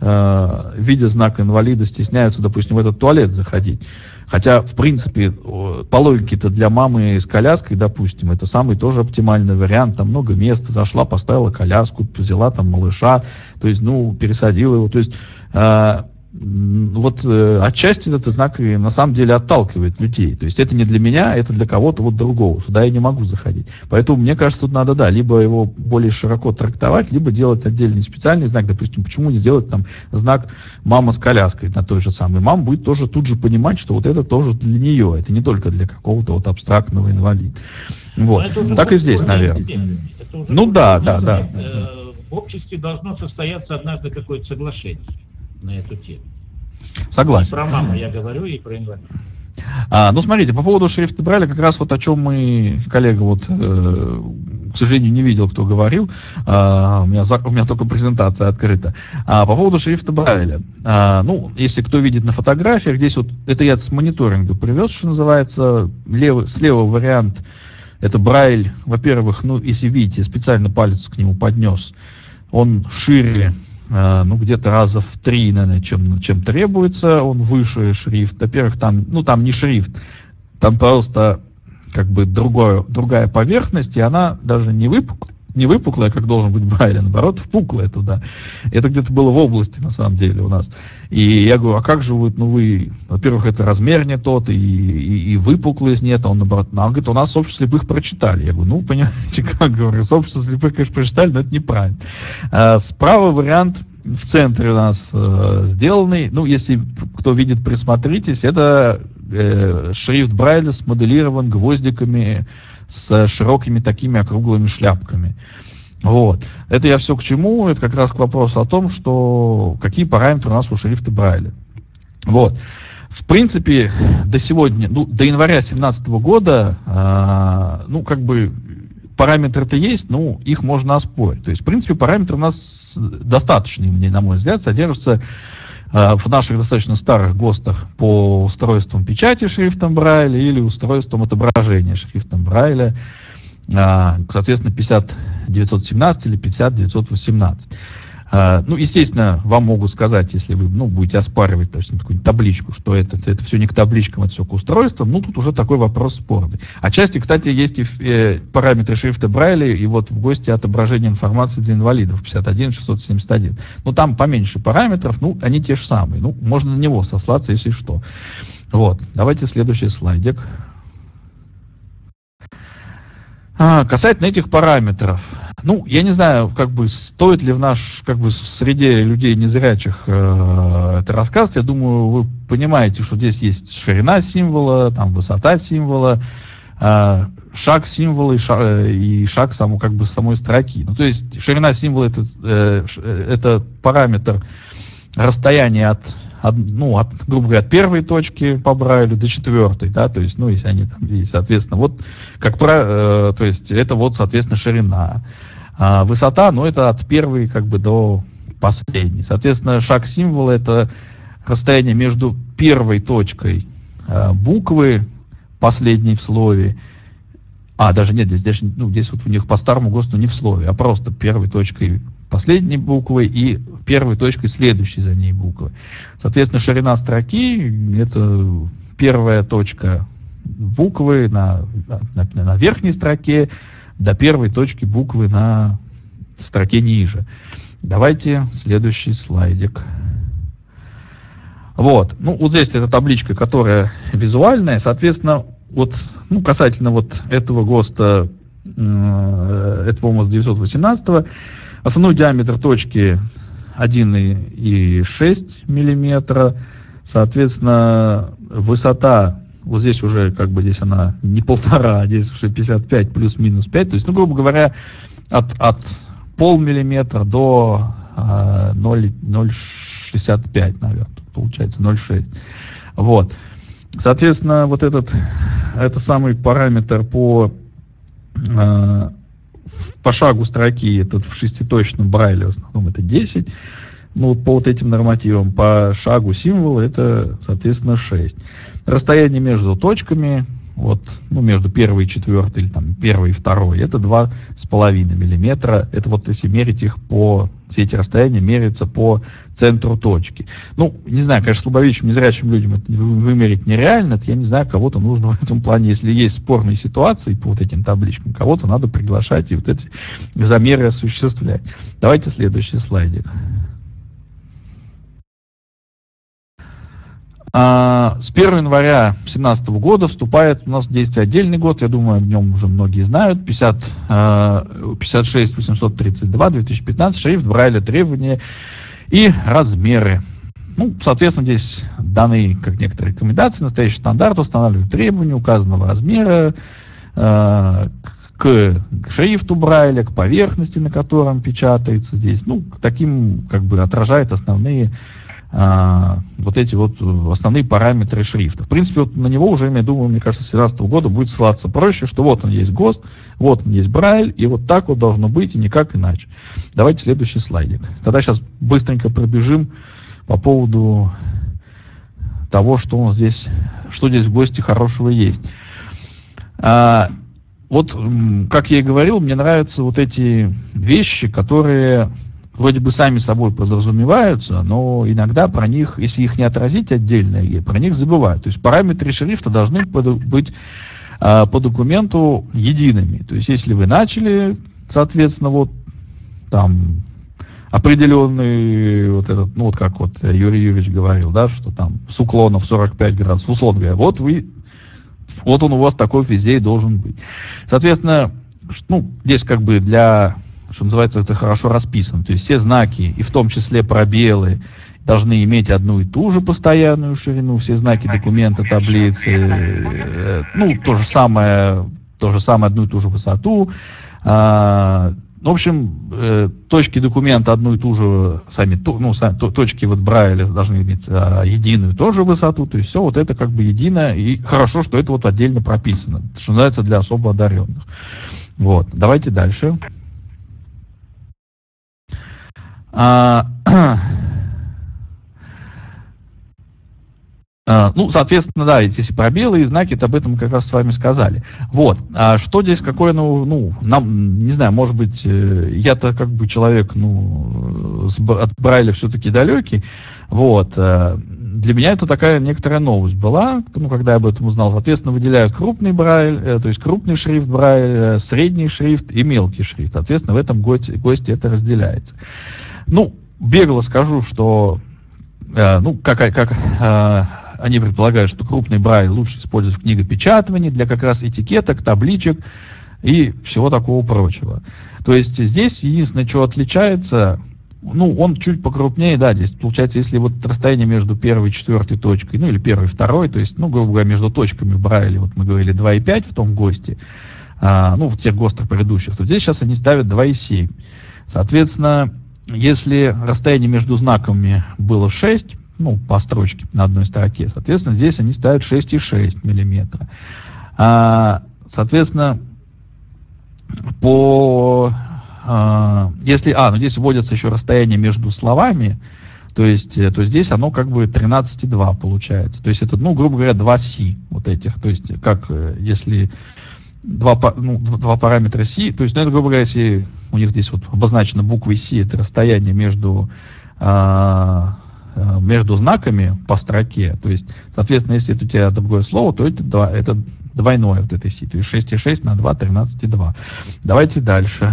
видя знак инвалида, стесняются, допустим, в этот туалет заходить. Хотя, в принципе, по логике-то для мамы с коляской, допустим, это самый тоже оптимальный вариант. Там много места, зашла, поставила коляску, взяла там малыша, то есть, ну, пересадила его. То есть, вот отчасти этот знак на самом деле отталкивает людей. То есть это не для меня, это для кого-то вот другого. Сюда я не могу заходить. Поэтому, мне кажется, тут надо, да, либо его более широко трактовать, либо делать отдельный специальный знак. Допустим, почему не сделать там знак «мама с коляской» на той же самой. Мама будет тоже тут же понимать, что вот это тоже для нее. Это не только для какого-то вот абстрактного инвалида. Вот. Так и здесь, наверное. Ну да. В обществе должно состояться однажды какое-то соглашение на эту тему. Согласен. Про маму я говорю и про инвалидов. Ну, смотрите, по поводу шрифта Брайля, как раз вот о чем мы, коллега, вот, к сожалению, не видел, кто говорил, у меня только презентация открыта. По поводу шрифта Брайля. Ну, если кто видит на фотографиях, здесь вот, это я с мониторинга привез, что называется, слева вариант, это Брайль, во-первых, ну, если видите, специально палец к нему поднес, он шире, ну, где-то раза в 3, наверное, чем требуется, он выше шрифт. Во-первых, там не шрифт, там просто как бы другая поверхность, и она даже не выпуклая, как должен быть Брайль, а наоборот, впуклая туда. Это где-то было в области, на самом деле, у нас. И я говорю, а как же вы, во-первых, это размер не тот, и выпуклость нет, а он наоборот, он говорит, у нас общество слепых прочитали. Я говорю, ну, понимаете, как говорю, общество слепых, конечно, прочитали, но это неправильно. Справа вариант в центре у нас сделанный, ну, если кто видит, присмотритесь, это шрифт Брайля смоделирован гвоздиками с широкими такими округлыми шляпками. Вот. Это я все к чему? Это как раз к вопросу о том, что какие параметры у нас у шрифта Брайля. Вот. В принципе, до сегодня, до января 2017 года, ну, как бы, параметры-то есть, но их можно оспорить. То есть, в принципе, параметры у нас достаточные, на мой взгляд, содержатся в наших достаточно старых ГОСТах по устройствам печати шрифтом Брайля или устройствам отображения шрифтом Брайля, соответственно, 5917 или 5918. Ну, естественно, вам могут сказать, если вы будете оспаривать, то есть, какую-нибудь табличку, что это все не к табличкам, это все к устройствам, ну, тут уже такой вопрос спорный. Отчасти, кстати, есть и параметры шрифта Брайля, и вот в ГОСТе отображение информации для инвалидов 51671. Ну, там поменьше параметров, ну, они те же самые. Ну, можно на него сослаться, если что. Вот, давайте следующий слайдик. Касательно этих параметров, ну, я не знаю, как бы, стоит ли в среде людей незрячих это рассказывать. Я думаю, вы понимаете, что здесь есть ширина символа, там высота символа, шаг символа и шаг самой строки. Ну, то есть ширина символа это параметр расстояния от, грубо говоря, от первой точки по Брайлю до четвертой, да, то есть, ну, если они там есть, соответственно, вот, как правило, то есть, это вот, соответственно, ширина. Высота, ну, это от первой, как бы, до последней. Соответственно, шаг символа — это расстояние между первой точкой буквы, последней в слове, даже нет, здесь вот у них по старому ГОСТу не в слове, а просто первой точкой последней буквы и первой точкой следующей за ней буквы. Соответственно, ширина строки — это первая точка буквы на верхней строке до первой точки буквы на строке ниже. Давайте следующий слайдик. Вот. Ну, вот здесь эта табличка, которая визуальная, соответственно, вот, ну, касательно вот этого ГОСТа, это, по-моему, с 918-го, основной диаметр точки 1,6 мм, соответственно, высота, вот здесь уже, как бы, здесь она не 1,5, а здесь уже 55 плюс-минус 5, то есть, ну, грубо говоря, от 0,5 мм до 0,65, наверное, получается 0,6. Вот. Соответственно, вот это самый параметр по шагу строки, этот в шеститочном Брайле в основном это 10. Ну, вот по вот этим нормативам, по шагу символа это, соответственно, 6. Расстояние между точками, вот, ну, между первой и четвертой, или там первой и второй, это 2,5 мм. Это вот если мерить их все эти расстояния меряются по центру точки. Ну, не знаю, конечно, слабовидящим, незрячим людям это вымерить нереально. Это, я не знаю, кого-то нужно в этом плане, если есть спорные ситуации по вот этим табличкам, кого-то надо приглашать и вот эти замеры осуществлять. Давайте следующий слайдик. С 1 января 2017 года вступает у нас в действие отдельный год, я думаю, о нем уже многие знают, 56832, 2015, шрифт Брайля, требования и размеры. Ну, соответственно, здесь даны, как некоторые рекомендации, настоящий стандарт устанавливает требования указанного размера к шрифту Брайля, к поверхности, на котором печатается здесь, ну, к таким, как бы, отражает основные вот эти вот основные параметры шрифта. В принципе, вот на него уже, я думаю, мне кажется, с 2017 года будет ссылаться проще, что вот он есть ГОСТ, вот он есть Брайль, и вот так вот должно быть, и никак иначе. Давайте следующий слайдик. Тогда сейчас быстренько пробежим по поводу того, что здесь в ГОСТе хорошего есть. Вот, как я и говорил, мне нравятся вот эти вещи, которые вроде бы сами собой подразумеваются, но иногда про них, если их не отразить отдельно, про них забывают. То есть параметры шрифта должны быть по документу едиными. То есть если вы начали, соответственно, вот там определенный вот этот, ну вот как вот Юрий Юрьевич говорил, да, что там с уклоном в 45 градусов, условно говоря, вот он у вас такой везде и должен быть. Соответственно, ну, здесь как бы для, что называется, это хорошо расписано. То есть все знаки, и в том числе пробелы, должны иметь одну и ту же постоянную ширину, все знаки документа, таблицы, ну, то же самое, одну и ту же высоту. В общем, точки документа одну и ту же, точки вот Брайля должны иметь единую тоже высоту, то есть все вот это как бы едино, и хорошо, что это вот отдельно прописано, что называется, для особо одаренных. Вот, давайте дальше. Ну, соответственно, да, эти пробелы и знаки, об этом мы как раз с вами сказали. Вот. А что здесь, какое, ну, нам, не знаю, может быть, я-то как бы человек, ну, от Брайля все-таки далекий, вот. Для меня это такая некоторая новость была, ну, когда я об этом узнал. Соответственно, выделяют крупный Брайль, то есть крупный шрифт Брайля, средний шрифт и мелкий шрифт. Соответственно, в этом ГОСТе это разделяется. Ну, бегло скажу, что, ну, как они предполагают, что крупный Брайль лучше использовать в книгопечатании для как раз этикеток, табличек и всего такого прочего. То есть здесь единственное, что отличается, ну, он чуть покрупнее, да, здесь получается, если вот расстояние между первой и четвертой точкой, ну, или первой и второй, то есть, ну, грубо говоря, между точками в Брайле, вот мы говорили 2,5 в том ГОСТе, ну, в тех ГОСТах предыдущих, то здесь сейчас они ставят 2,7. Соответственно, если расстояние между знаками было 6, ну, по строчке на одной строке, соответственно, здесь они ставят 6,6 миллиметра. Соответственно, если, ну, здесь вводится еще расстояние между словами, то здесь оно как бы 13,2 получается. То есть это, ну, грубо говоря, 2 си вот этих. То есть как если два параметра си, то есть, ну, это, грубо говоря, если у них здесь вот обозначено буквой си, это расстояние между знаками по строке, то есть, соответственно, если это у тебя другое слово, то это двойное вот этой си, то есть 6,6 на 2, 13,2. Давайте дальше.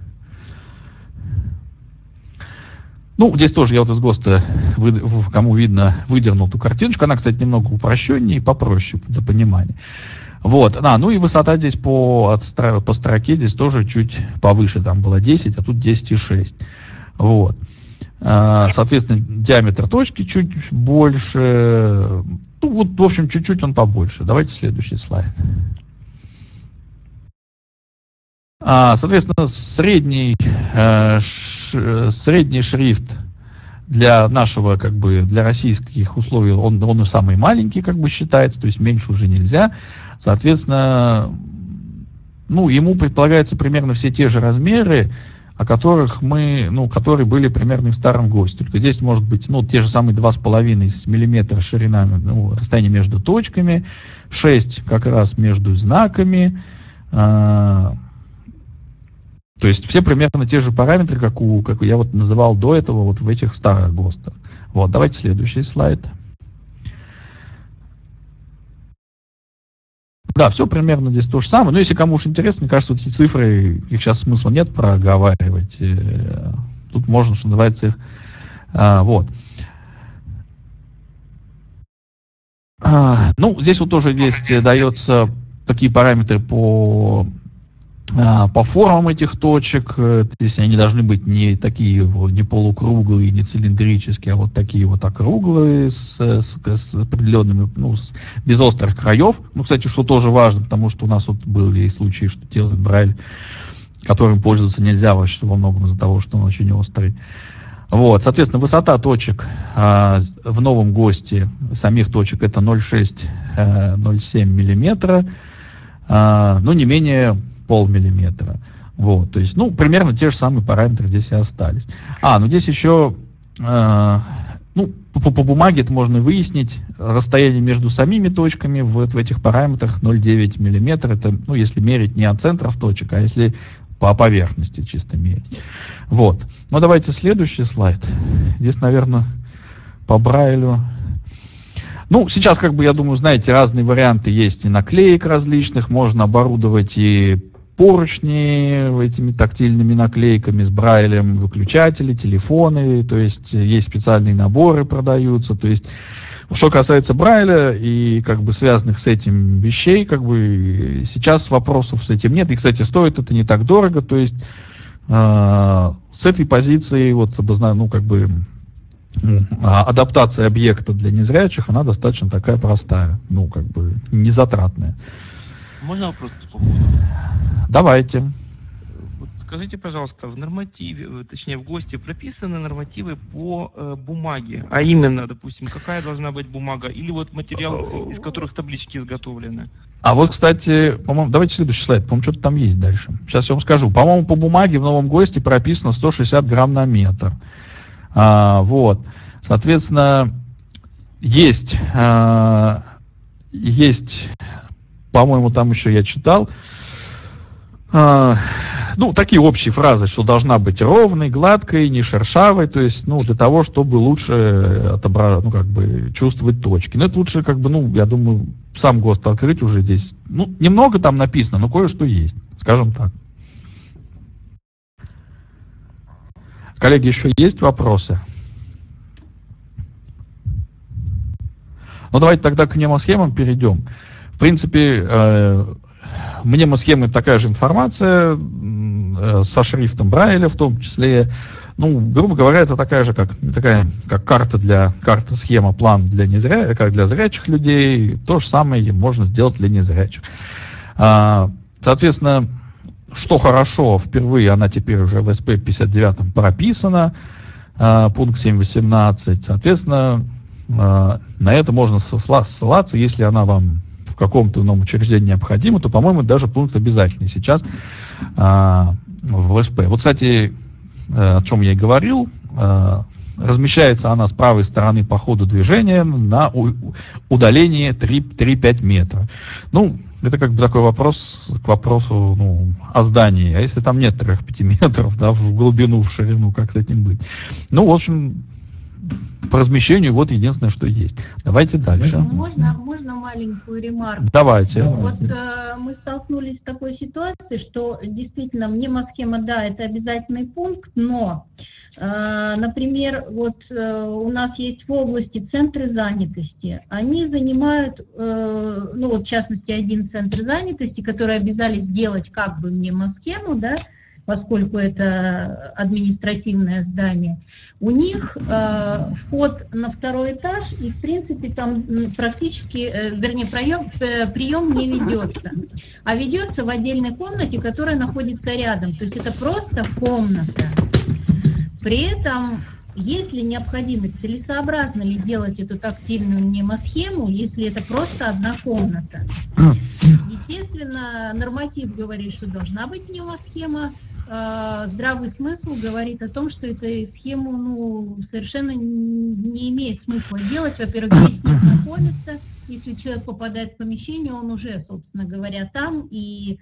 Ну, здесь тоже я вот из ГОСТа, кому видно, выдернул ту картиночку, она, кстати, немного упрощеннее и попроще для понимания. Вот, ну и высота здесь по строке здесь тоже чуть повыше, там было 10, а тут 10,6. Вот. Соответственно, диаметр точки чуть больше. Ну, вот, в общем, чуть-чуть он побольше. Давайте следующий слайд. Соответственно, средний шрифт для нашего, как бы, для российских условий, он самый маленький, как бы, считается, то есть меньше уже нельзя. Соответственно, ну, ему предполагается примерно все те же размеры, о которых которые были примерно в старом ГОСТе. Только здесь может быть, ну, те же самые 2,5 мм ширина, ну, расстояние между точками, 6 как раз между знаками. То есть все примерно те же параметры, как я вот называл до этого вот в этих старых ГОСТах. Вот, давайте следующий слайд. Да, все примерно здесь то же самое. Но если кому уж интересно, мне кажется, вот эти цифры, их сейчас смысла нет проговаривать. Тут можно, что называется, их... Вот. Ну, здесь вот тоже есть, дается такие параметры по формам этих точек. Здесь они должны быть не такие, не полукруглые, не цилиндрические, а вот такие вот округлые, с определенными, ну, без острых краев. Ну, кстати, что тоже важно, потому что у нас вот были случаи, что делают Брайль, которым пользоваться нельзя вообще во многом из-за того, что он очень острый. Вот, соответственно, высота точек в новом ГОСТе, самих точек, это 0,6-0,7 миллиметра, ну, не менее полмиллиметра. Вот, то есть, ну, примерно те же самые параметры здесь и остались. Ну, здесь еще, ну, по бумаге это можно выяснить, расстояние между самими точками в этих параметрах 0,9 миллиметра, это, ну, если мерить не от центров точек, а если по поверхности чисто мерить. Вот. Ну, давайте следующий слайд. Здесь, наверное, по Брайлю. Ну, сейчас, как бы, я думаю, знаете, разные варианты есть и наклеек различных. Можно оборудовать и поручни этими тактильными наклейками с Брайлем, выключатели, телефоны. То есть есть специальные наборы, продаются. То есть, что касается Брайля и как бы связанных с этим вещей, как бы сейчас вопросов с этим нет. И, кстати, стоит это не так дорого. То есть с этой позиции вот, ну, как бы адаптация объекта для незрячих, она достаточно такая простая, ну, как бы незатратная. Можно вопрос по поводу? Давайте. Вот скажите, пожалуйста, в нормативе, точнее в ГОСТе прописаны нормативы по бумаге, а именно, допустим, какая должна быть бумага, или вот материал, из которых таблички изготовлены? А вот, кстати, по-моему, давайте следующий слайд, по-моему, что-то там есть дальше. Сейчас я вам скажу. По-моему, по бумаге в новом ГОСТе прописано 160 грамм на метр. Вот. Соответственно, есть, по-моему, там еще я читал, ну, такие общие фразы, что должна быть ровной, гладкой, не шершавой, то есть, ну, для того, чтобы лучше ну, как бы чувствовать точки. Но это лучше, как бы, ну, я думаю, сам ГОСТ открыть уже здесь. Ну, немного там написано, но кое-что есть, скажем так. Коллеги, еще есть вопросы? Ну, давайте тогда к мнемосхемам перейдем. В принципе, мнемосхемы такая же информация, со шрифтом Брайля в том числе. Ну, грубо говоря, это такая же, как карта-схема, план для незрячих, как для зрячих людей. То же самое можно сделать для незрячих. Соответственно, что хорошо, впервые она теперь уже в СП-59 прописана, пункт 7.18. Соответственно, на это можно ссылаться, если она вам в каком-то ином учреждении необходима, то, по-моему, даже пункт обязательный сейчас в СП. Вот, кстати, о чем я и говорил, размещается она с правой стороны по ходу движения на удалении 3-5 метра. Ну, это как бы такой вопрос к вопросу, ну, о здании. А если там нет 3-5 метров, да, в глубину, в ширину, как с этим быть? Ну, в общем, по размещению вот единственное, что есть. Давайте дальше. Можно маленькую ремарку? Давайте. Вот мы столкнулись с такой ситуацией, что действительно мнемосхема, да, это обязательный пункт, но, например, вот у нас есть в области центры занятости. Они занимают, ну вот в частности один центр занятости, который обязались сделать как бы мнемосхему, да, поскольку это административное здание, у них вход на второй этаж, и в принципе там практически, вернее, прием не ведется, а ведется в отдельной комнате, которая находится рядом, то есть это просто комната. При этом, есть ли необходимость, целесообразно ли делать эту тактильную мнемосхему, если это просто одна комната? Естественно, норматив говорит, что должна быть мнемосхема. Здравый смысл говорит о том, что эту схему, ну, совершенно не имеет смысла делать. Во-первых, здесь не знакомиться. Если человек попадает в помещение, он уже, собственно говоря, там, и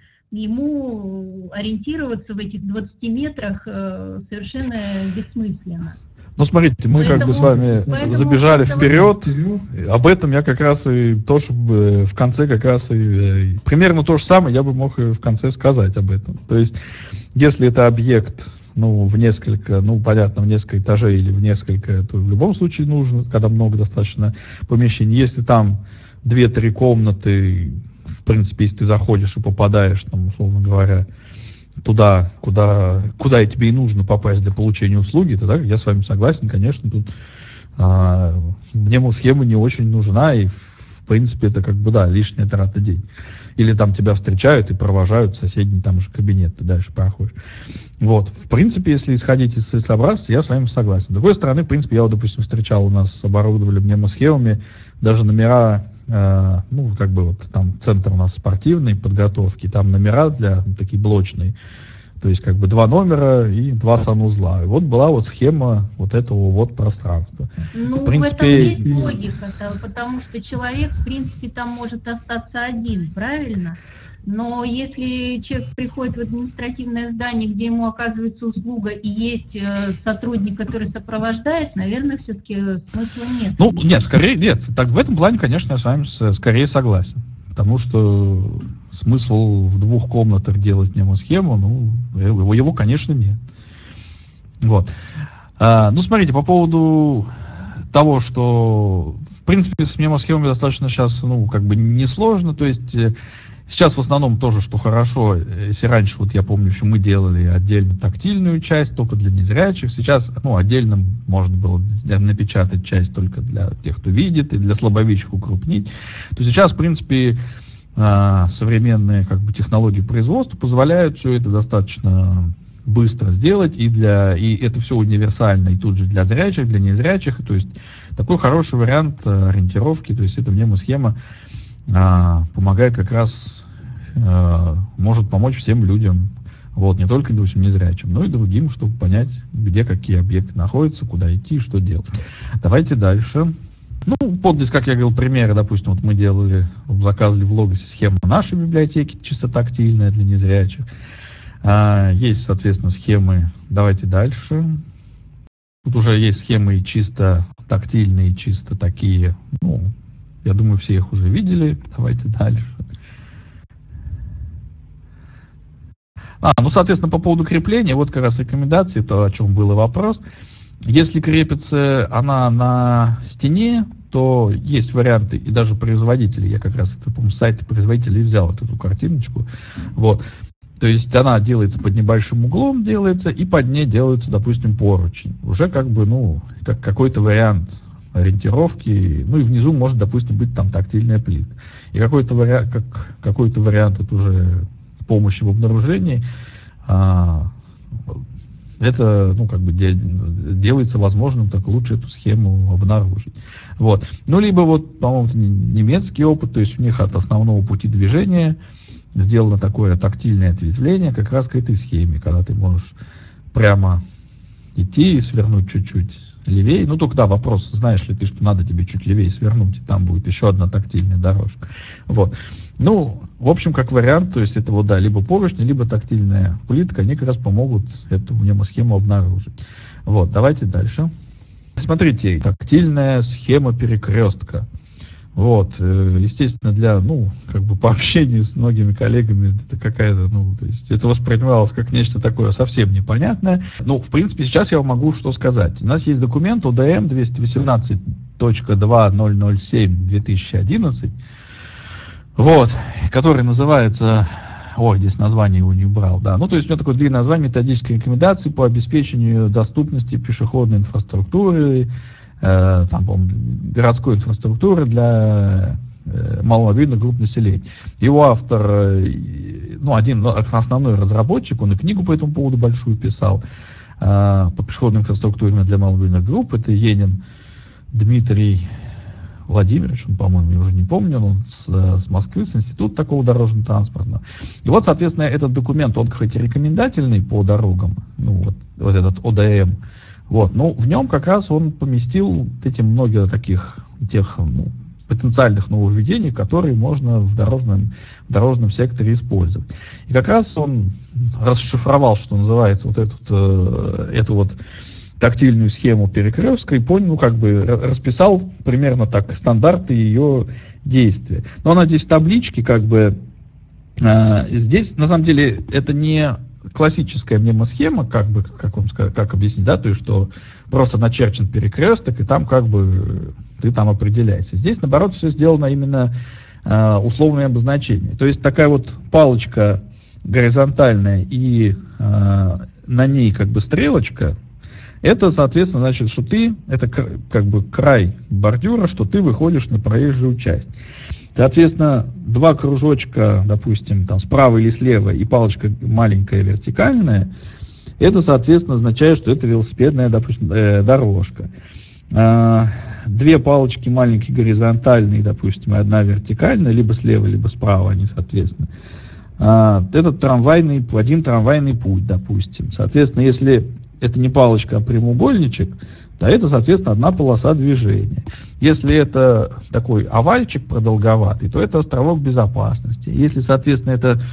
ему ориентироваться в этих 20 метрах совершенно бессмысленно. Ну, смотрите, мы как бы с вами забежали вперед. Об этом я как раз и тоже в конце как раз и примерно то же самое я бы мог и в конце сказать об этом. То есть, если это объект, ну, в несколько, ну, понятно, в несколько этажей или в несколько, то в любом случае нужно, когда много достаточно помещений. Если там 2-3 комнаты, в принципе, если ты заходишь и попадаешь, там, условно говоря, туда, куда и тебе и нужно попасть для получения услуги, тогда я с вами согласен, конечно, тут мнемосхема не очень нужна, и в принципе, это как бы, да, лишняя трата денег. Или там тебя встречают и провожают в соседний там же кабинет, ты дальше проходишь. Вот, в принципе, если исходить из целесообразности, я с вами согласен. С другой стороны, в принципе, я вот, допустим, встречал, у нас оборудовали мнемосхемами даже номера, ну, как бы вот там центр у нас спортивной подготовки, там номера для такие блочные, то есть как бы 2 номера и 2 санузла. И вот была вот схема вот этого вот пространства. Ну, в принципе, в этом есть логика, потому что человек, в принципе, там может остаться один, правильно? Но если человек приходит в административное здание, где ему оказывается услуга, и есть сотрудник, который сопровождает, наверное, все-таки смысла нет. Ну, нет, скорее, нет. Так, в этом плане, конечно, я с вами скорее согласен. Потому что смысл в 2 комнатах делать мнемосхему, ну, его, конечно, нет. Вот. Ну, смотрите, по поводу того, что, в принципе, с мнемосхемами достаточно сейчас, ну, как бы несложно, то есть сейчас в основном тоже, что хорошо, если раньше, вот я помню, еще мы делали отдельно тактильную часть только для незрячих, сейчас, ну, отдельно можно было напечатать часть только для тех, кто видит, и для слабовидящих укрупнить, то сейчас, в принципе, современные как бы технологии производства позволяют все это достаточно быстро сделать, и это все универсально, и тут же для зрячих, для незрячих, то есть такой хороший вариант ориентировки, то есть эта мнемосхема помогает как раз, может помочь всем людям, вот, не только, допустим, незрячим, но и другим, чтобы понять, где какие объекты находятся, куда идти и что делать. Давайте дальше. Ну, вот здесь, как я говорил, примеры, допустим, вот мы заказывали в Логосе схему нашей библиотеки, чисто тактильная для незрячих. Есть, соответственно, схемы, давайте дальше. Тут уже есть схемы и чисто тактильные, чисто такие, ну, я думаю, все их уже видели. Давайте дальше. Ну, соответственно, по поводу крепления, вот как раз рекомендации, то, о чем был вопрос. Если крепится она на стене, то есть варианты, и даже производители, я как раз это, по-моему, с сайта производителей взял эту картиночку. Вот. То есть она делается под небольшим углом, делается, и под ней делается, допустим, поручень. Уже как бы, ну, как какой-то вариант ориентировки, ну и внизу может, допустим, быть там тактильная плитка. И какой-то вариант это уже помощи в обнаружении, это, ну, как бы делается возможным, так лучше эту схему обнаружить. Вот. Ну, либо вот, по-моему, немецкий опыт, то есть у них от основного пути движения сделано такое тактильное ответвление как раз к этой схеме, когда ты можешь прямо идти и свернуть чуть-чуть левее. Ну, только да, вопрос, знаешь ли ты, что надо тебе чуть левее свернуть, и там будет еще одна тактильная дорожка. Вот. Ну, в общем, как вариант, то есть это вот, да, либо поручни, либо тактильная плитка, они как раз помогут эту мнемосхему обнаружить. Вот, давайте дальше. Смотрите, тактильная схема перекрестка. Вот, естественно, для, ну, как бы по общению с многими коллегами это какая-то, ну, то есть это воспринималось как нечто такое совсем непонятное. Ну, в принципе, сейчас я вам могу что сказать. У нас есть документ ОДМ 218.2007-2011, вот, который называется, здесь название его не убрал, да, ну, то есть у него такое длинное название: методические рекомендации по обеспечению доступности пешеходной инфраструктуры, там, по-моему, городской инфраструктуры для маломобильных групп населения. Его автор, ну, основной разработчик, он и книгу по этому поводу большую писал, по пешеходной инфраструктуре для маломобильных групп, это Енин Дмитрий Владимирович, он, по-моему, я уже не помню, он с Москвы, с института такого дорожно-транспортного. И вот, соответственно, этот документ, он хоть и рекомендательный по дорогам, ну, вот этот ОДМ, вот, но в нем как раз он поместил эти много таких потенциальных нововведений, которые можно в дорожном секторе использовать. И как раз он расшифровал, что называется, вот эту вот тактильную схему перекрестка и понял, ну, как бы расписал примерно так стандарты ее действия. Но она здесь в табличке, как бы, здесь, на самом деле, это не классическая мнемосхема, как бы, как объяснить, да, то есть, что просто начерчен перекресток, и там, как бы, ты там определяешься. Здесь, наоборот, все сделано именно условное обозначение. То есть, такая вот палочка горизонтальная, и на ней, как бы, стрелочка, Это, соответственно, значит, что ты, это как бы край бордюра, что ты выходишь на проезжую часть. Соответственно, два кружочка, допустим, там справа или слева, и палочка маленькая вертикальная, это, соответственно, означает, что это велосипедная, допустим, дорожка. Две палочки маленькие горизонтальные, допустим, и одна вертикальная, либо слева, либо справа, они, соответственно. Это один трамвайный путь, допустим. Соответственно, если это не палочка, а прямоугольничек, то это, соответственно, одна полоса движения. Если это такой овальчик продолговатый, то это островок безопасности. Если, соответственно, это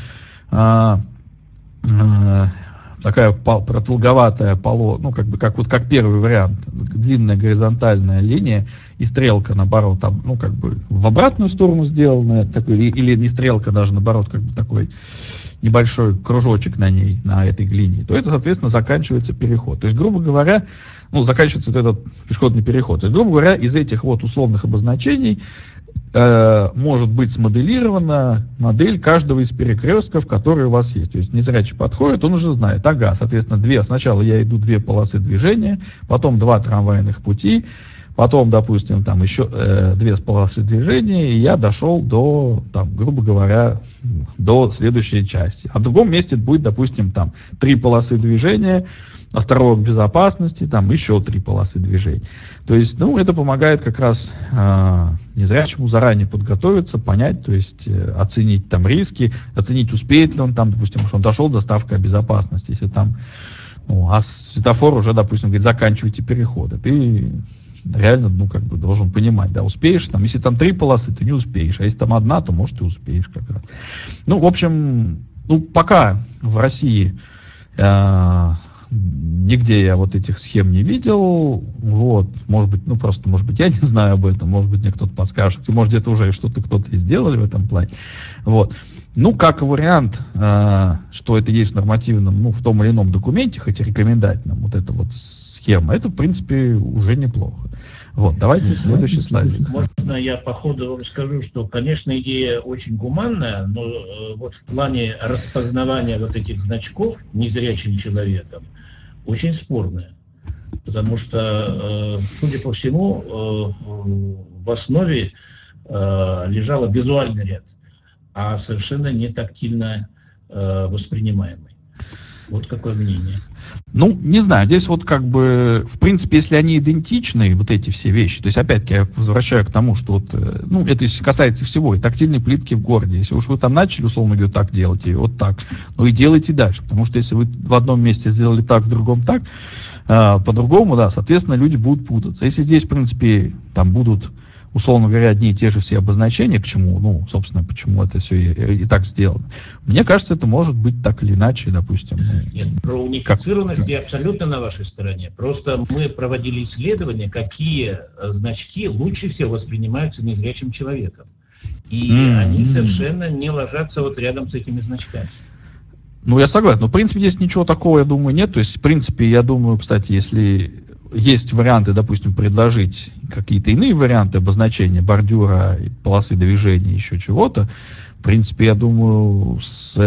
такая продолговатая полоса, ну, как первый вариант, длинная горизонтальная линия и стрелка, наоборот, ну, как бы в обратную сторону сделанная, или не стрелка, даже наоборот, как бы такой небольшой кружочек на ней, на этой линии, то это, соответственно, заканчивается переход. То есть, грубо говоря, заканчивается этот пешеходный переход. То есть, грубо говоря, из этих вот условных обозначений может быть смоделирована модель каждого из перекрестков, которые у вас есть. То есть незрячий подходит, он уже знает, соответственно, сначала я иду две полосы движения, потом два трамвайных пути, потом, допустим, там еще две полосы движения, и я дошел до, там, грубо говоря, до следующей части. А в другом месте будет, допустим, там три полосы движения, островок безопасности, там еще три полосы движения. То есть, это помогает как раз незрячему заранее подготовиться, понять, то есть оценить там риски, оценить, успеет ли он там, допустим, что он дошел до ставки безопасности, если там, а светофор уже, допустим, говорит, заканчивайте переходы. Ты реально, должен понимать, успеешь там, если там три полосы, ты не успеешь, а если там одна, то, может, ты успеешь как раз. В общем, пока в России нигде я вот этих схем не видел, может быть, я не знаю об этом, может быть, мне кто-то подскажет, может, где-то уже что-то кто-то и сделали в этом плане, как вариант, что это есть в нормативном, в том или ином документе, хоть и рекомендательном, вот эта вот схема, это, в принципе, уже неплохо. Давайте следующий слайд. Можно я по ходу вам скажу, что, конечно, идея очень гуманная, но вот в плане распознавания вот этих значков незрячим человеком очень спорная. Потому что, судя по всему, в основе лежал визуальный ряд, а совершенно не тактильно воспринимаемый. Вот какое мнение. Не знаю, здесь в принципе, если они идентичны, вот эти все вещи, то есть, опять-таки, я возвращаю к тому, что это касается всего, и тактильной плитки в городе. Если уж вы там начали, условно говоря, так делать, и вот так, и делайте дальше, потому что если вы в одном месте сделали так, в другом так, по-другому, соответственно, люди будут путаться. Если здесь, в принципе, там будут, условно говоря, одни и те же все обозначения, почему это все и так сделано. Мне кажется, это может быть так или иначе, допустим. Нет, про унифицированность я абсолютно на вашей стороне. Просто мы проводили исследования, какие значки лучше всего воспринимаются незрячим человеком. И они совершенно не ложатся рядом с этими значками. Я согласен. Но, в принципе, здесь ничего такого, я думаю, нет. То есть, в принципе, я думаю, кстати, если есть варианты, допустим, предложить какие-то иные варианты обозначения бордюра, полосы движения, еще чего-то, в принципе, я думаю,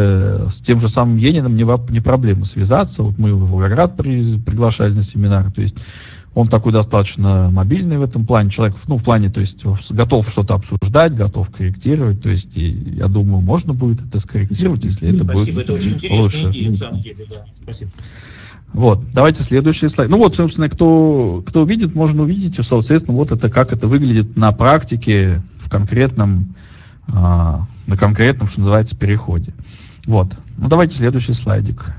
с тем же самым Ениным не проблема связаться. Мы его в Волгоград приглашали на семинар, то есть он такой достаточно мобильный в этом плане, человек, в плане, то есть готов что-то обсуждать, готов корректировать, то есть я думаю, можно будет это скорректировать, если это будет лучше. Это очень интересная идея, на самом деле, да. Спасибо. Давайте следующий слайд. Собственно, кто видит, можно увидеть, соответственно, это как это выглядит на практике в конкретном, на конкретном, что называется, переходе. Давайте следующий слайдик.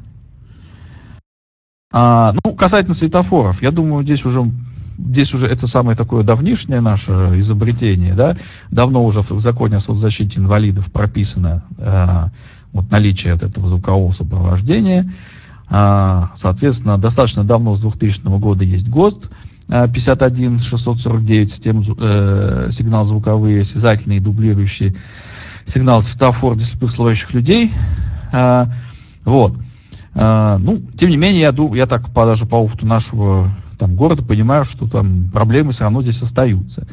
Касательно светофоров, я думаю, здесь уже это самое такое давнишнее наше изобретение, да, давно уже в законе о соцзащите инвалидов прописано наличие этого звукового сопровождения. Соответственно, достаточно давно, с 2000 года, есть ГОСТ 51-649, сигнал звуковые, осязательные, дублирующие сигнал светофор для слепых слабовидящих людей. Тем не менее, я так даже по опыту нашего города понимаю, что там проблемы все равно здесь остаются.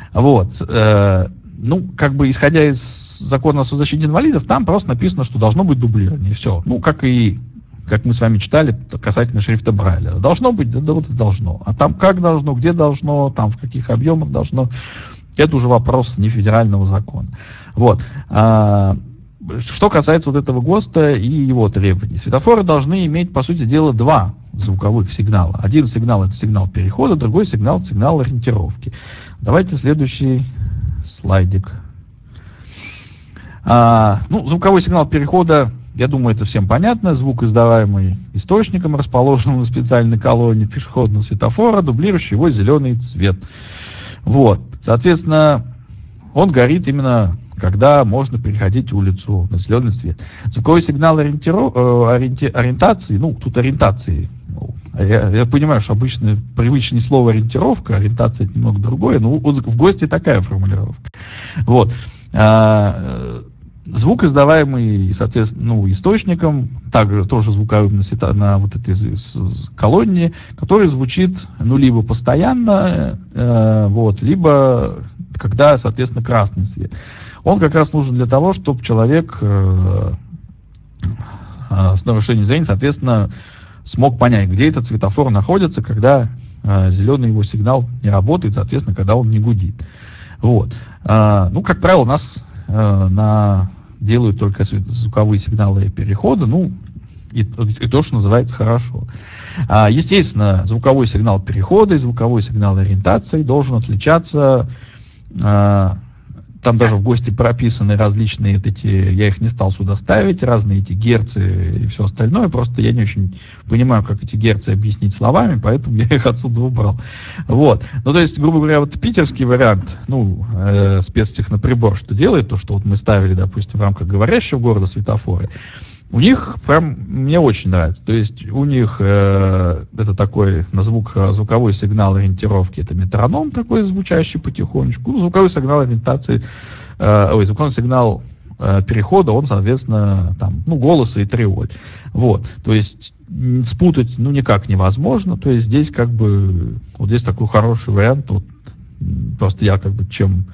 Исходя из закона о соцзащите инвалидов, там просто написано, что должно быть дублирование. Все. Как и как мы с вами читали касательно шрифта Брайля. Должно быть? Да вот и должно. А там как должно, где должно, там в каких объемах должно, это уже вопрос не федерального закона. Вот. Что касается вот этого ГОСТа и его требований. Светофоры должны иметь, по сути дела, два звуковых сигнала. Один сигнал — это сигнал перехода, другой сигнал — это сигнал ориентировки. Давайте следующий слайдик. Звуковой сигнал перехода, я думаю, это всем понятно. Звук, издаваемый источником, расположенным на специальной колонне пешеходного светофора, дублирующий его зеленый цвет. Вот. Соответственно, он горит именно когда можно переходить улицу на зеленый свет. Звуковой сигнал ориентации, тут ориентации. Я понимаю, что обычно привычное слово ориентировка, ориентация — это немного другое, но в ГОСТе такая формулировка. Вот. Звук, издаваемый, соответственно, источником, также тоже звуковым на вот этой колонне, который звучит, либо постоянно, либо когда, соответственно, красный свет. Он как раз нужен для того, чтобы человек с нарушением зрения, соответственно, смог понять, где этот светофор находится, когда зеленый его сигнал не работает, соответственно, когда он не гудит. Вот. Как правило, у нас делают только звуковые сигналы перехода, и то, что называется, хорошо. Естественно, звуковой сигнал перехода и звуковой сигнал ориентации должен отличаться. Там даже в ГОСТе прописаны различные я их не стал сюда ставить, разные эти герцы и все остальное, просто я не очень понимаю, как эти герцы объяснить словами, поэтому я их отсюда убрал. Вот. То есть, грубо говоря, вот питерский вариант, спецтехноприбор, что делает, то, что вот мы ставили, допустим, в рамках говорящего города светофоры, у них прям мне очень нравится. То есть у них это такой звуковой сигнал ориентировки, это метроном такой звучащий потихонечку. Звуковой сигнал ориентации, звуковой сигнал перехода, он, соответственно, голос и триоль. Вот. То есть спутать никак невозможно. То есть здесь вот здесь такой хороший вариант. Просто я чем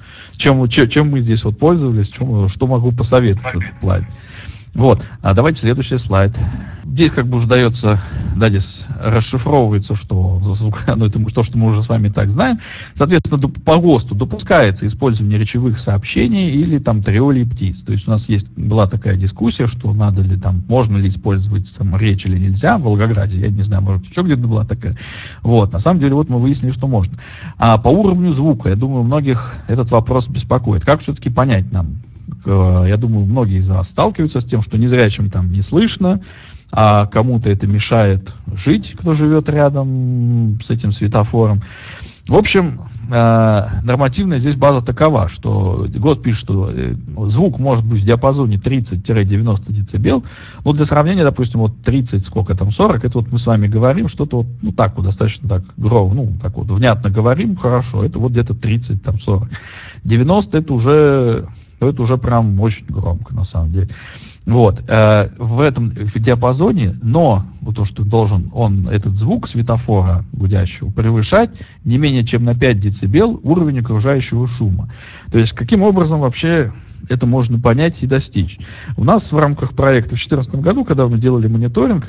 мы здесь пользовались, что могу посоветовать в этом плане. Вот, давайте следующий слайд. Здесь уже дается, здесь расшифровывается, что за звук, это то, что мы уже с вами так знаем. Соответственно, по ГОСТу допускается использование речевых сообщений или триолей птиц. То есть у нас была такая дискуссия, что можно ли использовать речь или нельзя в Волгограде. Я не знаю, может, еще где-то была такая. Вот, на самом деле, мы выяснили, что можно. А по уровню звука, я думаю, многих этот вопрос беспокоит. Как все-таки понять нам? Я думаю, многие из вас сталкиваются с тем, что незрячим не слышно, а кому-то это мешает жить, кто живет рядом с этим светофором. В общем, нормативная здесь база такова, что ГОСТ пишет, что звук может быть в диапазоне 30-90 дБ. Для сравнения, допустим, 30, 40, это мы с вами говорим, что-то достаточно громко, внятно говорим, хорошо, это где-то 30-40. 90 это уже прям очень громко, на самом деле. Вот. В этом диапазоне, но то, что должен этот звук светофора гудящего превышать не менее чем на 5 дБ уровень окружающего шума. То есть, каким образом вообще это можно понять и достичь? У нас в рамках проекта в 2014 году, когда мы делали мониторинг,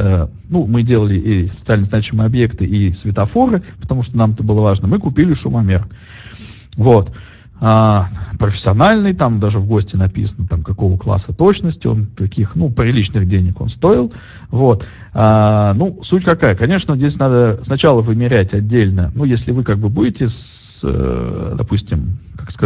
мы делали и социально значимые объекты, и светофоры, потому что нам это было важно, мы купили шумомер. Вот. Профессиональный, даже в ГОСТе написано, какого класса точности, он таких, приличных денег он стоил. Вот. Суть какая? Конечно, здесь надо сначала вымерять отдельно, если вы будете допустим,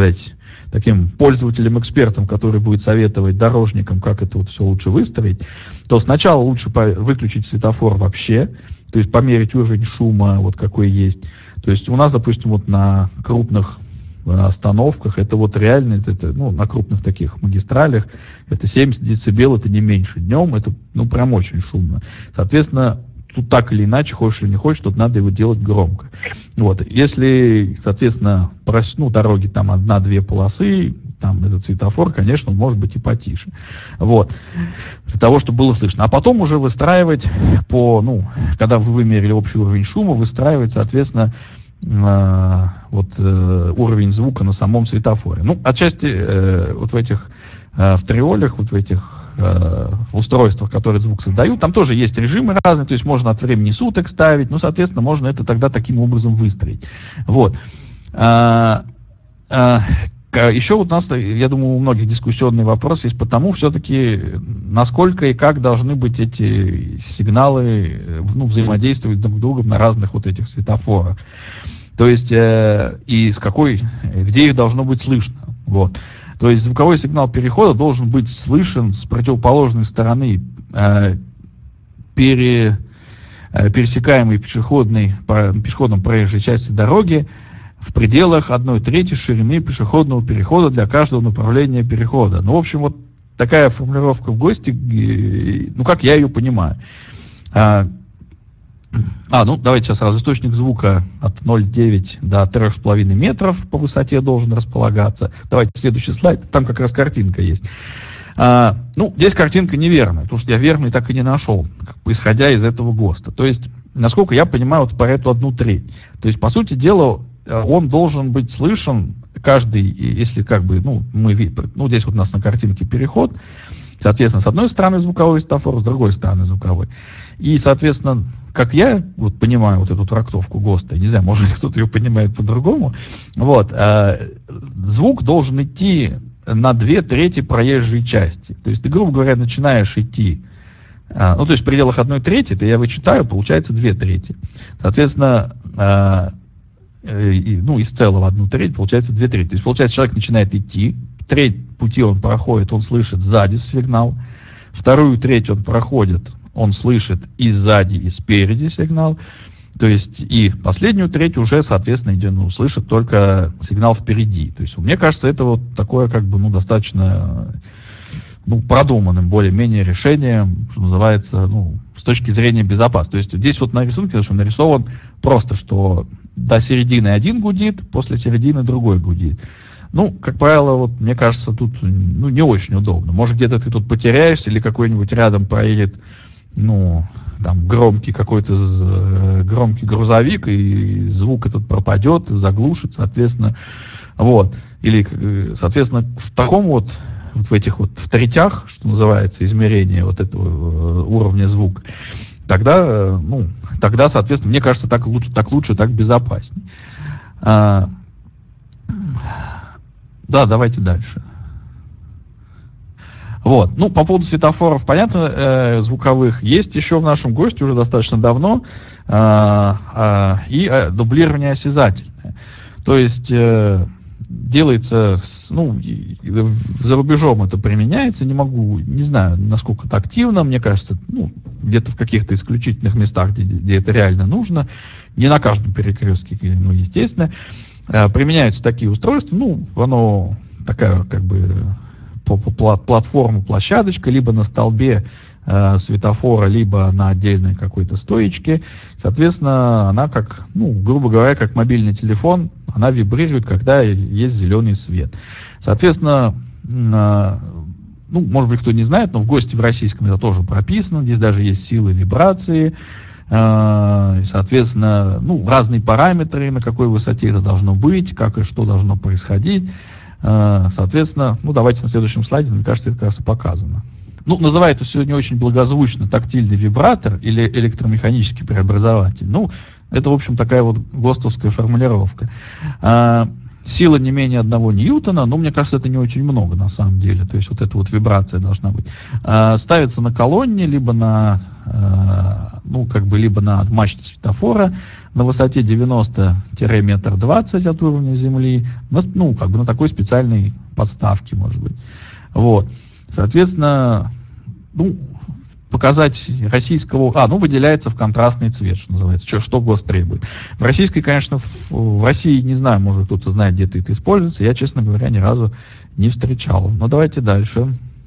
таким пользователем-экспертом, который будет советовать дорожникам, как это все лучше выстроить, то сначала лучше выключить светофор вообще, то есть померить уровень шума, какой есть. То есть у нас, допустим, на крупных остановках, это реально, на крупных таких магистралях, это 70 дБ, это не меньше. Днем это, прям очень шумно. Соответственно, тут так или иначе, хочешь или не хочешь, тут надо его делать громко. Вот. Если, соответственно, дороги 1-2 полосы, этот светофор, конечно, он может быть и потише. Вот. Для того, чтобы было слышно. А потом уже выстраивать когда вы вымерили общий уровень шума, выстраивать, соответственно, уровень звука на самом светофоре. Ну, отчасти вот в этих в триолях, вот в этих в устройствах, которые звук создают, там тоже есть режимы разные, то есть можно от времени суток ставить, ну, соответственно, можно это тогда таким образом выстроить. Вот. Еще вот у нас, я думаю, у многих дискуссионный вопрос есть по тому, все-таки, насколько и как должны быть эти сигналы, ну, взаимодействовать друг с другом на разных вот этих светофорах. То есть, и с какой, где их должно быть слышно. Вот. То есть звуковой сигнал перехода должен быть слышен с противоположной стороны пересекаемой пешеходном проезжей части дороги в пределах 1/3 ширины пешеходного перехода для каждого направления перехода. Ну, в общем, вот такая формулировка в ГОСТе, ну, как я ее понимаю. Ну, давайте сейчас сразу. Источник звука от 0,9 до 3,5 метров по высоте должен располагаться. Давайте следующий слайд. Там как раз картинка есть. Ну, здесь картинка неверная, потому что я верный так и не нашел, исходя из этого ГОСТа. То есть, насколько я понимаю, вот по эту 1/3. То есть, по сути дела, он должен быть слышен каждый, если как бы, ну, здесь вот у нас на картинке переход, соответственно, с одной стороны звуковой светофор, с другой стороны звуковой. И, соответственно, как я вот понимаю вот эту трактовку ГОСТа, не знаю, может, кто-то ее понимает по-другому, вот, звук должен идти на 2/3 проезжей части. То есть ты, грубо говоря, начинаешь идти, ну, то есть в пределах 1/3, это я вычитаю, получается 2/3. Соответственно, из целого 1/3 получается 2/3. То есть, получается, человек начинает идти, треть пути он проходит, он слышит сзади сигнал, вторую треть он проходит, он слышит и сзади, и спереди сигнал, то есть и последнюю треть уже, соответственно, слышит только сигнал впереди. То есть, мне кажется, это вот такое, как бы, ну, достаточно, ну, продуманным более-менее решением, что называется, ну, с точки зрения безопасности. То есть здесь вот на рисунке нарисован просто, что до середины один гудит, после середины другой гудит. Ну, как правило, вот мне кажется, тут, ну, не очень удобно. Может, где-то ты тут потеряешься, или какой-нибудь рядом проедет, ну, там, громкий грузовик, и звук этот пропадет, заглушит, соответственно, вот. Или, соответственно, в таком вот в этих вот в третях, что называется, измерение вот этого уровня звука, тогда, ну, тогда, соответственно, мне кажется, так лучше, так безопаснее. Да, давайте дальше. Вот. Ну, по поводу светофоров, понятно, звуковых, есть еще в нашем ГОСТе уже достаточно давно и дублирование осязательное. То есть делается, ну, за рубежом это применяется, не знаю, насколько это активно, мне кажется, ну, где-то в каких-то исключительных местах, где это реально нужно, не на каждом перекрестке, ну, естественно, применяются такие устройства, ну, оно такая, как бы, платформа, площадочка, либо на столбе светофора, либо на отдельной какой-то стоечке. Соответственно, она как, ну, грубо говоря, как мобильный телефон, она вибрирует, когда есть зеленый свет. Соответственно, ну, может быть, кто не знает, но в ГОСТе в российском это тоже прописано, здесь даже есть силы вибрации, соответственно, ну, разные параметры, на какой высоте это должно быть, как и что должно происходить. Соответственно, ну, давайте на следующем слайде, мне кажется, это как раз и показано. Ну, называют это сегодня очень благозвучно тактильный вибратор или электромеханический преобразователь. Ну, это, в общем, такая вот ГОСТовская формулировка. Сила не менее 1 ньютона, но мне кажется, это не очень много на самом деле. То есть вот эта вот вибрация должна быть. Ставится на колонне, либо на, ну, как бы, либо на мачте светофора на высоте 90-120 метров от уровня земли, ну, как бы на такой специальной подставке, может быть. Вот. Соответственно, ну, показать российского... ну, выделяется в контрастный цвет, что называется, что ГОСТ требует. В российской, конечно, в России, не знаю, может, кто-то знает, где-то это используется, я, честно говоря, ни разу не встречал. Но давайте дальше.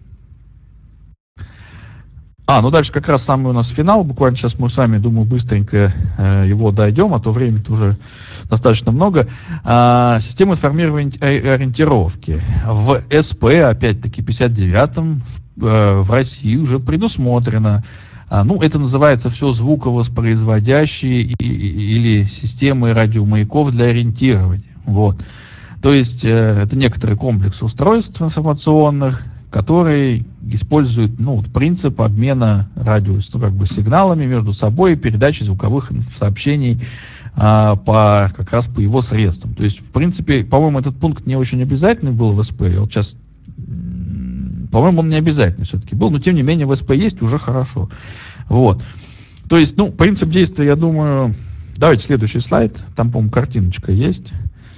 Ну, дальше как раз самый у нас финал, буквально сейчас мы с вами, думаю, быстренько его дойдем, а то времени-то уже достаточно много. Система информирования и ориентировки. В СП, опять-таки, 59-м в России уже предусмотрено Ну, это называется все звуковоспроизводящие или системы радиомаяков для ориентирования. Вот. То есть это некоторый комплекс устройств информационных, которые используют принцип обмена сигналами между собой и передачи звуковых сообщений как раз по его средствам. То есть, в принципе, по-моему, этот пункт не очень обязательный был в СП. Вот сейчас, по-моему, он не обязательный все-таки был, но тем не менее в СП есть, уже хорошо. Вот. То есть, принцип действия, я думаю... Давайте следующий слайд. Там, по-моему, картиночка есть.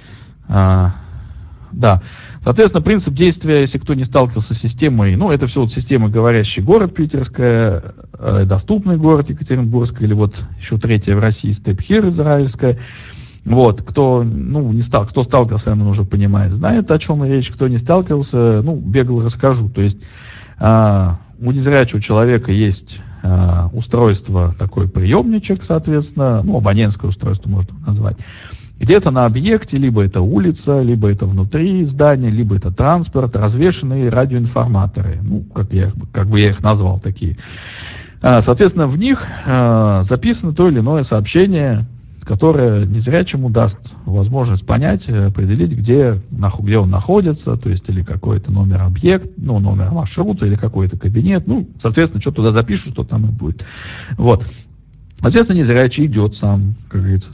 Да. Соответственно, принцип действия, если кто не сталкивался с системой, это все система «Говорящий город» питерская, «Доступный город» Екатеринбургская, или вот еще третья в России «Степхир» израильская. Вот, кто сталкивался, он уже понимает, знает, о чем речь, кто не сталкивался, бегло расскажу. То есть у незрячего человека есть устройство, такой приемничек, соответственно, абонентское устройство можно назвать. Где-то на объекте, либо это улица, либо это внутри здания, либо это транспорт, развешенные радиоинформаторы, как я их назвал такие. Соответственно, в них записано то или иное сообщение, которое незрячему даст возможность понять, определить, где он находится, то есть или какой-то номер объекта, номер маршрута, или какой-то кабинет, соответственно, что туда запишут, что там и будет. Вот. Соответственно, незрячий идет сам, как говорится,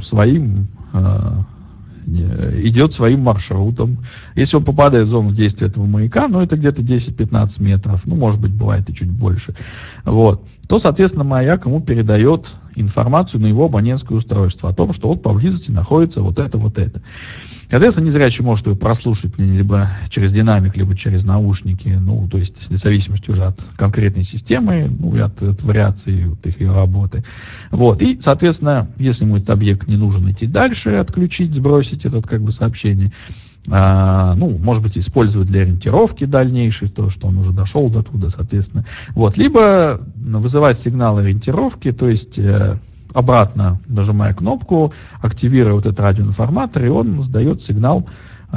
идет своим маршрутом. Если он попадает в зону действия этого маяка, это где-то 10-15 метров, может быть, бывает и чуть больше, вот, то, соответственно, маяк ему передает информацию на его абонентское устройство о том, что поблизости находится вот это. Соответственно, незрячий может ее прослушать либо через динамик, либо через наушники, то есть в зависимости уже от конкретной системы, и от вариации ее работы. Вот. И, соответственно, если ему этот объект не нужен, идти дальше, отключить, сбросить это сообщение, может быть, использовать для ориентировки дальнейшей, то, что он уже дошел до туда, соответственно. Вот. Либо вызывать сигнал ориентировки, то есть обратно нажимая кнопку, активируя этот радиоинформатор, и он сдает сигнал,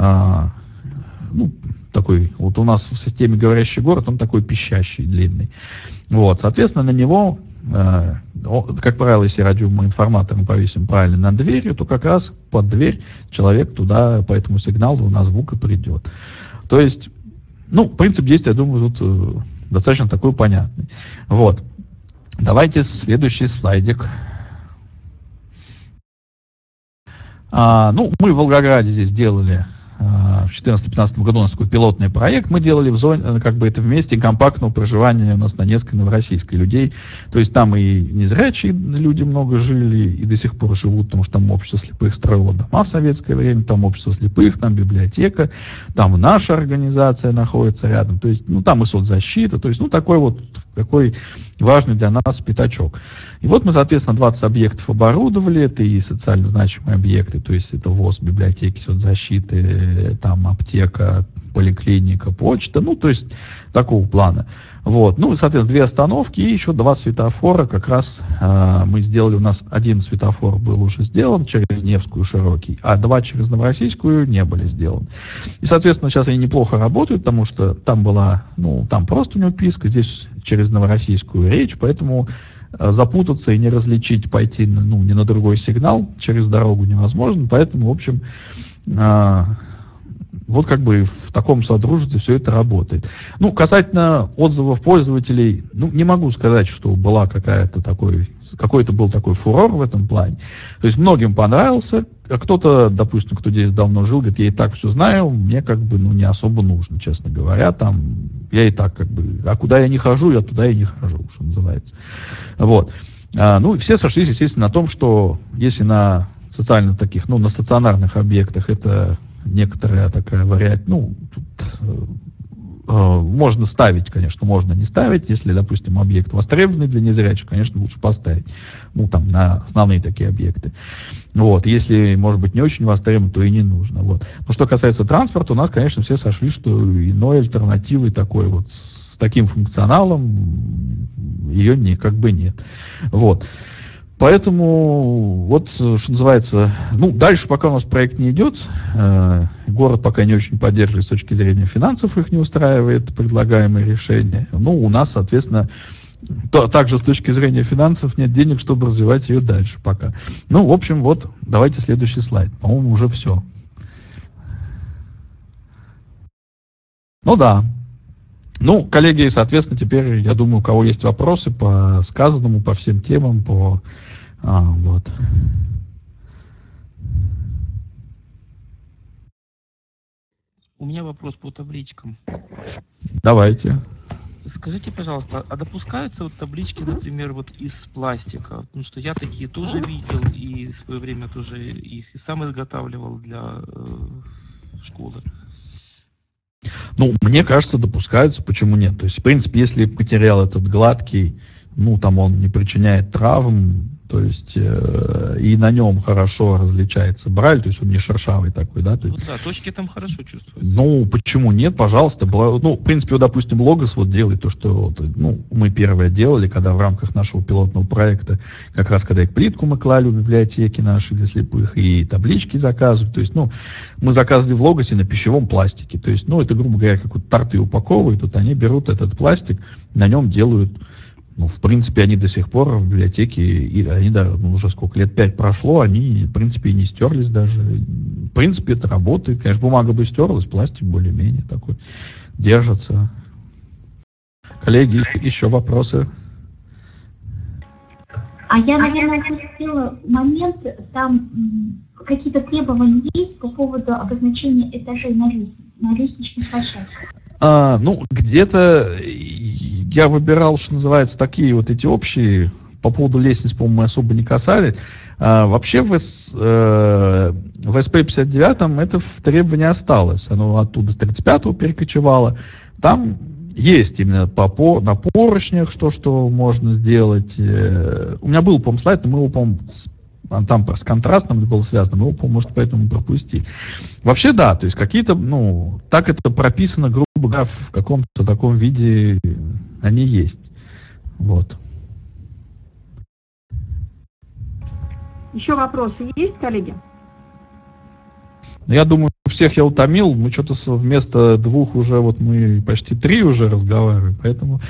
такой, вот у нас в системе «Говорящий город», он такой пищащий, длинный. Вот, соответственно, на него, как правило, если радиоинформатор мы повесим правильно над дверью, то как раз под дверь человек туда, по этому сигналу на звук и придет. То есть, принцип действия, я думаю, тут достаточно такой понятный. Вот. Давайте следующий слайдик. Мы в Волгограде здесь делали в 2014-2015 году у нас такой пилотный проект. Мы делали в зоне, это в месте компактного проживания у нас на Невской, Новороссийской людей. То есть там и незрячие люди много жили, и до сих пор живут, потому что там общество слепых строило дома в советское время, там общество слепых, там библиотека, там наша организация находится рядом. То есть, там и соцзащита, то есть, такой важный для нас пятачок. И вот мы, соответственно, 20 объектов оборудовали, это и социально значимые объекты, то есть это ВОЗ, библиотеки, соцзащиты, там аптека, поликлиника, почта, то есть такого плана. Вот. Соответственно, 2 остановки и еще 2 светофора. Как раз мы сделали, у нас 1 светофор был уже сделан через Невскую широкий, а 2 через Новороссийскую не были сделаны. И, соответственно, сейчас они неплохо работают, потому что там была, там просто у него писк, здесь через Новороссийскую речь, поэтому запутаться и не различить, пойти не на другой сигнал через дорогу невозможно, поэтому, в общем, в таком содружестве все это работает. Касательно отзывов пользователей, не могу сказать, что была какой-то был такой фурор в этом плане. То есть многим понравился, а кто-то, допустим, кто здесь давно жил, говорит, я и так все знаю, мне не особо нужно, честно говоря, я и так а куда я не хожу, я туда и не хожу, что называется. Вот. Все сошлись, естественно, на том, что если на социально таких, на стационарных объектах это некоторая такая вариант, можно ставить, конечно, можно не ставить, если, допустим, объект востребованный для незрячих, конечно, лучше поставить, на основные такие объекты. Вот, если, может быть, не очень востребован, то и не нужно. Вот. Но что касается транспорта, у нас, конечно, все сошли, что иной альтернативы такой с таким функционалом ее нет. Вот. Поэтому, что называется, дальше пока у нас проект не идет, город пока не очень поддерживает с точки зрения финансов, их не устраивает предлагаемые решения. У нас, соответственно, также с точки зрения финансов нет денег, чтобы развивать ее дальше пока. Ну, в общем, вот, давайте следующий слайд. По-моему, уже все. Ну да. Ну, коллеги, соответственно, теперь, я думаю, у кого есть вопросы по сказанному, по всем темам, вот. У меня вопрос по табличкам. Давайте. Скажите, пожалуйста, а допускаются вот таблички, например, вот из пластика? Потому что я такие тоже видел и в свое время тоже их и сам изготавливал для школы. Ну, мне кажется, допускаются, почему нет? То есть, в принципе, если материал этот гладкий, ну, там он не причиняет травм, то есть, и на нем хорошо различается Брайль, то есть он не шершавый такой, да? То есть, ну да, точки там хорошо чувствуются. Ну, почему нет, пожалуйста. Ну, в принципе, вот, допустим, Логос вот делает то, что, ну, мы первое делали, когда в рамках нашего пилотного проекта, как раз когда и плитку мы клали в библиотеке наши для слепых, и таблички заказывали, то есть, ну, мы заказывали в Логосе на пищевом пластике, то есть, ну, это, грубо говоря, как вот торты упаковывают, вот они берут этот пластик, на нем делают. Ну, в принципе, они до сих пор в библиотеке, и они, да, ну, уже сколько лет 5 прошло, они, в принципе, и не стерлись даже. В принципе, это работает. Конечно, бумага бы стерлась, пластик более-менее такой держится. Коллеги, еще вопросы? А я, наверное, упустила момент, там какие-то требования есть по поводу обозначения этажей на лестничных площадках? Ну, где-то я выбирал, что называется, такие вот эти общие. По поводу лестниц, по-моему, мы особо не касались. Вообще в СП-59 это в требовании осталось. Оно оттуда с 35-го перекочевало. Там есть именно на поручнях, что можно сделать. У меня был, по-моему, слайд, но мы его, по-моему, там с контрастом было связано, мы его, по-моему, может, поэтому пропустить. Вообще, да, то есть какие-то, ну, так это прописано, грубо говоря, в каком-то таком виде они есть. Вот. Еще вопросы есть, коллеги? Я думаю, всех я утомил. Мы что-то вместо 2 уже, вот мы почти 3 уже разговариваем, поэтому...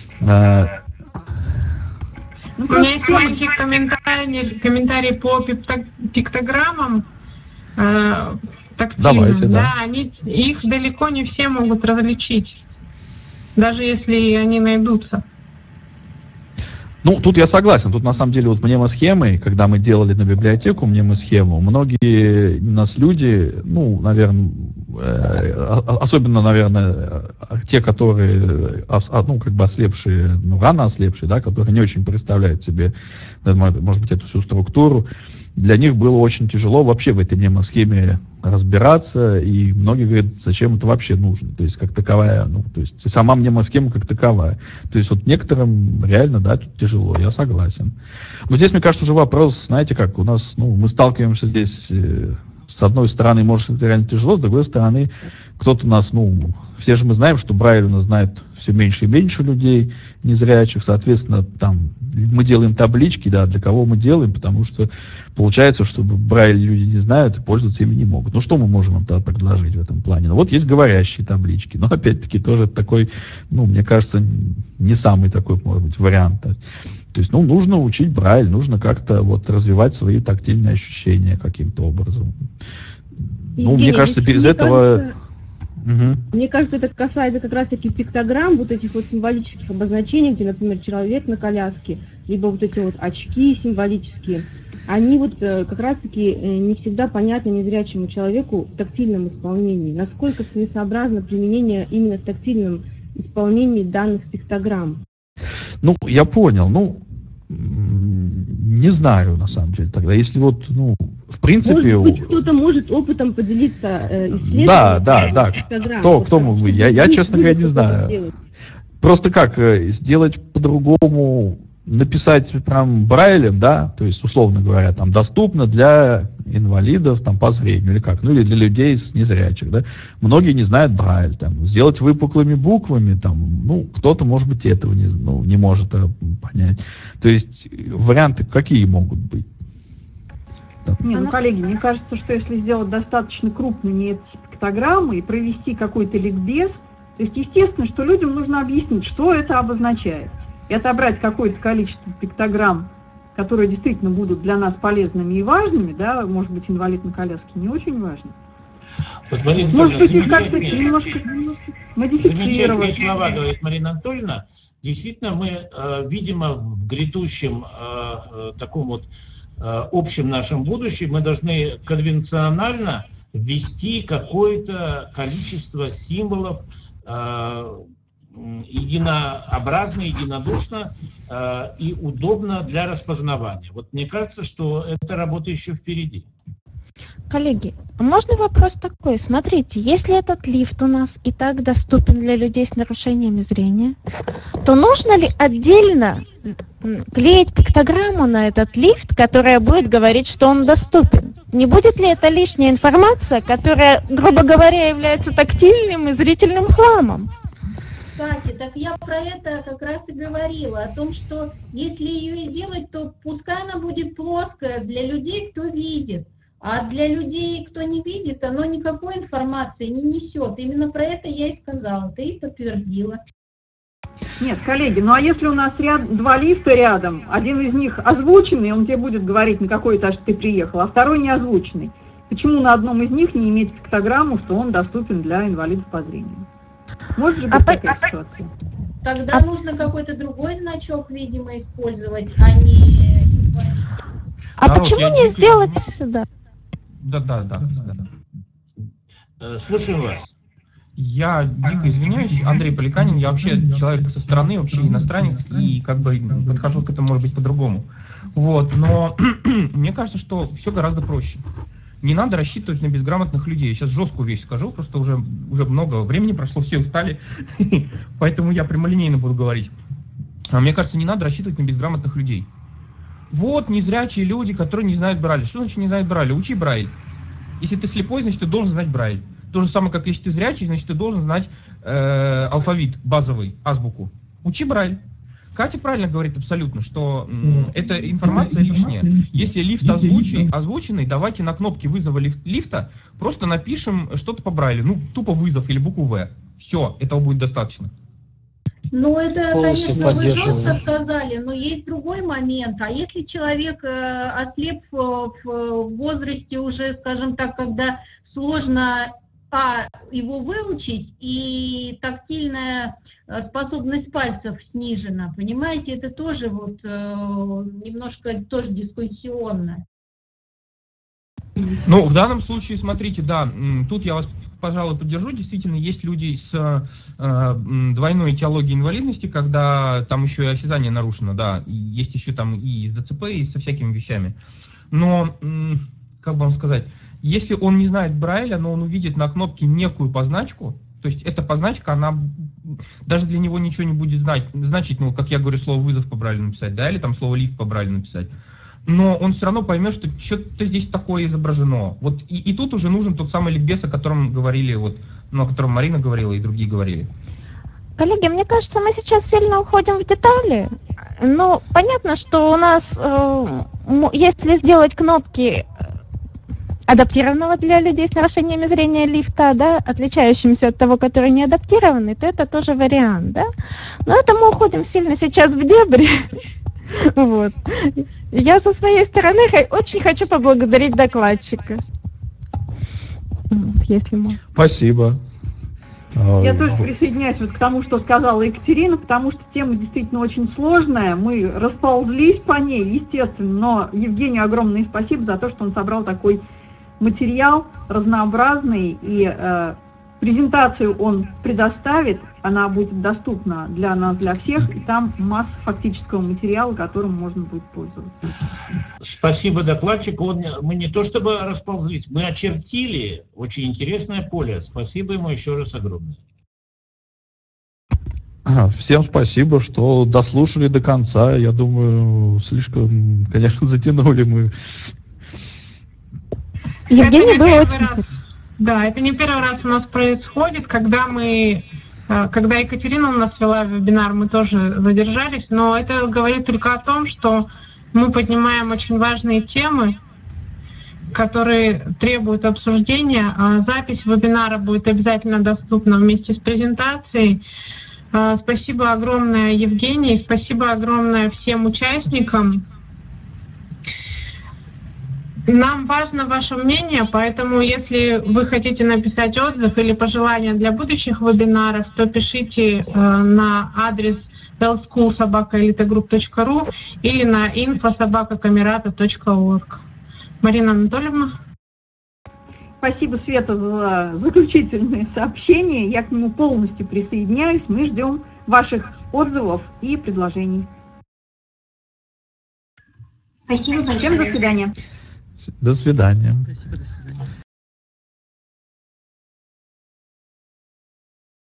У меня есть маленький комментарий по пиктограммам тактильным. Давайте, да. Их далеко не все могут различить, даже если они найдутся. Ну, тут я согласен. Тут, на самом деле, вот мнемосхемы, когда мы делали на библиотеку мнемосхему, многие у нас люди, ну, наверное, особенно, наверное, те, которые, ну, как бы ослепшие, ну, рано ослепшие, да, которые не очень представляют себе, может быть, эту всю структуру, для них было очень тяжело вообще в этой мнемосхеме разбираться, и многие говорят, зачем это вообще нужно, то есть как таковая, ну, то есть сама мнемосхема как таковая. То есть вот некоторым реально, да, тут тяжело, я согласен. Но здесь, мне кажется, уже вопрос, знаете как, у нас, ну, мы сталкиваемся здесь, с одной стороны, может, это реально тяжело, с другой стороны, кто-то нас, ну, все же мы знаем, что Брайль у нас знает все меньше и меньше людей незрячих, соответственно, там, мы делаем таблички, да, для кого мы делаем, потому что получается, что Брайль люди не знают и пользоваться ими не могут. Ну, что мы можем им тогда предложить в этом плане? Ну, вот есть говорящие таблички, но, опять-таки, тоже такой, ну, мне кажется, не самый такой, может быть, вариант. То есть, ну, нужно учить Брайль, нужно как-то вот развивать свои тактильные ощущения каким-то образом. Ну, мне кажется, без этого... Мне кажется, это касается как раз-таки пиктограмм, вот этих вот символических обозначений, где, например, человек на коляске, либо вот эти вот очки символические, они вот как раз-таки не всегда понятны незрячему человеку в тактильном исполнении. Насколько целесообразно применение именно в тактильном исполнении данных пиктограмм? Ну, я понял. Ну, не знаю, на самом деле, тогда. Если вот, ну, в принципе... Может быть, кто-то может опытом поделиться исследованием. Да. Кто мог бы? Я, честно говоря, не знаю. Просто как сделать по-другому, написать прям Брайлем, да, то есть, условно говоря, там, доступно для инвалидов, там, по зрению, или как, ну, или для людей с незрячих, да. Многие не знают Брайль, там, сделать выпуклыми буквами, там, ну, кто-то, может быть, этого не может понять. То есть, варианты какие могут быть? Не, ну, коллеги, мне кажется, что если сделать достаточно крупными эти пиктограммы и провести какой-то ликбез, то есть, естественно, что людям нужно объяснить, что это обозначает. и отобрать какое-то количество пиктограмм, которые действительно будут для нас полезными и важными, да, может быть, инвалид на коляске не очень важно. Вот, Марина может быть, их как-то немножко модифицировать. Слова говорит Марина Анатольевна. Действительно, мы, видимо, в грядущем таком вот общем нашем будущем мы должны конвенционально ввести какое-то количество символов единообразно, единодушно и удобно для распознавания. Вот мне кажется, что эта работа еще впереди. Коллеги, можно вопрос такой? Смотрите, если этот лифт у нас и так доступен для людей с нарушениями зрения, то нужно ли отдельно клеить пиктограмму на этот лифт, которая будет говорить, что он доступен? Не будет ли это лишняя информация, которая, грубо говоря, является тактильным и зрительным хламом? Кстати, так я про это как раз и говорила, о том, что если ее и делать, то пускай она будет плоская для людей, кто видит. А для людей, кто не видит, оно никакой информации не несет. Именно про это я и сказала, ты и подтвердила. Нет, коллеги, ну а если у нас два лифта рядом, один из них озвученный, он тебе будет говорить, на какой этаж ты приехал, а второй не озвученный. Почему на одном из них не иметь пиктограмму, что он доступен для инвалидов по зрению? Может же быть такая ситуация? Тогда нужно какой-то другой значок, видимо, использовать, а не... А почему не сделать сюда? Да. Слушаем вас. Я дико извиняюсь, Андрей Поликанин, я вообще человек со стороны, вообще иностранец, и как бы подхожу к этому, может быть, по-другому. Вот, но мне кажется, что все гораздо проще. Не надо рассчитывать на безграмотных людей. Сейчас жесткую вещь скажу, просто уже много времени прошло, все устали, поэтому я прямолинейно буду говорить. Мне кажется, не надо рассчитывать на безграмотных людей. Вот незрячие люди, которые не знают Брайля. Что значит не знают Брайля? Учи Брайль. Если ты слепой, значит, ты должен знать Брайль. То же самое, как если ты зрячий, значит, ты должен знать алфавит базовый, азбуку. Учи Брайль. Катя правильно говорит абсолютно, что эта информация лишняя. Если лифт озвученный, давайте на кнопке вызова лифта просто напишем что-то по Брайлю. Ну, тупо вызов или букву В. Все, этого будет достаточно. Ну, это, конечно, вы жестко сказали, но есть другой момент. А если человек ослеп в возрасте уже, скажем так, когда сложно его выучить, и тактильная способность пальцев снижена, понимаете, это тоже вот немножко тоже дискуссионно. Ну, в данном случае, смотрите, да, тут я вас, пожалуй, поддержу. Действительно, есть люди с двойной этиологией инвалидности, когда там еще и осязание нарушено, да, есть еще там и с ДЦП, и со всякими вещами. Но, как бы вам сказать, если он не знает Брайля, но он увидит на кнопке некую позначку, то есть эта позначка, она даже для него ничего не будет значить, ну, как я говорю, слово «вызов» по Брайлю написать, да, или там слово «лифт» по Брайлю написать. Но он все равно поймет, что что-то здесь такое изображено. Вот и тут уже нужен тот самый ликбез, о котором говорили, вот, ну, о котором Марина говорила и другие говорили. Коллеги, мне кажется, мы сейчас сильно уходим в детали. Но понятно, что у нас, если сделать кнопки адаптированного для людей с нарушениями зрения лифта, да, отличающимся от того, который не адаптированный, то это тоже вариант, да. Но это мы уходим сильно сейчас в дебри. Вот. Я со своей стороны очень хочу поблагодарить докладчика. Если можно. Спасибо. Я тоже присоединяюсь вот к тому, что сказала Екатерина, потому что тема действительно очень сложная. Мы расползлись по ней, естественно, но Евгению огромное спасибо за то, что он собрал такой материал разнообразный, и презентацию он предоставит, она будет доступна для нас, для всех, и там масса фактического материала, которым можно будет пользоваться. Спасибо докладчику. Мы не то чтобы расползлись, мы очертили очень интересное поле. Спасибо ему еще раз огромное. Всем спасибо, что дослушали до конца. Я думаю, слишком, конечно, затянули мы. Евгений был очень... Да, это не первый раз у нас происходит, когда Екатерина у нас вела вебинар, мы тоже задержались, но это говорит только о том, что мы поднимаем очень важные темы, которые требуют обсуждения. Запись вебинара будет обязательно доступна вместе с презентацией. Спасибо огромное, Евгений, спасибо огромное всем участникам. Нам важно ваше мнение, поэтому если вы хотите написать отзыв или пожелания для будущих вебинаров, то пишите на адрес healthschool@elitegroup.ru или на info@camerata.org. Марина Анатольевна. Спасибо, Света, за заключительные сообщения. Я к нему полностью присоединяюсь. Мы ждем ваших отзывов и предложений. Спасибо большое. Всем до свидания. До свидания. Спасибо, до свидания.